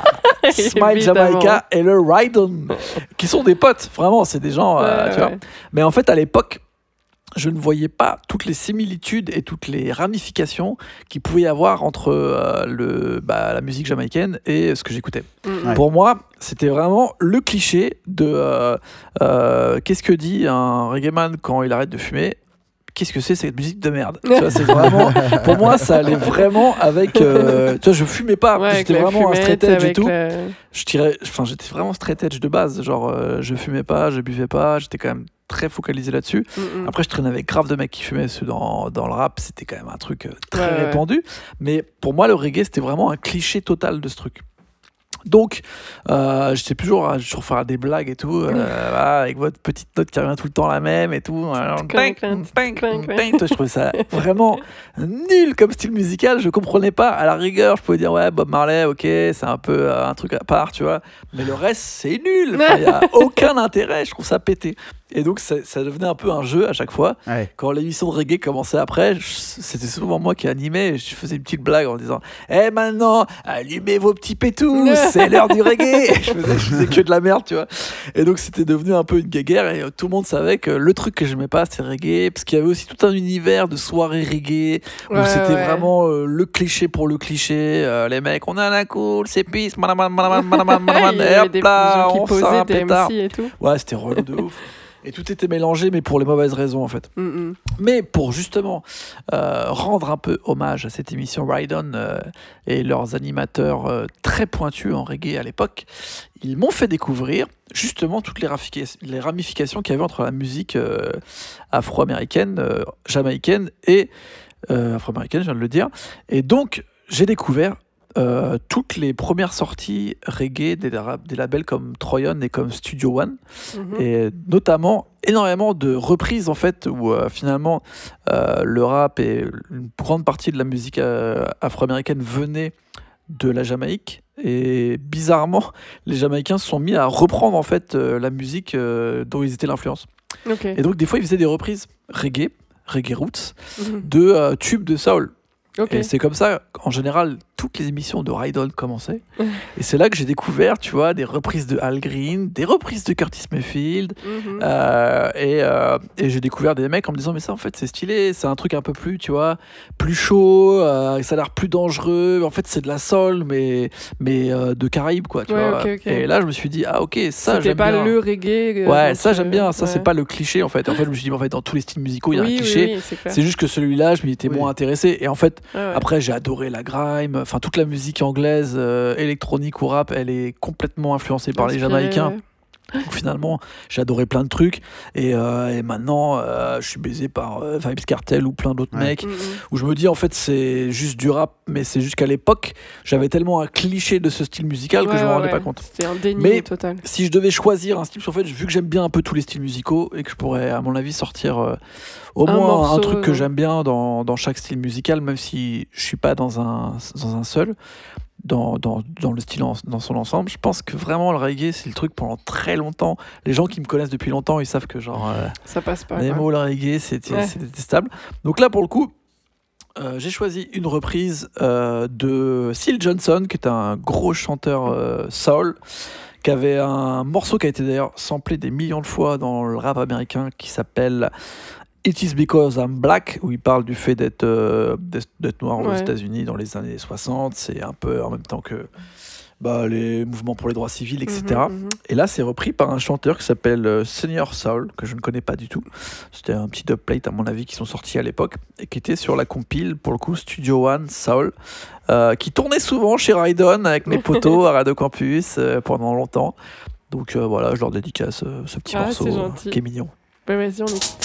Smile Évidemment. Jamaica et le Ride On, qui sont des potes, vraiment, c'est des gens, euh, Ouais, tu vois. ouais. Mais en fait, à l'époque, je ne voyais pas toutes les similitudes et toutes les ramifications qu'il pouvait y avoir entre euh, le, bah, la musique jamaïcaine et ce que j'écoutais. Mm. Ouais. Pour moi, c'était vraiment le cliché de euh, euh, qu'est-ce que dit un reggaeman quand il arrête de fumer. Qu'est-ce que c'est cette musique de merde? Tu vois, c'est vraiment, pour moi, ça allait vraiment avec. Euh, tu vois, je fumais pas. Ouais, avec J'étais la vraiment un straight fumette, edge et avec tout. la- Je tirais, enfin, j'étais vraiment straight edge de base. Genre, euh, je fumais pas, je buvais pas. J'étais quand même très focalisé là-dessus. Mm, mm. Après, je traînais avec grave de mecs qui fumaient. Ceux dans, dans le rap, c'était quand même un truc euh, très Ouais, ouais. répandu. Mais pour moi, le reggae, c'était vraiment un cliché total de ce truc. Donc, euh, j'étais toujours à toujours faire des blagues et tout, euh, voilà, avec votre petite note qui revient tout le temps la même et tout. Alors, Clink, bang, clink, bang, clink, bang. Toi, je trouvais ça vraiment nul comme style musical. Je comprenais pas. À la rigueur, je pouvais dire ouais, Bob Marley, ok, c'est un peu euh, un truc à part, tu vois. Mais le reste, c'est nul. Il y a aucun intérêt. Je trouve ça pété. Et donc, ça, ça devenait un peu un jeu à chaque fois. Ouais. Quand l'émission de reggae commençait après, je- c'était souvent moi qui animais. Je faisais une petite blague en disant Eh maintenant, allumez vos petits pétous, c'est l'heure du reggae. Et je, faisais, je faisais que de la merde, tu vois. Et donc, c'était devenu un peu une guéguerre. Et euh, tout le monde savait que le truc que j'aimais pas, c'était le reggae. Parce qu'il y avait aussi tout un univers de soirées reggae où Ouais, c'était ouais. vraiment euh, le cliché pour le cliché. Euh, les mecs, on a la cool, c'est peace, madame, madame, madame, madame, Il y et avait hop des là, gens qui on sort posaient un des pétard. M C et tout. Ouais, c'était relou de ouf. Et tout était mélangé, mais pour les mauvaises raisons, en fait. Mm, mm. Mais pour justement euh, rendre un peu hommage à cette émission Ride On euh, et leurs animateurs euh, très pointus en reggae à l'époque, ils m'ont fait découvrir justement toutes les, ramifica- les ramifications qu'il y avait entre la musique euh, afro-américaine, euh, jamaïcaine et euh, afro-américaine, je viens de le dire. Et donc, j'ai découvert euh, toutes les premières sorties reggae des, rap- des labels comme Troyon et comme Studio One, Mhm. et notamment énormément de reprises en fait où euh, finalement euh, le rap et une grande partie de la musique euh, afro-américaine venait de la Jamaïque, et bizarrement les Jamaïcains se sont mis à reprendre en fait euh, la musique euh, dont ils étaient l'influence, Ok. et donc des fois ils faisaient des reprises reggae reggae roots Mhm. de euh, tubes de soul. Ok. Et c'est comme ça, en général, toutes les émissions de Ride On commençaient. Et c'est là que j'ai découvert, tu vois, des reprises de Al Green, des reprises de Curtis Mayfield. Mhm. Euh, et euh, et j'ai découvert des mecs en me disant, mais ça, en fait, c'est stylé, c'est un truc un peu plus, tu vois, plus chaud, euh, ça a l'air plus dangereux. En fait, c'est de la soul, mais, mais euh, de Caraïbes, quoi, tu Ouais, vois. ok, ok. Et là, je me suis dit, ah, ok, ça, C'était j'aime pas bien. le reggae. euh, Ouais, donc, ça, j'aime euh, bien. Ça, c'est ouais. pas le cliché, en fait. En fait, je me suis dit, en fait, dans tous les styles musicaux, il y a Oui, un oui, cliché. oui, c'est clair. C'est juste que celui-là, je m'y étais Oui. moins intéressé. Et en fait, Ouais, ouais. après, j'ai adoré la grime, enfin toute la musique anglaise, euh, électronique ou rap, elle est complètement influencée par les Inspiré, Jamaïcains. ouais. Donc finalement, j'ai adoré plein de trucs. Et, euh, et maintenant, euh, je suis baisé par euh, Vybz Kartel ou plein d'autres Ouais. mecs. Mm, mm. Où je me dis, en fait, c'est juste du rap, mais c'est juste qu'à l'époque, j'avais tellement un cliché de ce style musical que Ouais, je me ouais, rendais ouais. pas compte. C'était un déni Mais- total. Si je devais choisir un style, parce qu'en fait, vu que j'aime bien un peu tous les styles musicaux et que je pourrais, à mon avis, sortir euh, au Un moins morceau, un truc que euh. j'aime bien dans, dans chaque style musical, même si je suis pas dans un, dans un seul, dans, dans, dans le style en- dans son ensemble, je pense que vraiment le reggae, c'est le truc pendant très longtemps. Les gens qui me connaissent depuis longtemps, ils savent que genre, euh, Ça passe pas. les quoi. mots, le reggae, c'est Ouais. c'est détestable. Donc là, pour le coup, euh, j'ai choisi une reprise euh, de Seal Johnson, qui est un gros chanteur euh, soul, qui avait un morceau qui a été d'ailleurs samplé des millions de fois dans le rap américain, qui s'appelle It Is Because I'm Black, où il parle du fait d'être euh, d'être d'être noir aux Ouais. États-Unis dans les années soixante. C'est un peu en même temps que bah, les mouvements pour les droits civils, et cetera. Mhm, mhm. Et là, c'est repris par un chanteur qui s'appelle euh, Senior Soul, que je ne connais pas du tout. C'était un petit dubplate, à mon avis, qui sont sortis à l'époque et qui était sur la compile, pour le coup, Studio One Soul, euh, qui tournait souvent chez Ride On avec mes potos à Radio Campus euh, pendant longtemps. Donc euh, voilà, je leur dédicace euh, ce petit Ah, morceau c'est euh, gentil. qui est mignon. Bah, vas-y, on écoute.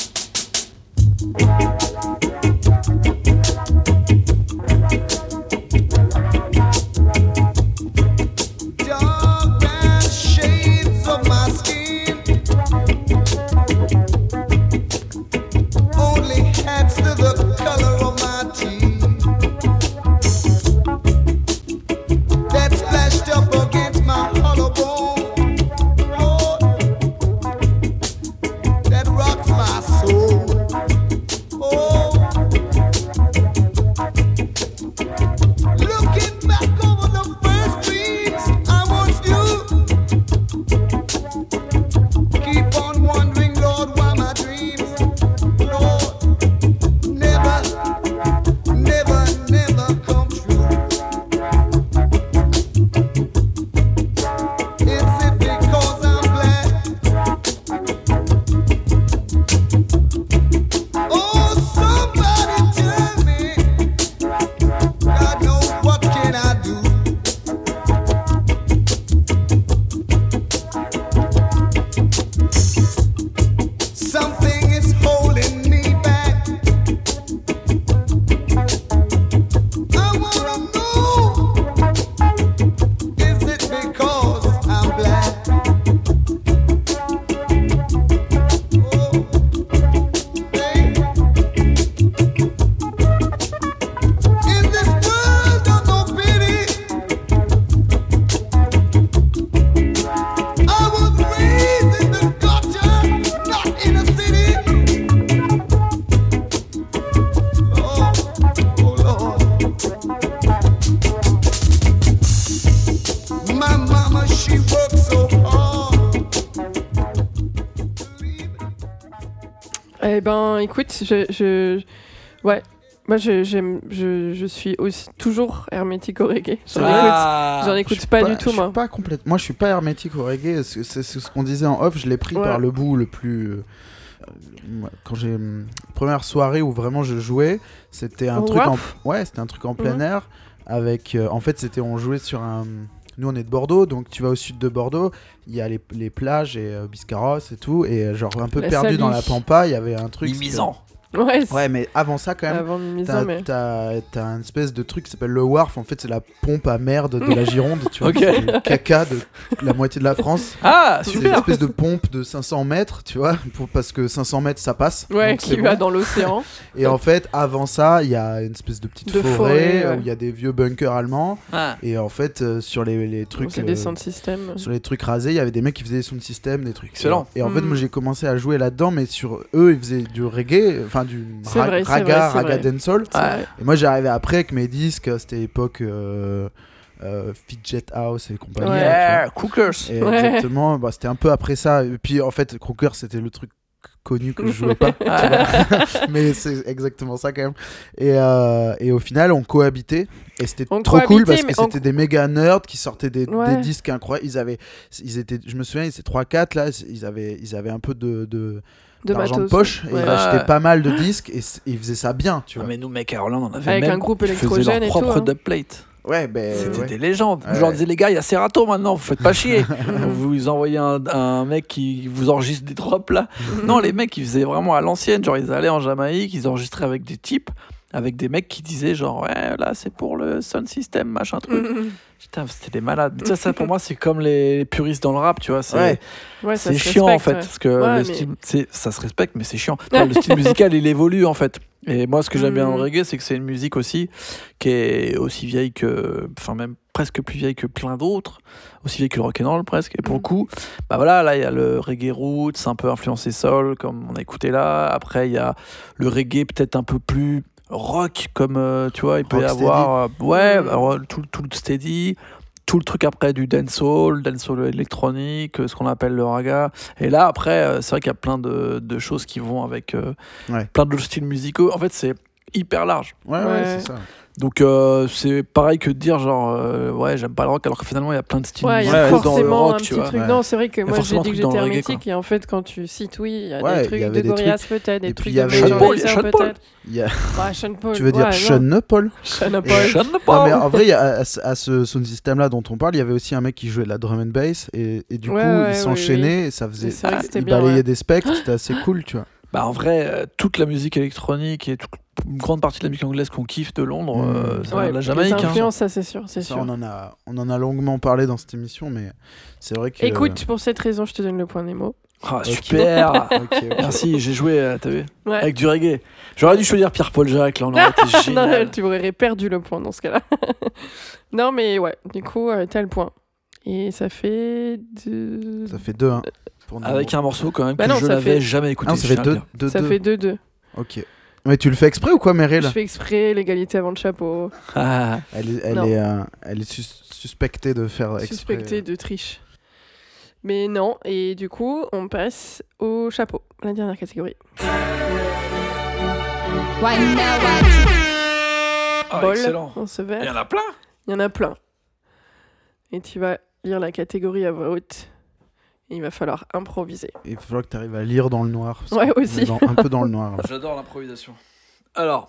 Dark brown shades of my skin only adds to the color of my teeth. That splashed up against my hollow bone, Lord, that rocks my soul. Oh, Eh ben, écoute, je, je... ouais, moi je, j'aime, je, je suis aussi toujours hermétique au reggae. J'en Ah. écoute, j'en Je écoute suis pas, du tout, je moi. suis pas complète. Moi, je suis pas hermétique au reggae. C'est, c'est- c'est ce qu'on disait en off. Je l'ai pris Ouais. par le bout le plus. euh, moi, Quand j'ai hum, première soirée où vraiment je jouais, c'était un Au truc en Warp ouais, c'était un truc en plein Mhm. air avec. euh, en fait, c'était on jouait sur un. Nous, on est de Bordeaux, donc tu vas au sud de Bordeaux. Il y a les, les plages et euh, Biscarrosse et tout, et euh, genre un peu La perdu dans la Salie. pampa. Il y avait un truc. Mimizan. Ouais, c'est Ouais, mais avant ça, quand même. avant Mimizan, T'as, mais. t'as, t'as une espèce de truc qui s'appelle le Wharf. En fait, c'est la pompe à merde de la Gironde. Tu vois, Ok. c'est le caca de la moitié de la France. Ah, C'est une super. espèce de pompe de cinq cents mètres, tu vois, pour, parce que cinq cents mètres ça passe. Ouais, donc qui c'est va bon. dans l'océan. Et en fait, avant ça, il y a une espèce de petite De forêt, forêt, ouais. où il y a des vieux bunkers allemands. Ah. Et en fait, euh, sur les, les trucs. C'est des euh, sound systems. sur les trucs rasés, il y avait des mecs qui faisaient des sound systems, des trucs. Excellent. Et en fait, Mm. moi j'ai commencé à jouer là-dedans, mais sur eux, ils faisaient du reggae, enfin du C'est ra- vrai, c'est raga, vrai, c'est raga vrai. dancehall. C'est vrai. Et moi j'arrivais après avec mes disques, c'était époque euh, euh, Fidget House et compagnie. Ouais. là, tu vois. Yeah, Cookers. Et Ouais. exactement, bah, c'était un peu après ça. Et puis en fait, Crooker, c'était le truc connu que je jouais pas. tu vois. Mais c'est exactement ça quand même. Et, euh, et au final, on cohabitait. Et c'était On trop cool parce cohabitait, que mais on- c'était des méga nerds qui sortaient des, Ouais. des disques incroyables. Ils avaient, ils étaient, je me souviens, ils étaient trois quatre là. Ils avaient, ils avaient un peu de, de, De d'argent de matos. poche. Et Ouais. ils achetaient pas mal de disques et c- ils faisaient ça bien, tu Ah, vois. mais nous, mec, à Hollande, on avait Avec même un groupe qui faisaient électrogène leur et propre tout, hein. dubplate. Ouais, ben. C'était ouais. des légendes. Ouais. Je leur disais, les gars, il y a Serato maintenant, vous faites pas chier. Vous envoyez un, un mec qui vous enregistre des drops là. Non, les mecs, ils faisaient vraiment à l'ancienne. Genre, ils allaient en Jamaïque, ils enregistraient avec des types, avec des mecs qui disaient, genre, ouais, là, c'est pour le sound system, machin truc. Putain, c'était des malades. Tu sais, ça, pour moi, c'est comme les, les puristes dans le rap, tu vois. C'est, Ouais. Ouais, ça c'est se chiant, en respecte, fait. ouais. Parce que Ouais, le mais- style, c'est, ça se respecte, mais c'est chiant. Tu vois, le style musical, il évolue, en fait. Et moi, ce que j'aime bien dans le Mhm. reggae, c'est que c'est une musique aussi qui est aussi vieille que. Enfin, même presque plus vieille que plein d'autres. Aussi vieille que le rock'n'roll, presque. Et pour le Mhm. coup, bah voilà, là, il y a le reggae roots, un peu influencé soul, comme on a écouté là. Après, il y a le reggae peut-être un peu plus rock, comme euh, tu vois, il peut y Rocksteady. avoir. euh, ouais, Mhm. alors, tout, tout le steady. Tout le truc après du dancehall, dancehall électronique, euh, ce qu'on appelle le raga. Et là, après, euh, c'est vrai qu'il y a plein de, de choses qui vont avec euh, Ouais. plein d'autres styles musicaux. En fait, c'est hyper large. Ouais, ouais, Ouais. c'est ça. Donc, euh, c'est pareil que de dire, genre, euh, ouais, j'aime pas le rock, alors que finalement, il y a plein de styles Ouais, il y musicaux a Ouais, dans le forcément rock, un tu petit vois. truc. Ouais. Non, c'est vrai que moi j'ai forcément dit un que truc dans j'étais le reggae, hermétique et en fait, quand tu cites, oui, il y a Ouais, des il trucs y de avait des Gorillaz trucs- peut-être, des et trucs puis il y de avait- Major Sean Paul, Lazer Sean Paul. peut-être. Il y a- Ouais, Sean Paul. Tu veux dire ouais, Sean non. Paul? Sean Et- Paul. Sean Non, Paul. mais en vrai, il y a- à, ce- à ce sound system là dont on parle, il y avait aussi un mec qui jouait de la drum and bass et, et du Ouais, coup, ouais, il oui, s'enchaînait et ça faisait. Et c'est vrai que c'était il bien, balayait ouais. des spectres, c'était assez cool, tu vois. Bah, en vrai, euh, toute la musique électronique et toute- une grande partie de la musique anglaise qu'on kiffe de Londres, Mmh. euh, ça Ouais, vient de la les Jamaïque. hein. influences, ça c'est sûr, c'est Ça, sûr. on en a, on en a longuement parlé dans cette émission, mais c'est vrai que. Écoute, pour cette raison, je te donne le point Nemo. Ah, Ok. super. Ok, ok. Merci, j'ai joué, euh, t'as vu, Ouais. avec du reggae. J'aurais dû choisir Pierre-Paul Jacques, là, on aurait été Non, génial. tu aurais perdu le point dans ce cas-là. Non, mais ouais, du coup, euh, t'as le point. Et ça fait. deux- Ça fait deux un. Pour nous. Avec un morceau quand même Bah que non, je ça l'avais fait- jamais Ah écouté. non, ça je fait tiens à deux, dire. deux, Ça deux. fait deux deux. Ok. Mais tu le fais exprès ou quoi, Meryl? Je fais exprès, l'égalité avant le chapeau. Ah, Elle est, elle Non. est, euh, elle est sus- suspectée de faire exprès. Suspecté de triche. Mais non, et du coup, on passe au chapeau, la dernière catégorie. Right now, I ah, Bol, excellent. on se Il y verre. en a plein. Il y en a plein. Et tu vas lire la catégorie à voix haute. Et il va falloir improviser. Il va falloir que tu arrives à lire dans le noir. parce Ouais, qu'on est aussi. dans- un peu dans le noir. là. J'adore l'improvisation. Alors,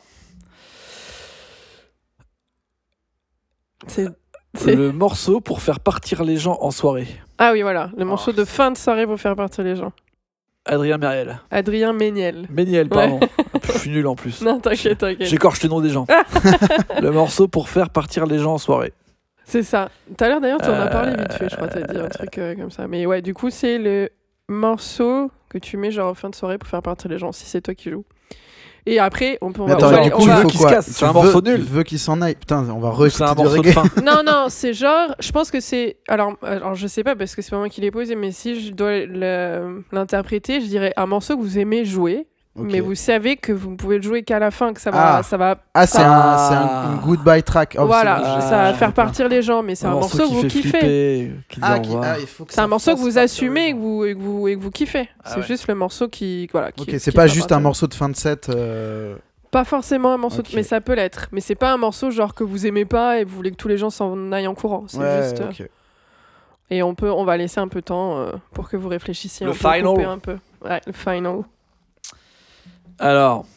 C'est... c'est- le morceau pour faire partir les gens en soirée. Ah oui, voilà, le morceau Oh. de fin de soirée pour faire partir les gens. Adrien Mériel. Adrien Méniel. Méniel, pardon. Je suis nul en plus. Non, t'inquiète, t'inquiète. J'écorche les noms des gens. Le morceau pour faire partir les gens en soirée. C'est ça. Tout à l'heure, d'ailleurs, tu en as Euh, parlé vite fait, je crois, t'as dit un truc euh, comme ça. Mais ouais, du coup, c'est le morceau que tu mets genre en fin de soirée pour faire partir les gens, si c'est toi qui joues. Et après, on peut... On Mais va, attends, on va- va- du on coup, va- il faut qu'il se quoi? casse, Tu c'est un veux- morceau nul. Tu veux qu'il s'en aille? Putain, on va C'est réécouter un du morceau de reggae. fin. Non, non, c'est genre... Je pense que c'est... Alors, alors, je sais pas, parce que c'est pas moi qui l'ai posé, mais si je dois le- l'interpréter, je dirais un morceau que vous aimez jouer Ok. Mais vous savez que vous ne pouvez le jouer qu'à la fin, que ça va. Ah. Ça va Ah, c'est Ah. un, c'est un- une goodbye track. Oh, voilà, c'est- Ah, ça va je- faire je- pas. partir les gens, mais c'est un, morceau que qui vous fait kiffez. flipper, qui dit Ah, au qui- revoir. ah, il faut que C'est un ça morceau que fasse vous partir les assumez et gens. que vous, et que vous, et que vous kiffez. Ah c'est ouais. juste le morceau qui. Voilà, qui Ok, qui c'est pas fait juste partir. un morceau de fin de set. euh, Pas forcément un morceau, Ok. de... mais ça peut l'être. Mais c'est pas un morceau genre que vous aimez pas et vous voulez que tous les gens s'en aillent en courant. C'est Ouais, juste. euh, ok. Et on peut, on va laisser un peu de temps euh, pour que vous réfléchissiez Le un peu, final. couper un peu. Ouais, le final. Alors,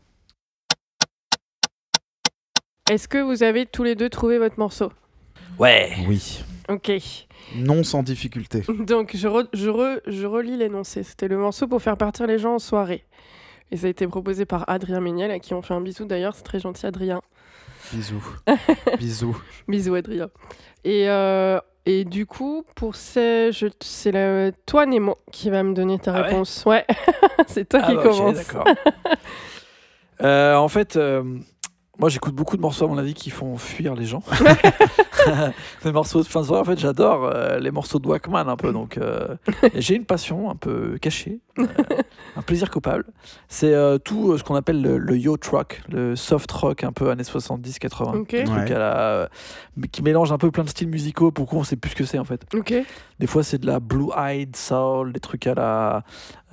Est-ce que vous avez tous les deux trouvé votre morceau? ouais. Oui. Ok. Non sans difficulté. Donc je, re- je, re- je relis l'énoncé. C'était le morceau pour faire partir les gens en soirée. Et ça a été proposé par Adrien Méniel, à qui on fait un bisou d'ailleurs. C'est très gentil, Adrien. Bisous. Bisous. Bisous, Adrien. Et, euh, et du coup, pour ces, je, c'est la- toi, Nemo, qui va me donner ta Ah ouais réponse. Ouais, c'est toi Ah qui bah, ok, commence. d'accord. Euh, en fait, euh, moi j'écoute beaucoup de morceaux à mon avis qui font fuir les gens. Les morceaux de fin de soirée, en fait, j'adore euh, les morceaux de Walkman un peu. Donc, euh, et j'ai une passion un peu cachée, euh, un plaisir coupable. C'est euh, tout euh, ce qu'on appelle le, le yo rock, le soft rock un peu années soixante-dix quatre-vingts, Ok. des trucs Ouais. à la, euh, mais qui mélange un peu plein de styles musicaux. Pourquoi on sait plus ce que c'est en fait. Ok. Des fois, c'est de la blue-eyed soul, des trucs à la,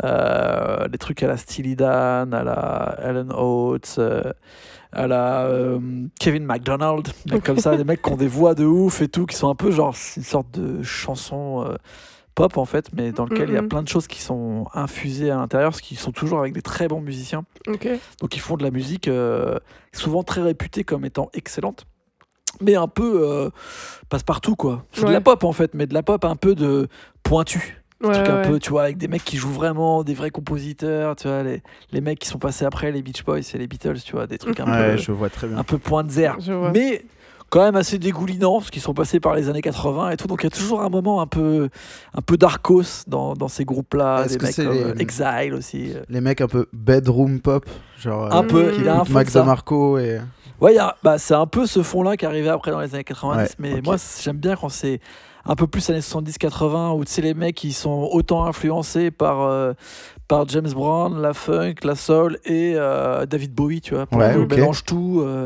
euh, des trucs à la Steely Dan, à la Helen Oates, euh, à la euh, Kevin MacDonald, des mecs comme ça, des mecs qui ont des voix de ouf et tout, qui sont un peu genre c'est une sorte de chanson euh, pop en fait, mais dans lequel il y a Mhm. plein de choses qui sont infusées à l'intérieur, ce qui sont toujours avec des très bons musiciens. Ok. Donc ils font de la musique euh, souvent très réputée comme étant excellente, mais un peu euh, passe-partout quoi. C'est de Ouais. la pop en fait, mais de la pop un peu de pointu. Des Ouais, trucs un ouais. peu, tu vois, avec des mecs qui jouent vraiment, des vrais compositeurs, tu vois, les, les mecs qui sont passés après les Beach Boys et les Beatles, tu vois, des trucs un Ouais, peu, je vois très bien. un peu point de zère. Je vois. Mais quand même assez dégoulinants, parce qu'ils sont passés par les années quatre-vingts et tout, donc il y a toujours un moment un peu, un peu darkos dans, dans ces groupes-là, Est-ce des que mecs c'est comme les- euh, Exile aussi. euh. Les mecs un peu bedroom pop, genre Un euh, peu, Mm. qui il y a un écoutent fond Mac de ça. DeMarco et Ouais, il y a- bah, c'est un peu ce fond-là qui arrivait après dans les années quatre-vingt-dix, Ouais, mais ok. moi c- j'aime bien quand c'est un peu plus années soixante-dix quatre-vingts, où tu sais, les mecs qui sont autant influencés par, euh, par James Brown, la funk, la soul et euh, David Bowie, tu vois. Pour Ouais, on ok. mélange tout euh,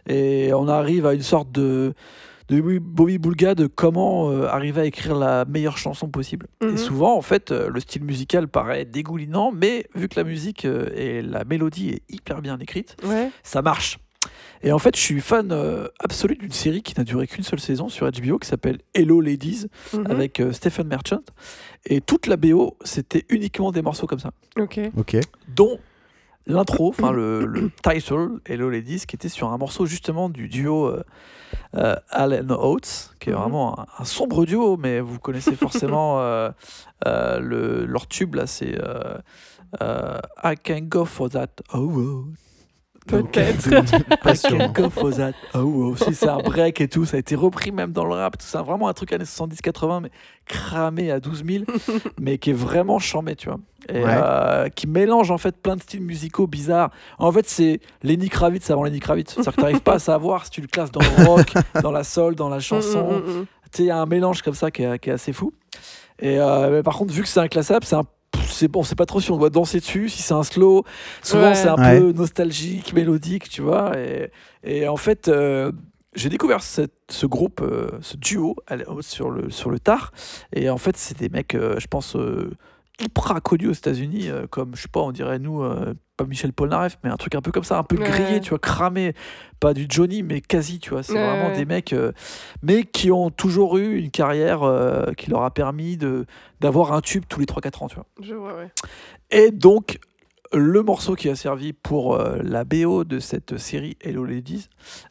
et on arrive à une sorte de, de Bobby Boulga de comment euh, arriver à écrire la meilleure chanson possible. Mhm. Et souvent, en fait, euh, le style musical paraît dégoulinant, mais vu que la musique euh, et la mélodie est hyper bien écrite, Ouais. ça marche. Et en fait, je suis fan euh, absolu d'une série qui n'a duré qu'une seule saison sur H B O qui s'appelle Hello Ladies Mhm. avec euh, Stephen Merchant. Et toute la B O, c'était uniquement des morceaux comme ça, Ok. ok. dont l'intro, enfin le, le title Hello Ladies, qui était sur un morceau justement du duo euh, euh, Allen Oates, qui est Mhm. vraiment un, un sombre duo, mais vous connaissez forcément euh, euh, le, leur tube là, c'est euh, euh, I can go for that. Oh, oh. Peut-être. Pas I sûr, can non. go for that. Oh, oh. Si, c'est un break et tout, ça a été repris même dans le rap, tout ça, vraiment un truc années soixante-dix quatre-vingts, mais cramé à douze mille, mais qui est vraiment chambé, tu vois. Et Ouais. euh, qui mélange en fait plein de styles musicaux bizarres. En fait, c'est Lenny Kravitz avant Lenny Kravitz. C'est-à-dire que tu n'arrives pas à savoir si tu le classes dans le rock, dans la soul, dans la chanson. Mm, mm, mm, mm. Tu sais, il y a un mélange comme ça qui est, qui est assez fou. Et euh, mais par contre, vu que c'est inclassable, c'est un c'est bon, on sait pas trop si on doit danser dessus, si c'est un slow. Souvent, Ouais. c'est un Ouais. peu nostalgique, mélodique, tu vois. Et, et en fait, euh, j'ai découvert cette- ce groupe, euh, ce duo à la- sur le, sur le tard. Et en fait, c'est des mecs, euh, je pense, euh, hyper connus aux États-Unis, euh, comme, je sais pas, on dirait nous, euh, pas Michel Polnareff, mais un truc un peu comme ça, un peu Ouais. grillé, tu vois, cramé. Pas du Johnny, mais quasi, tu vois. C'est Ouais, vraiment ouais. des mecs, euh, mais qui ont toujours eu une carrière euh, qui leur a permis de, d'avoir un tube tous les trois quatre ans, tu vois. Je vois, ouais. Et donc, le morceau qui a servi pour euh, la B O de cette série Hello Ladies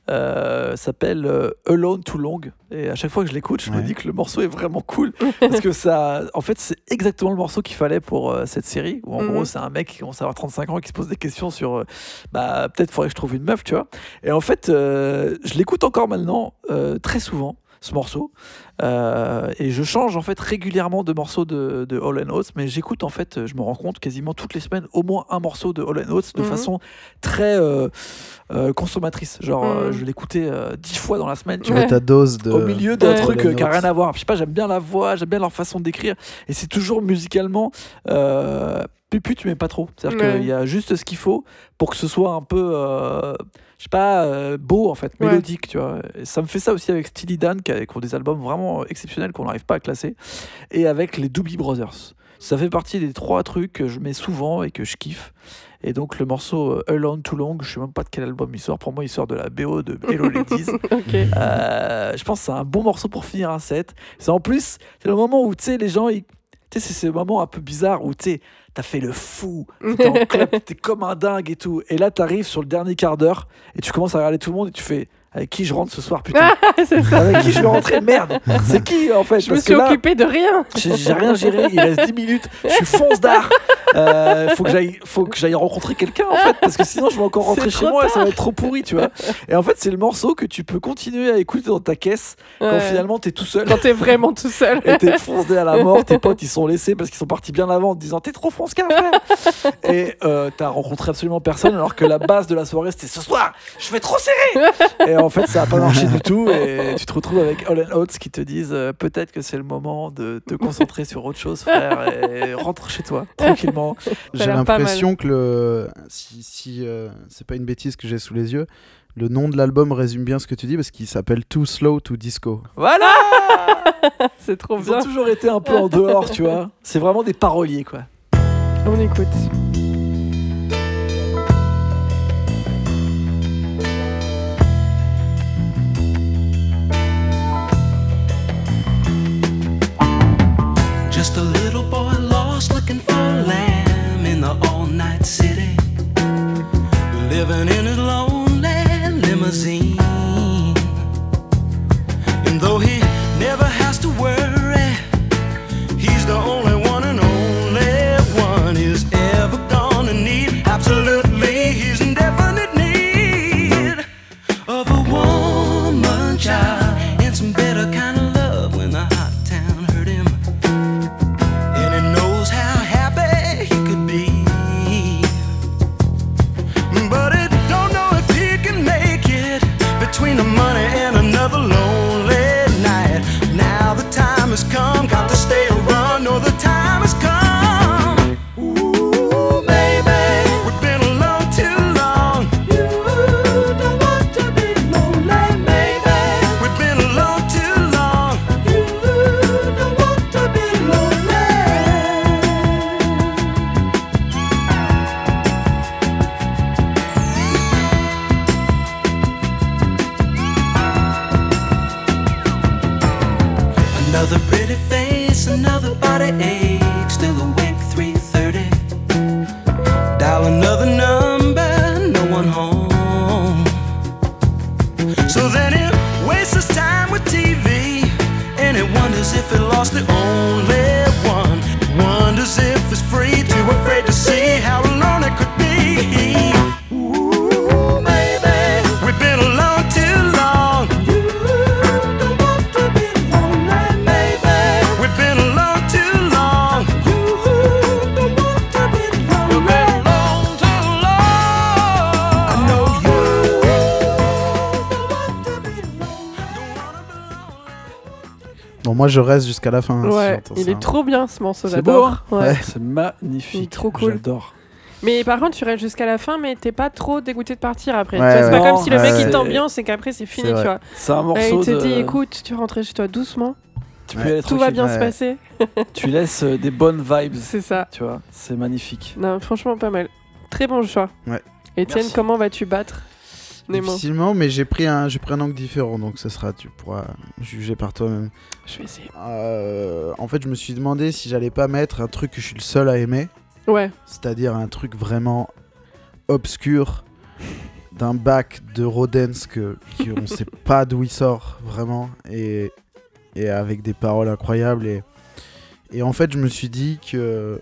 euh, s'appelle euh, Alone Too Long. Et à chaque fois que je l'écoute, je me Ouais. dis que le morceau est vraiment cool. Parce que ça, en fait, c'est exactement le morceau qu'il fallait pour euh, cette série. Où en Mhm. gros, c'est un mec qui commence à avoir trente-cinq ans et qui se pose des questions sur euh, bah, peut-être faudrait que je trouve une meuf, tu vois. Et en fait, euh, je l'écoute encore maintenant, euh, très souvent, ce morceau. Euh, et je change en fait régulièrement de morceaux de, de Hall and Oates, mais j'écoute en fait, je me rends compte quasiment toutes les semaines au moins un morceau de Hall and Oates de Mhm. façon très euh, euh, consommatrice. Genre, euh, Mhm. je l'écoutais euh, dix fois dans la semaine, tu Tu vois. veux ta dose de. Au milieu d'un Ouais. truc euh, Hall and qui a rien Oates. à voir. Je sais pas, j'aime bien la voix, j'aime bien leur façon d'écrire. Et c'est toujours musicalement euh, pupu, tu mets pas trop. C'est-à-dire Ouais. qu'il y a juste ce qu'il faut pour que ce soit un peu, euh, je sais pas, euh, beau en fait, Ouais. mélodique, tu vois. Et ça me fait ça aussi avec Steely Dan, qui, a, qui ont des albums vraiment exceptionnels qu'on n'arrive pas à classer, et avec les Doobie Brothers. Ça fait partie des trois trucs que je mets souvent et que je kiffe. Et donc le morceau euh, Alone Too Long, je sais même pas de quel album il sort. Pour moi, il sort de la B O de Hello Ladies. Ok. Euh, je pense que c'est un bon morceau pour finir un set. C'est en plus, c'est le moment où tu sais les gens, ils... tu sais, c'est ce moment un peu bizarre où tu sais, t'as fait le fou, t'es en club, t'es comme un dingue et tout. Et là, t'arrives sur le dernier quart d'heure et tu commences à regarder tout le monde et tu fais. Avec qui je rentre ce soir, putain? C'est ça. Avec qui je vais rentrer? Merde! C'est qui en fait? Je me Parce suis que là, occupée de rien. j'ai j'ai rien géré, il reste dix minutes, je suis fonce d'art. Euh, faut que j'aille faut que j'aille rencontrer quelqu'un en fait, parce que sinon je vais encore rentrer C'est chez trop moi et ça tard. va être trop pourri, tu vois. Et en fait, c'est le morceau que tu peux continuer à écouter dans ta caisse quand Ouais. finalement t'es tout seul. Quand t'es vraiment tout seul. Et t'es foncé à la mort, tes potes ils sont laissés parce qu'ils sont partis bien avant en te disant t'es trop fonce-car frère. Et euh, t'as rencontré absolument personne alors que la base de la soirée c'était ce soir je vais trop serrer. Et en fait ça a pas marché du tout et tu te retrouves avec All and Oates qui te disent euh, peut-être que c'est le moment de te concentrer sur autre chose frère et rentre chez toi tranquillement. J'ai l'air pas l'impression que le si, si euh, c'est pas une bêtise que j'ai sous les yeux, le nom de l'album résume bien ce que tu dis parce qu'il s'appelle Too Slow to Disco. Voilà. C'est trop Ils bien. ont toujours été un peu en dehors tu vois. C'est vraiment des paroliers quoi. On écoute. Just a little boy lost looking for lamb in the all-night city, living in his lonely limousine. And though he never has to worry, he's the only one and only one he's ever gonna need. Absolutely, he's in definite need of a woman, child, and some better kind of love when the hot town hurt him. And he knows how happy he could be, but he don't know if he can make it between the money and another lonely night. Now the time has come, got to stay or run, or the time has come. Ooh, baby, we've been alone too long. You don't want to be lonely, baby. We've been alone too long. You don't want to be lonely. Another pretty face, another body ache, still awake three thirty. Dial another number, no one home. So then he wastes his time with T V, and he wonders if he lost the only one. Wonders if he's free, too afraid to see how alone it could be. Ooh, baby, we've been alone too long. You don't want to be lonely, baby. We've been alone too long. You don't want to be lonely. We've been alone too long. I know you don't want to be lonely. Don't wanna be lonely. Bon, moi je reste jusqu'à la fin. hein, si Ouais, j'entends il ça. est trop bien ce morceau, C'est j'adore. beau, hein Ouais. C'est magnifique. Il est trop cool. J'adore. Mais par contre, tu restes jusqu'à la fin, mais t'es pas trop dégoûté de partir après. Ouais, Tu vois, c'est ouais. pas comme si le Ouais, mec ouais. il t'ambiance et qu'après c'est fini, C'est tu vrai. vois. C'est un Et morceau il te de... dit écoute, tu rentres chez toi doucement, tu peux Ouais. y aller tout va tranquille. bien Ouais. se passer. Tu laisses euh, des bonnes vibes. C'est ça. Tu vois, c'est magnifique. Non, franchement, pas mal. Très bon choix. Ouais. Etienne, Merci. comment vas-tu battre Nemo? Difficilement, mais j'ai pris un j'ai pris un angle différent, donc ça sera tu pourras juger par toi-même. Je vais essayer. Euh, en fait, je me suis demandé si j'allais pas mettre un truc que je suis le seul à aimer, Ouais. c'est-à-dire un truc vraiment obscur d'un bac de Rodens que qu'on sait pas d'où il sort vraiment et et avec des paroles incroyables et et en fait, je me suis dit que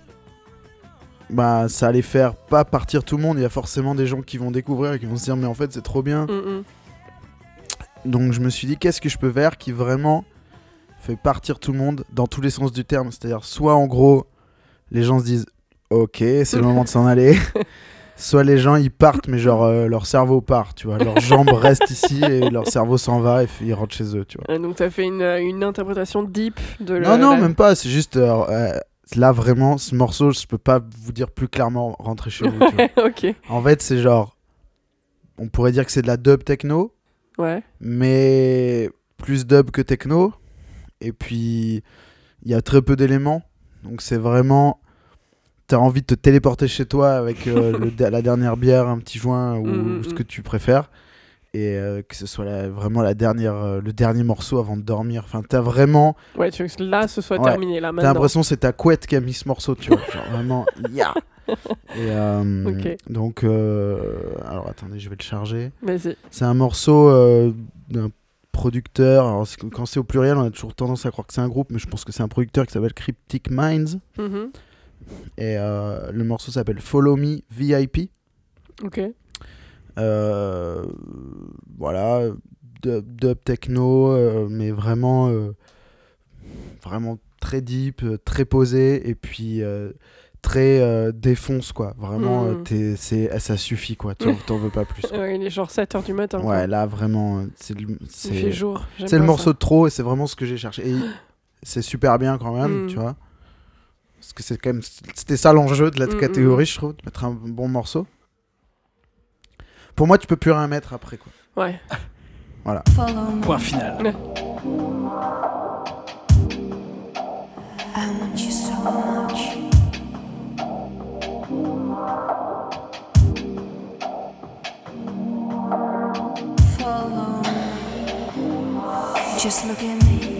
bah ça allait faire pas partir tout le monde, il y a forcément des gens qui vont découvrir et qui vont se dire mais en fait, c'est trop bien. Mm, mm. Donc je me suis dit qu'est-ce que je peux faire qui vraiment fait partir tout le monde dans tous les sens du terme, c'est-à-dire soit en gros les gens se disent ok c'est le moment de s'en aller, soit les gens ils partent mais genre euh, leur cerveau part, tu vois, leurs jambes restent ici et leur cerveau s'en va et f- ils rentrent chez eux, tu vois. Euh, Donc t'as fait une, une interprétation deep de la... Non non la- même pas, c'est juste euh, euh, là vraiment, ce morceau, je peux pas vous dire plus clairement rentrer chez vous. Tu vois. Ok. En fait, c'est genre, on pourrait dire que c'est de la dub techno, Ouais. mais plus dub que techno. Et puis, il y a très peu d'éléments. Donc, c'est vraiment, t'as envie de te téléporter chez toi avec euh, le, la dernière bière, un petit joint ou, Mm, ou ce mm. que tu préfères. Et euh, que ce soit la- vraiment la dernière, euh, le dernier morceau avant de dormir. Enfin, t'as vraiment, Ouais, tu veux que là, ce soit Ouais. terminé, là, t'as maintenant. l'impression que c'est ta couette qui a mis ce morceau, tu vois. Genre vraiment, ya. Et euh, Ok. donc, euh, alors attendez, je vais le charger. Vas-y. C'est un morceau euh, d'un producteur. Alors, c'est que- quand c'est au pluriel, on a toujours tendance à croire que c'est un groupe, mais je pense que c'est un producteur qui s'appelle Cryptic Minds. Mhm. Et euh, le morceau s'appelle Follow Me V I P. Ok. Euh, voilà, dub, dub techno, euh, mais vraiment, euh, vraiment très deep, euh, très posé, et puis euh, très euh, défonce, quoi. Vraiment, Mm. euh, t'es- c'est, ça suffit, quoi. T'en, t'en veux pas plus. Quoi. Ouais, il est genre sept heures du matin. Ouais, quoi. là, vraiment, euh, c'est, le- Il c'est, fait jour. J'aime c'est le pas morceau ça. de trop, et c'est vraiment ce que j'ai cherché. Et c'est super bien quand même, Mm. tu vois. Parce que c'est quand même, c'était ça l'enjeu de la Mm, catégorie, mm. je trouve, de mettre un bon morceau. Pour moi, tu peux plus rien mettre après, quoi. Ouais. Voilà. Point final. Ouais. I want you so much. Follow me. Just look at me.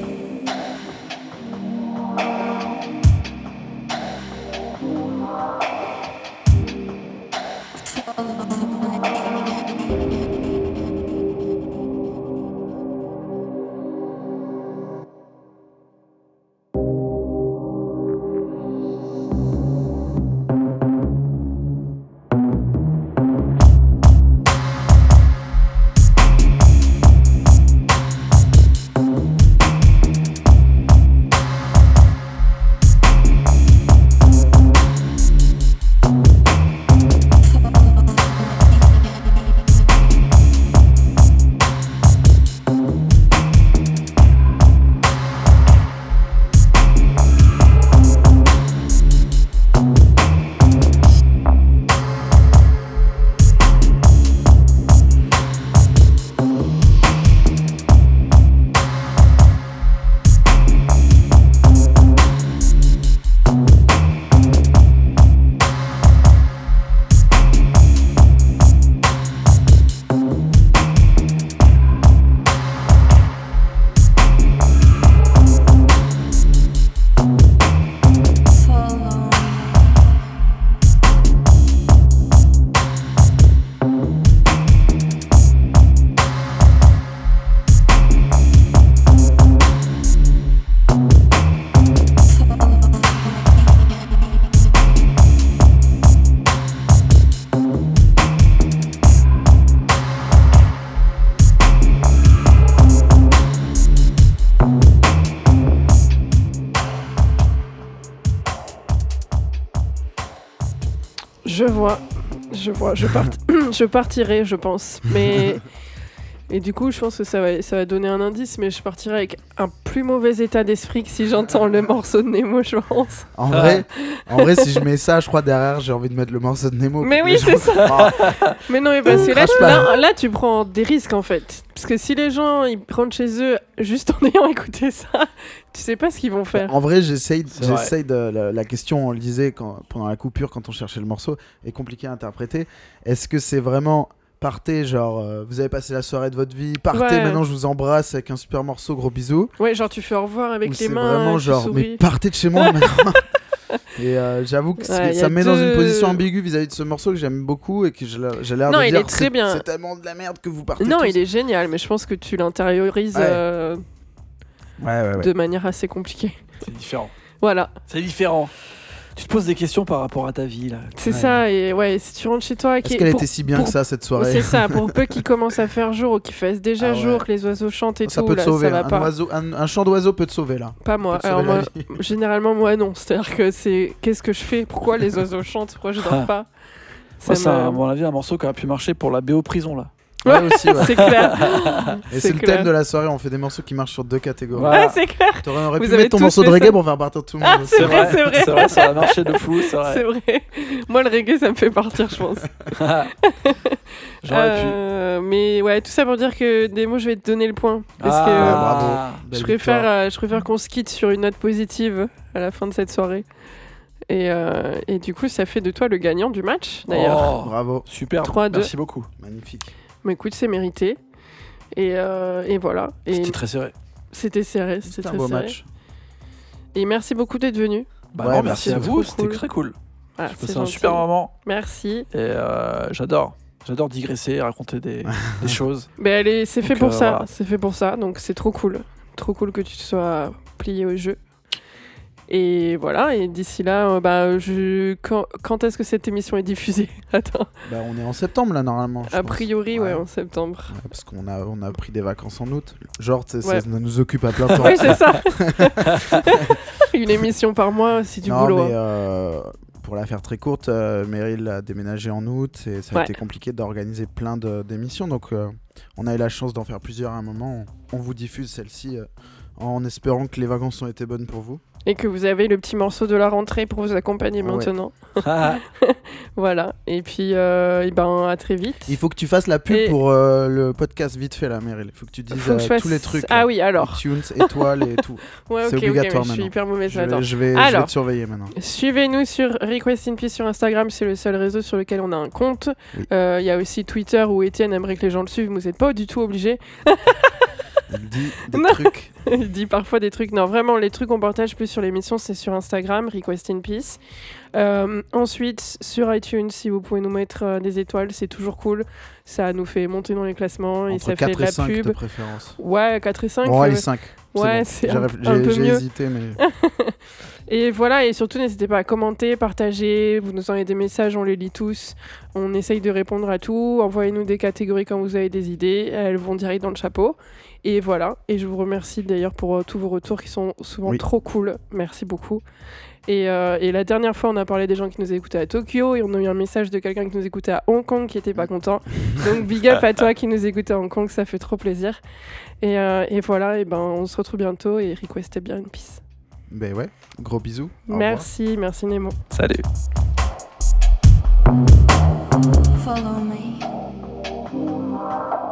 Je vois, je vois, je, part... je partirai, je pense. Mais et du coup, je pense que ça va, ça va donner un indice, mais je partirai avec un plus mauvais état d'esprit que si j'entends le morceau de Nemo, je pense. En vrai, en vrai, si je mets ça, je crois derrière, j'ai envie de mettre le morceau de Nemo. Mais pour que oui, les c'est gens- ça. Ah, Mais non, mais parce que là, Crache tu- pas. là, là, tu prends des risques en fait. Parce que si les gens ils rentrent chez eux juste en ayant écouté ça, tu sais pas ce qu'ils vont faire. En vrai, j'essaye, C'est vrai. j'essaye de la, la question, on le disait quand, pendant la coupure, quand on cherchait le morceau, est compliquée à interpréter. Est-ce que c'est vraiment partez, genre euh, vous avez passé la soirée de votre vie, partez, Ouais. maintenant je vous embrasse avec un super morceau, gros bisous. Ouais, genre tu fais au revoir avec Ou les c'est mains. vraiment tu genre, souris. mais partez de chez moi maintenant. Et euh, j'avoue que c'est- Ouais, y a ça me met dans deux- une position ambiguë vis-à-vis de ce morceau que j'aime beaucoup et que j'ai l'air j'ai l'air Non, de il dire est très c'est- bien. c'est tellement de la merde que vous partez. Non, tous. il est génial, mais je pense que tu l'intériorises Ouais. euh, Ouais, ouais, ouais. de manière assez compliquée. C'est différent. Voilà, C'est différent. Tu te poses des questions par rapport à ta vie là. c'est Ouais. ça. Et ouais, si tu rentres chez toi, Est-ce qui- qu'elle pour- était si bien pour- que ça cette soirée? c'est ça. Pour peu qu'il commence à faire jour ou qu'il fasse déjà Ah ouais. jour, que les oiseaux chantent et Ça tout, peut te là, sauver. ça va un, pas. oiseau, un, un chant d'oiseau peut te sauver là. Pas moi. peut te Alors sauver moi, la vie. généralement moi non. C'est-à-dire que c'est qu'est-ce que je fais? Pourquoi les oiseaux chantent? Pourquoi je dors pas? Moi, c'est me- à mon avis un morceau qui aurait pu marcher pour la B O prison là. Ouais, aussi, ouais. C'est clair. Et c'est, c'est le clair. thème de la soirée, on fait des morceaux qui marchent sur deux catégories. Ouais, ouais c'est clair. T'aurais aurais Vous pu avez mettre ton tous morceau de fait reggae ça. pour faire partir tout le monde. Ah, c'est, c'est vrai, vrai, c'est vrai. C'est vrai, ça a marché de fou, c'est vrai. C'est vrai. Moi, le reggae, ça me fait partir, je pense. J'aurais euh, pu. Mais ouais, tout ça pour dire que Démo, je vais te donner le point. Parce ah, que ouais, bravo. je préfère, euh, je préfère qu'on se quitte sur une note positive à la fin de cette soirée. Et, euh, et du coup, ça fait de toi le gagnant du match, d'ailleurs. Oh, bravo. Super. trois deux. Merci beaucoup. Magnifique. Mais écoute, c'est mérité. Et, euh, et voilà. Et c'était très serré. C'était serré. C'était, c'était très un beau serré. match. Et merci beaucoup d'être venu. Bah ouais, non, merci, merci à vous. C'était cool. très cool. Ah, J'ai c'est passé un gentil. super moment. Merci. Et euh, j'adore. J'adore digresser, raconter des, des choses. Ben allez, c'est fait Donc, pour euh, ça. voilà. C'est fait pour ça. Donc c'est trop cool. Trop cool que tu te sois plié au jeu. Et voilà, et d'ici là, euh, bah, je... quand, quand est-ce que cette émission est diffusée? Attends. Bah, on est en septembre là normalement. A priori, ouais. ouais, en septembre. Ouais, parce qu'on a, on a pris des vacances en août. Genre, ouais. Ça nous occupe à plein temps. Oui, c'est ça. Une émission par mois, si tu non, boulot. Mais, euh, pour la faire très courte, euh, Meryl a déménagé en août et ça a ouais. été compliqué d'organiser plein de, d'émissions. Donc, euh, on a eu la chance d'en faire plusieurs à un moment. On, on vous diffuse celle-ci euh, en espérant que les vacances ont été bonnes pour vous. Et que vous avez le petit morceau de la rentrée pour vous accompagner ouais. maintenant. Voilà. Et puis, euh, et ben, à très vite. Il faut que tu fasses la pub et... pour euh, le podcast vite fait, là, Meryl. Il faut que tu dises euh, que fasse... tous les trucs. Ah là. oui, alors. iTunes, étoiles et tout. Ouais, c'est okay, obligatoire okay, maintenant. Je suis hyper mauvaise je là-dedans. vais, je, vais, alors, je vais te surveiller maintenant. Suivez-nous sur Request in Peace sur Instagram. C'est le seul réseau sur lequel on a un compte. Il oui. euh, y a aussi Twitter où Étienne aimerait que les gens le suivent. Vous n'êtes pas du tout obligés. Il dit des non. trucs. Il dit parfois des trucs. Non, vraiment, les trucs qu'on partage plus sur l'émission, c'est sur Instagram, Request in Peace. Euh, ensuite, sur iTunes, si vous pouvez nous mettre euh, des étoiles, c'est toujours cool. Ça nous fait monter dans les classements Entre et ça quatre fait de la et cinq pub. De préférence. Ouais, quatre et cinq. Bon, allez, cinq. Ouais, c'est, c'est bon. un, j'ai, un peu j'ai mieux. hésité, mais... Et voilà, et surtout, n'hésitez pas à commenter, partager. Vous nous envoyez des messages, on les lit tous. On essaye de répondre à tout. Envoyez-nous des catégories quand vous avez des idées. Elles vont direct dans le chapeau. Et voilà. Et je vous remercie d'ailleurs pour euh, tous vos retours qui sont souvent oui. trop cool. Merci beaucoup. Et, euh, et la dernière fois, on a parlé des gens qui nous écoutaient à Tokyo et on a eu un message de quelqu'un qui nous écoutait à Hong Kong qui était pas content. Donc big up à toi qui nous écoute à Hong Kong, ça fait trop plaisir. Et, euh, et voilà, et ben on se retrouve bientôt et requestez bien une pisse. Ben ouais, gros bisous. Merci, merci Nemo. Salut. Follow me.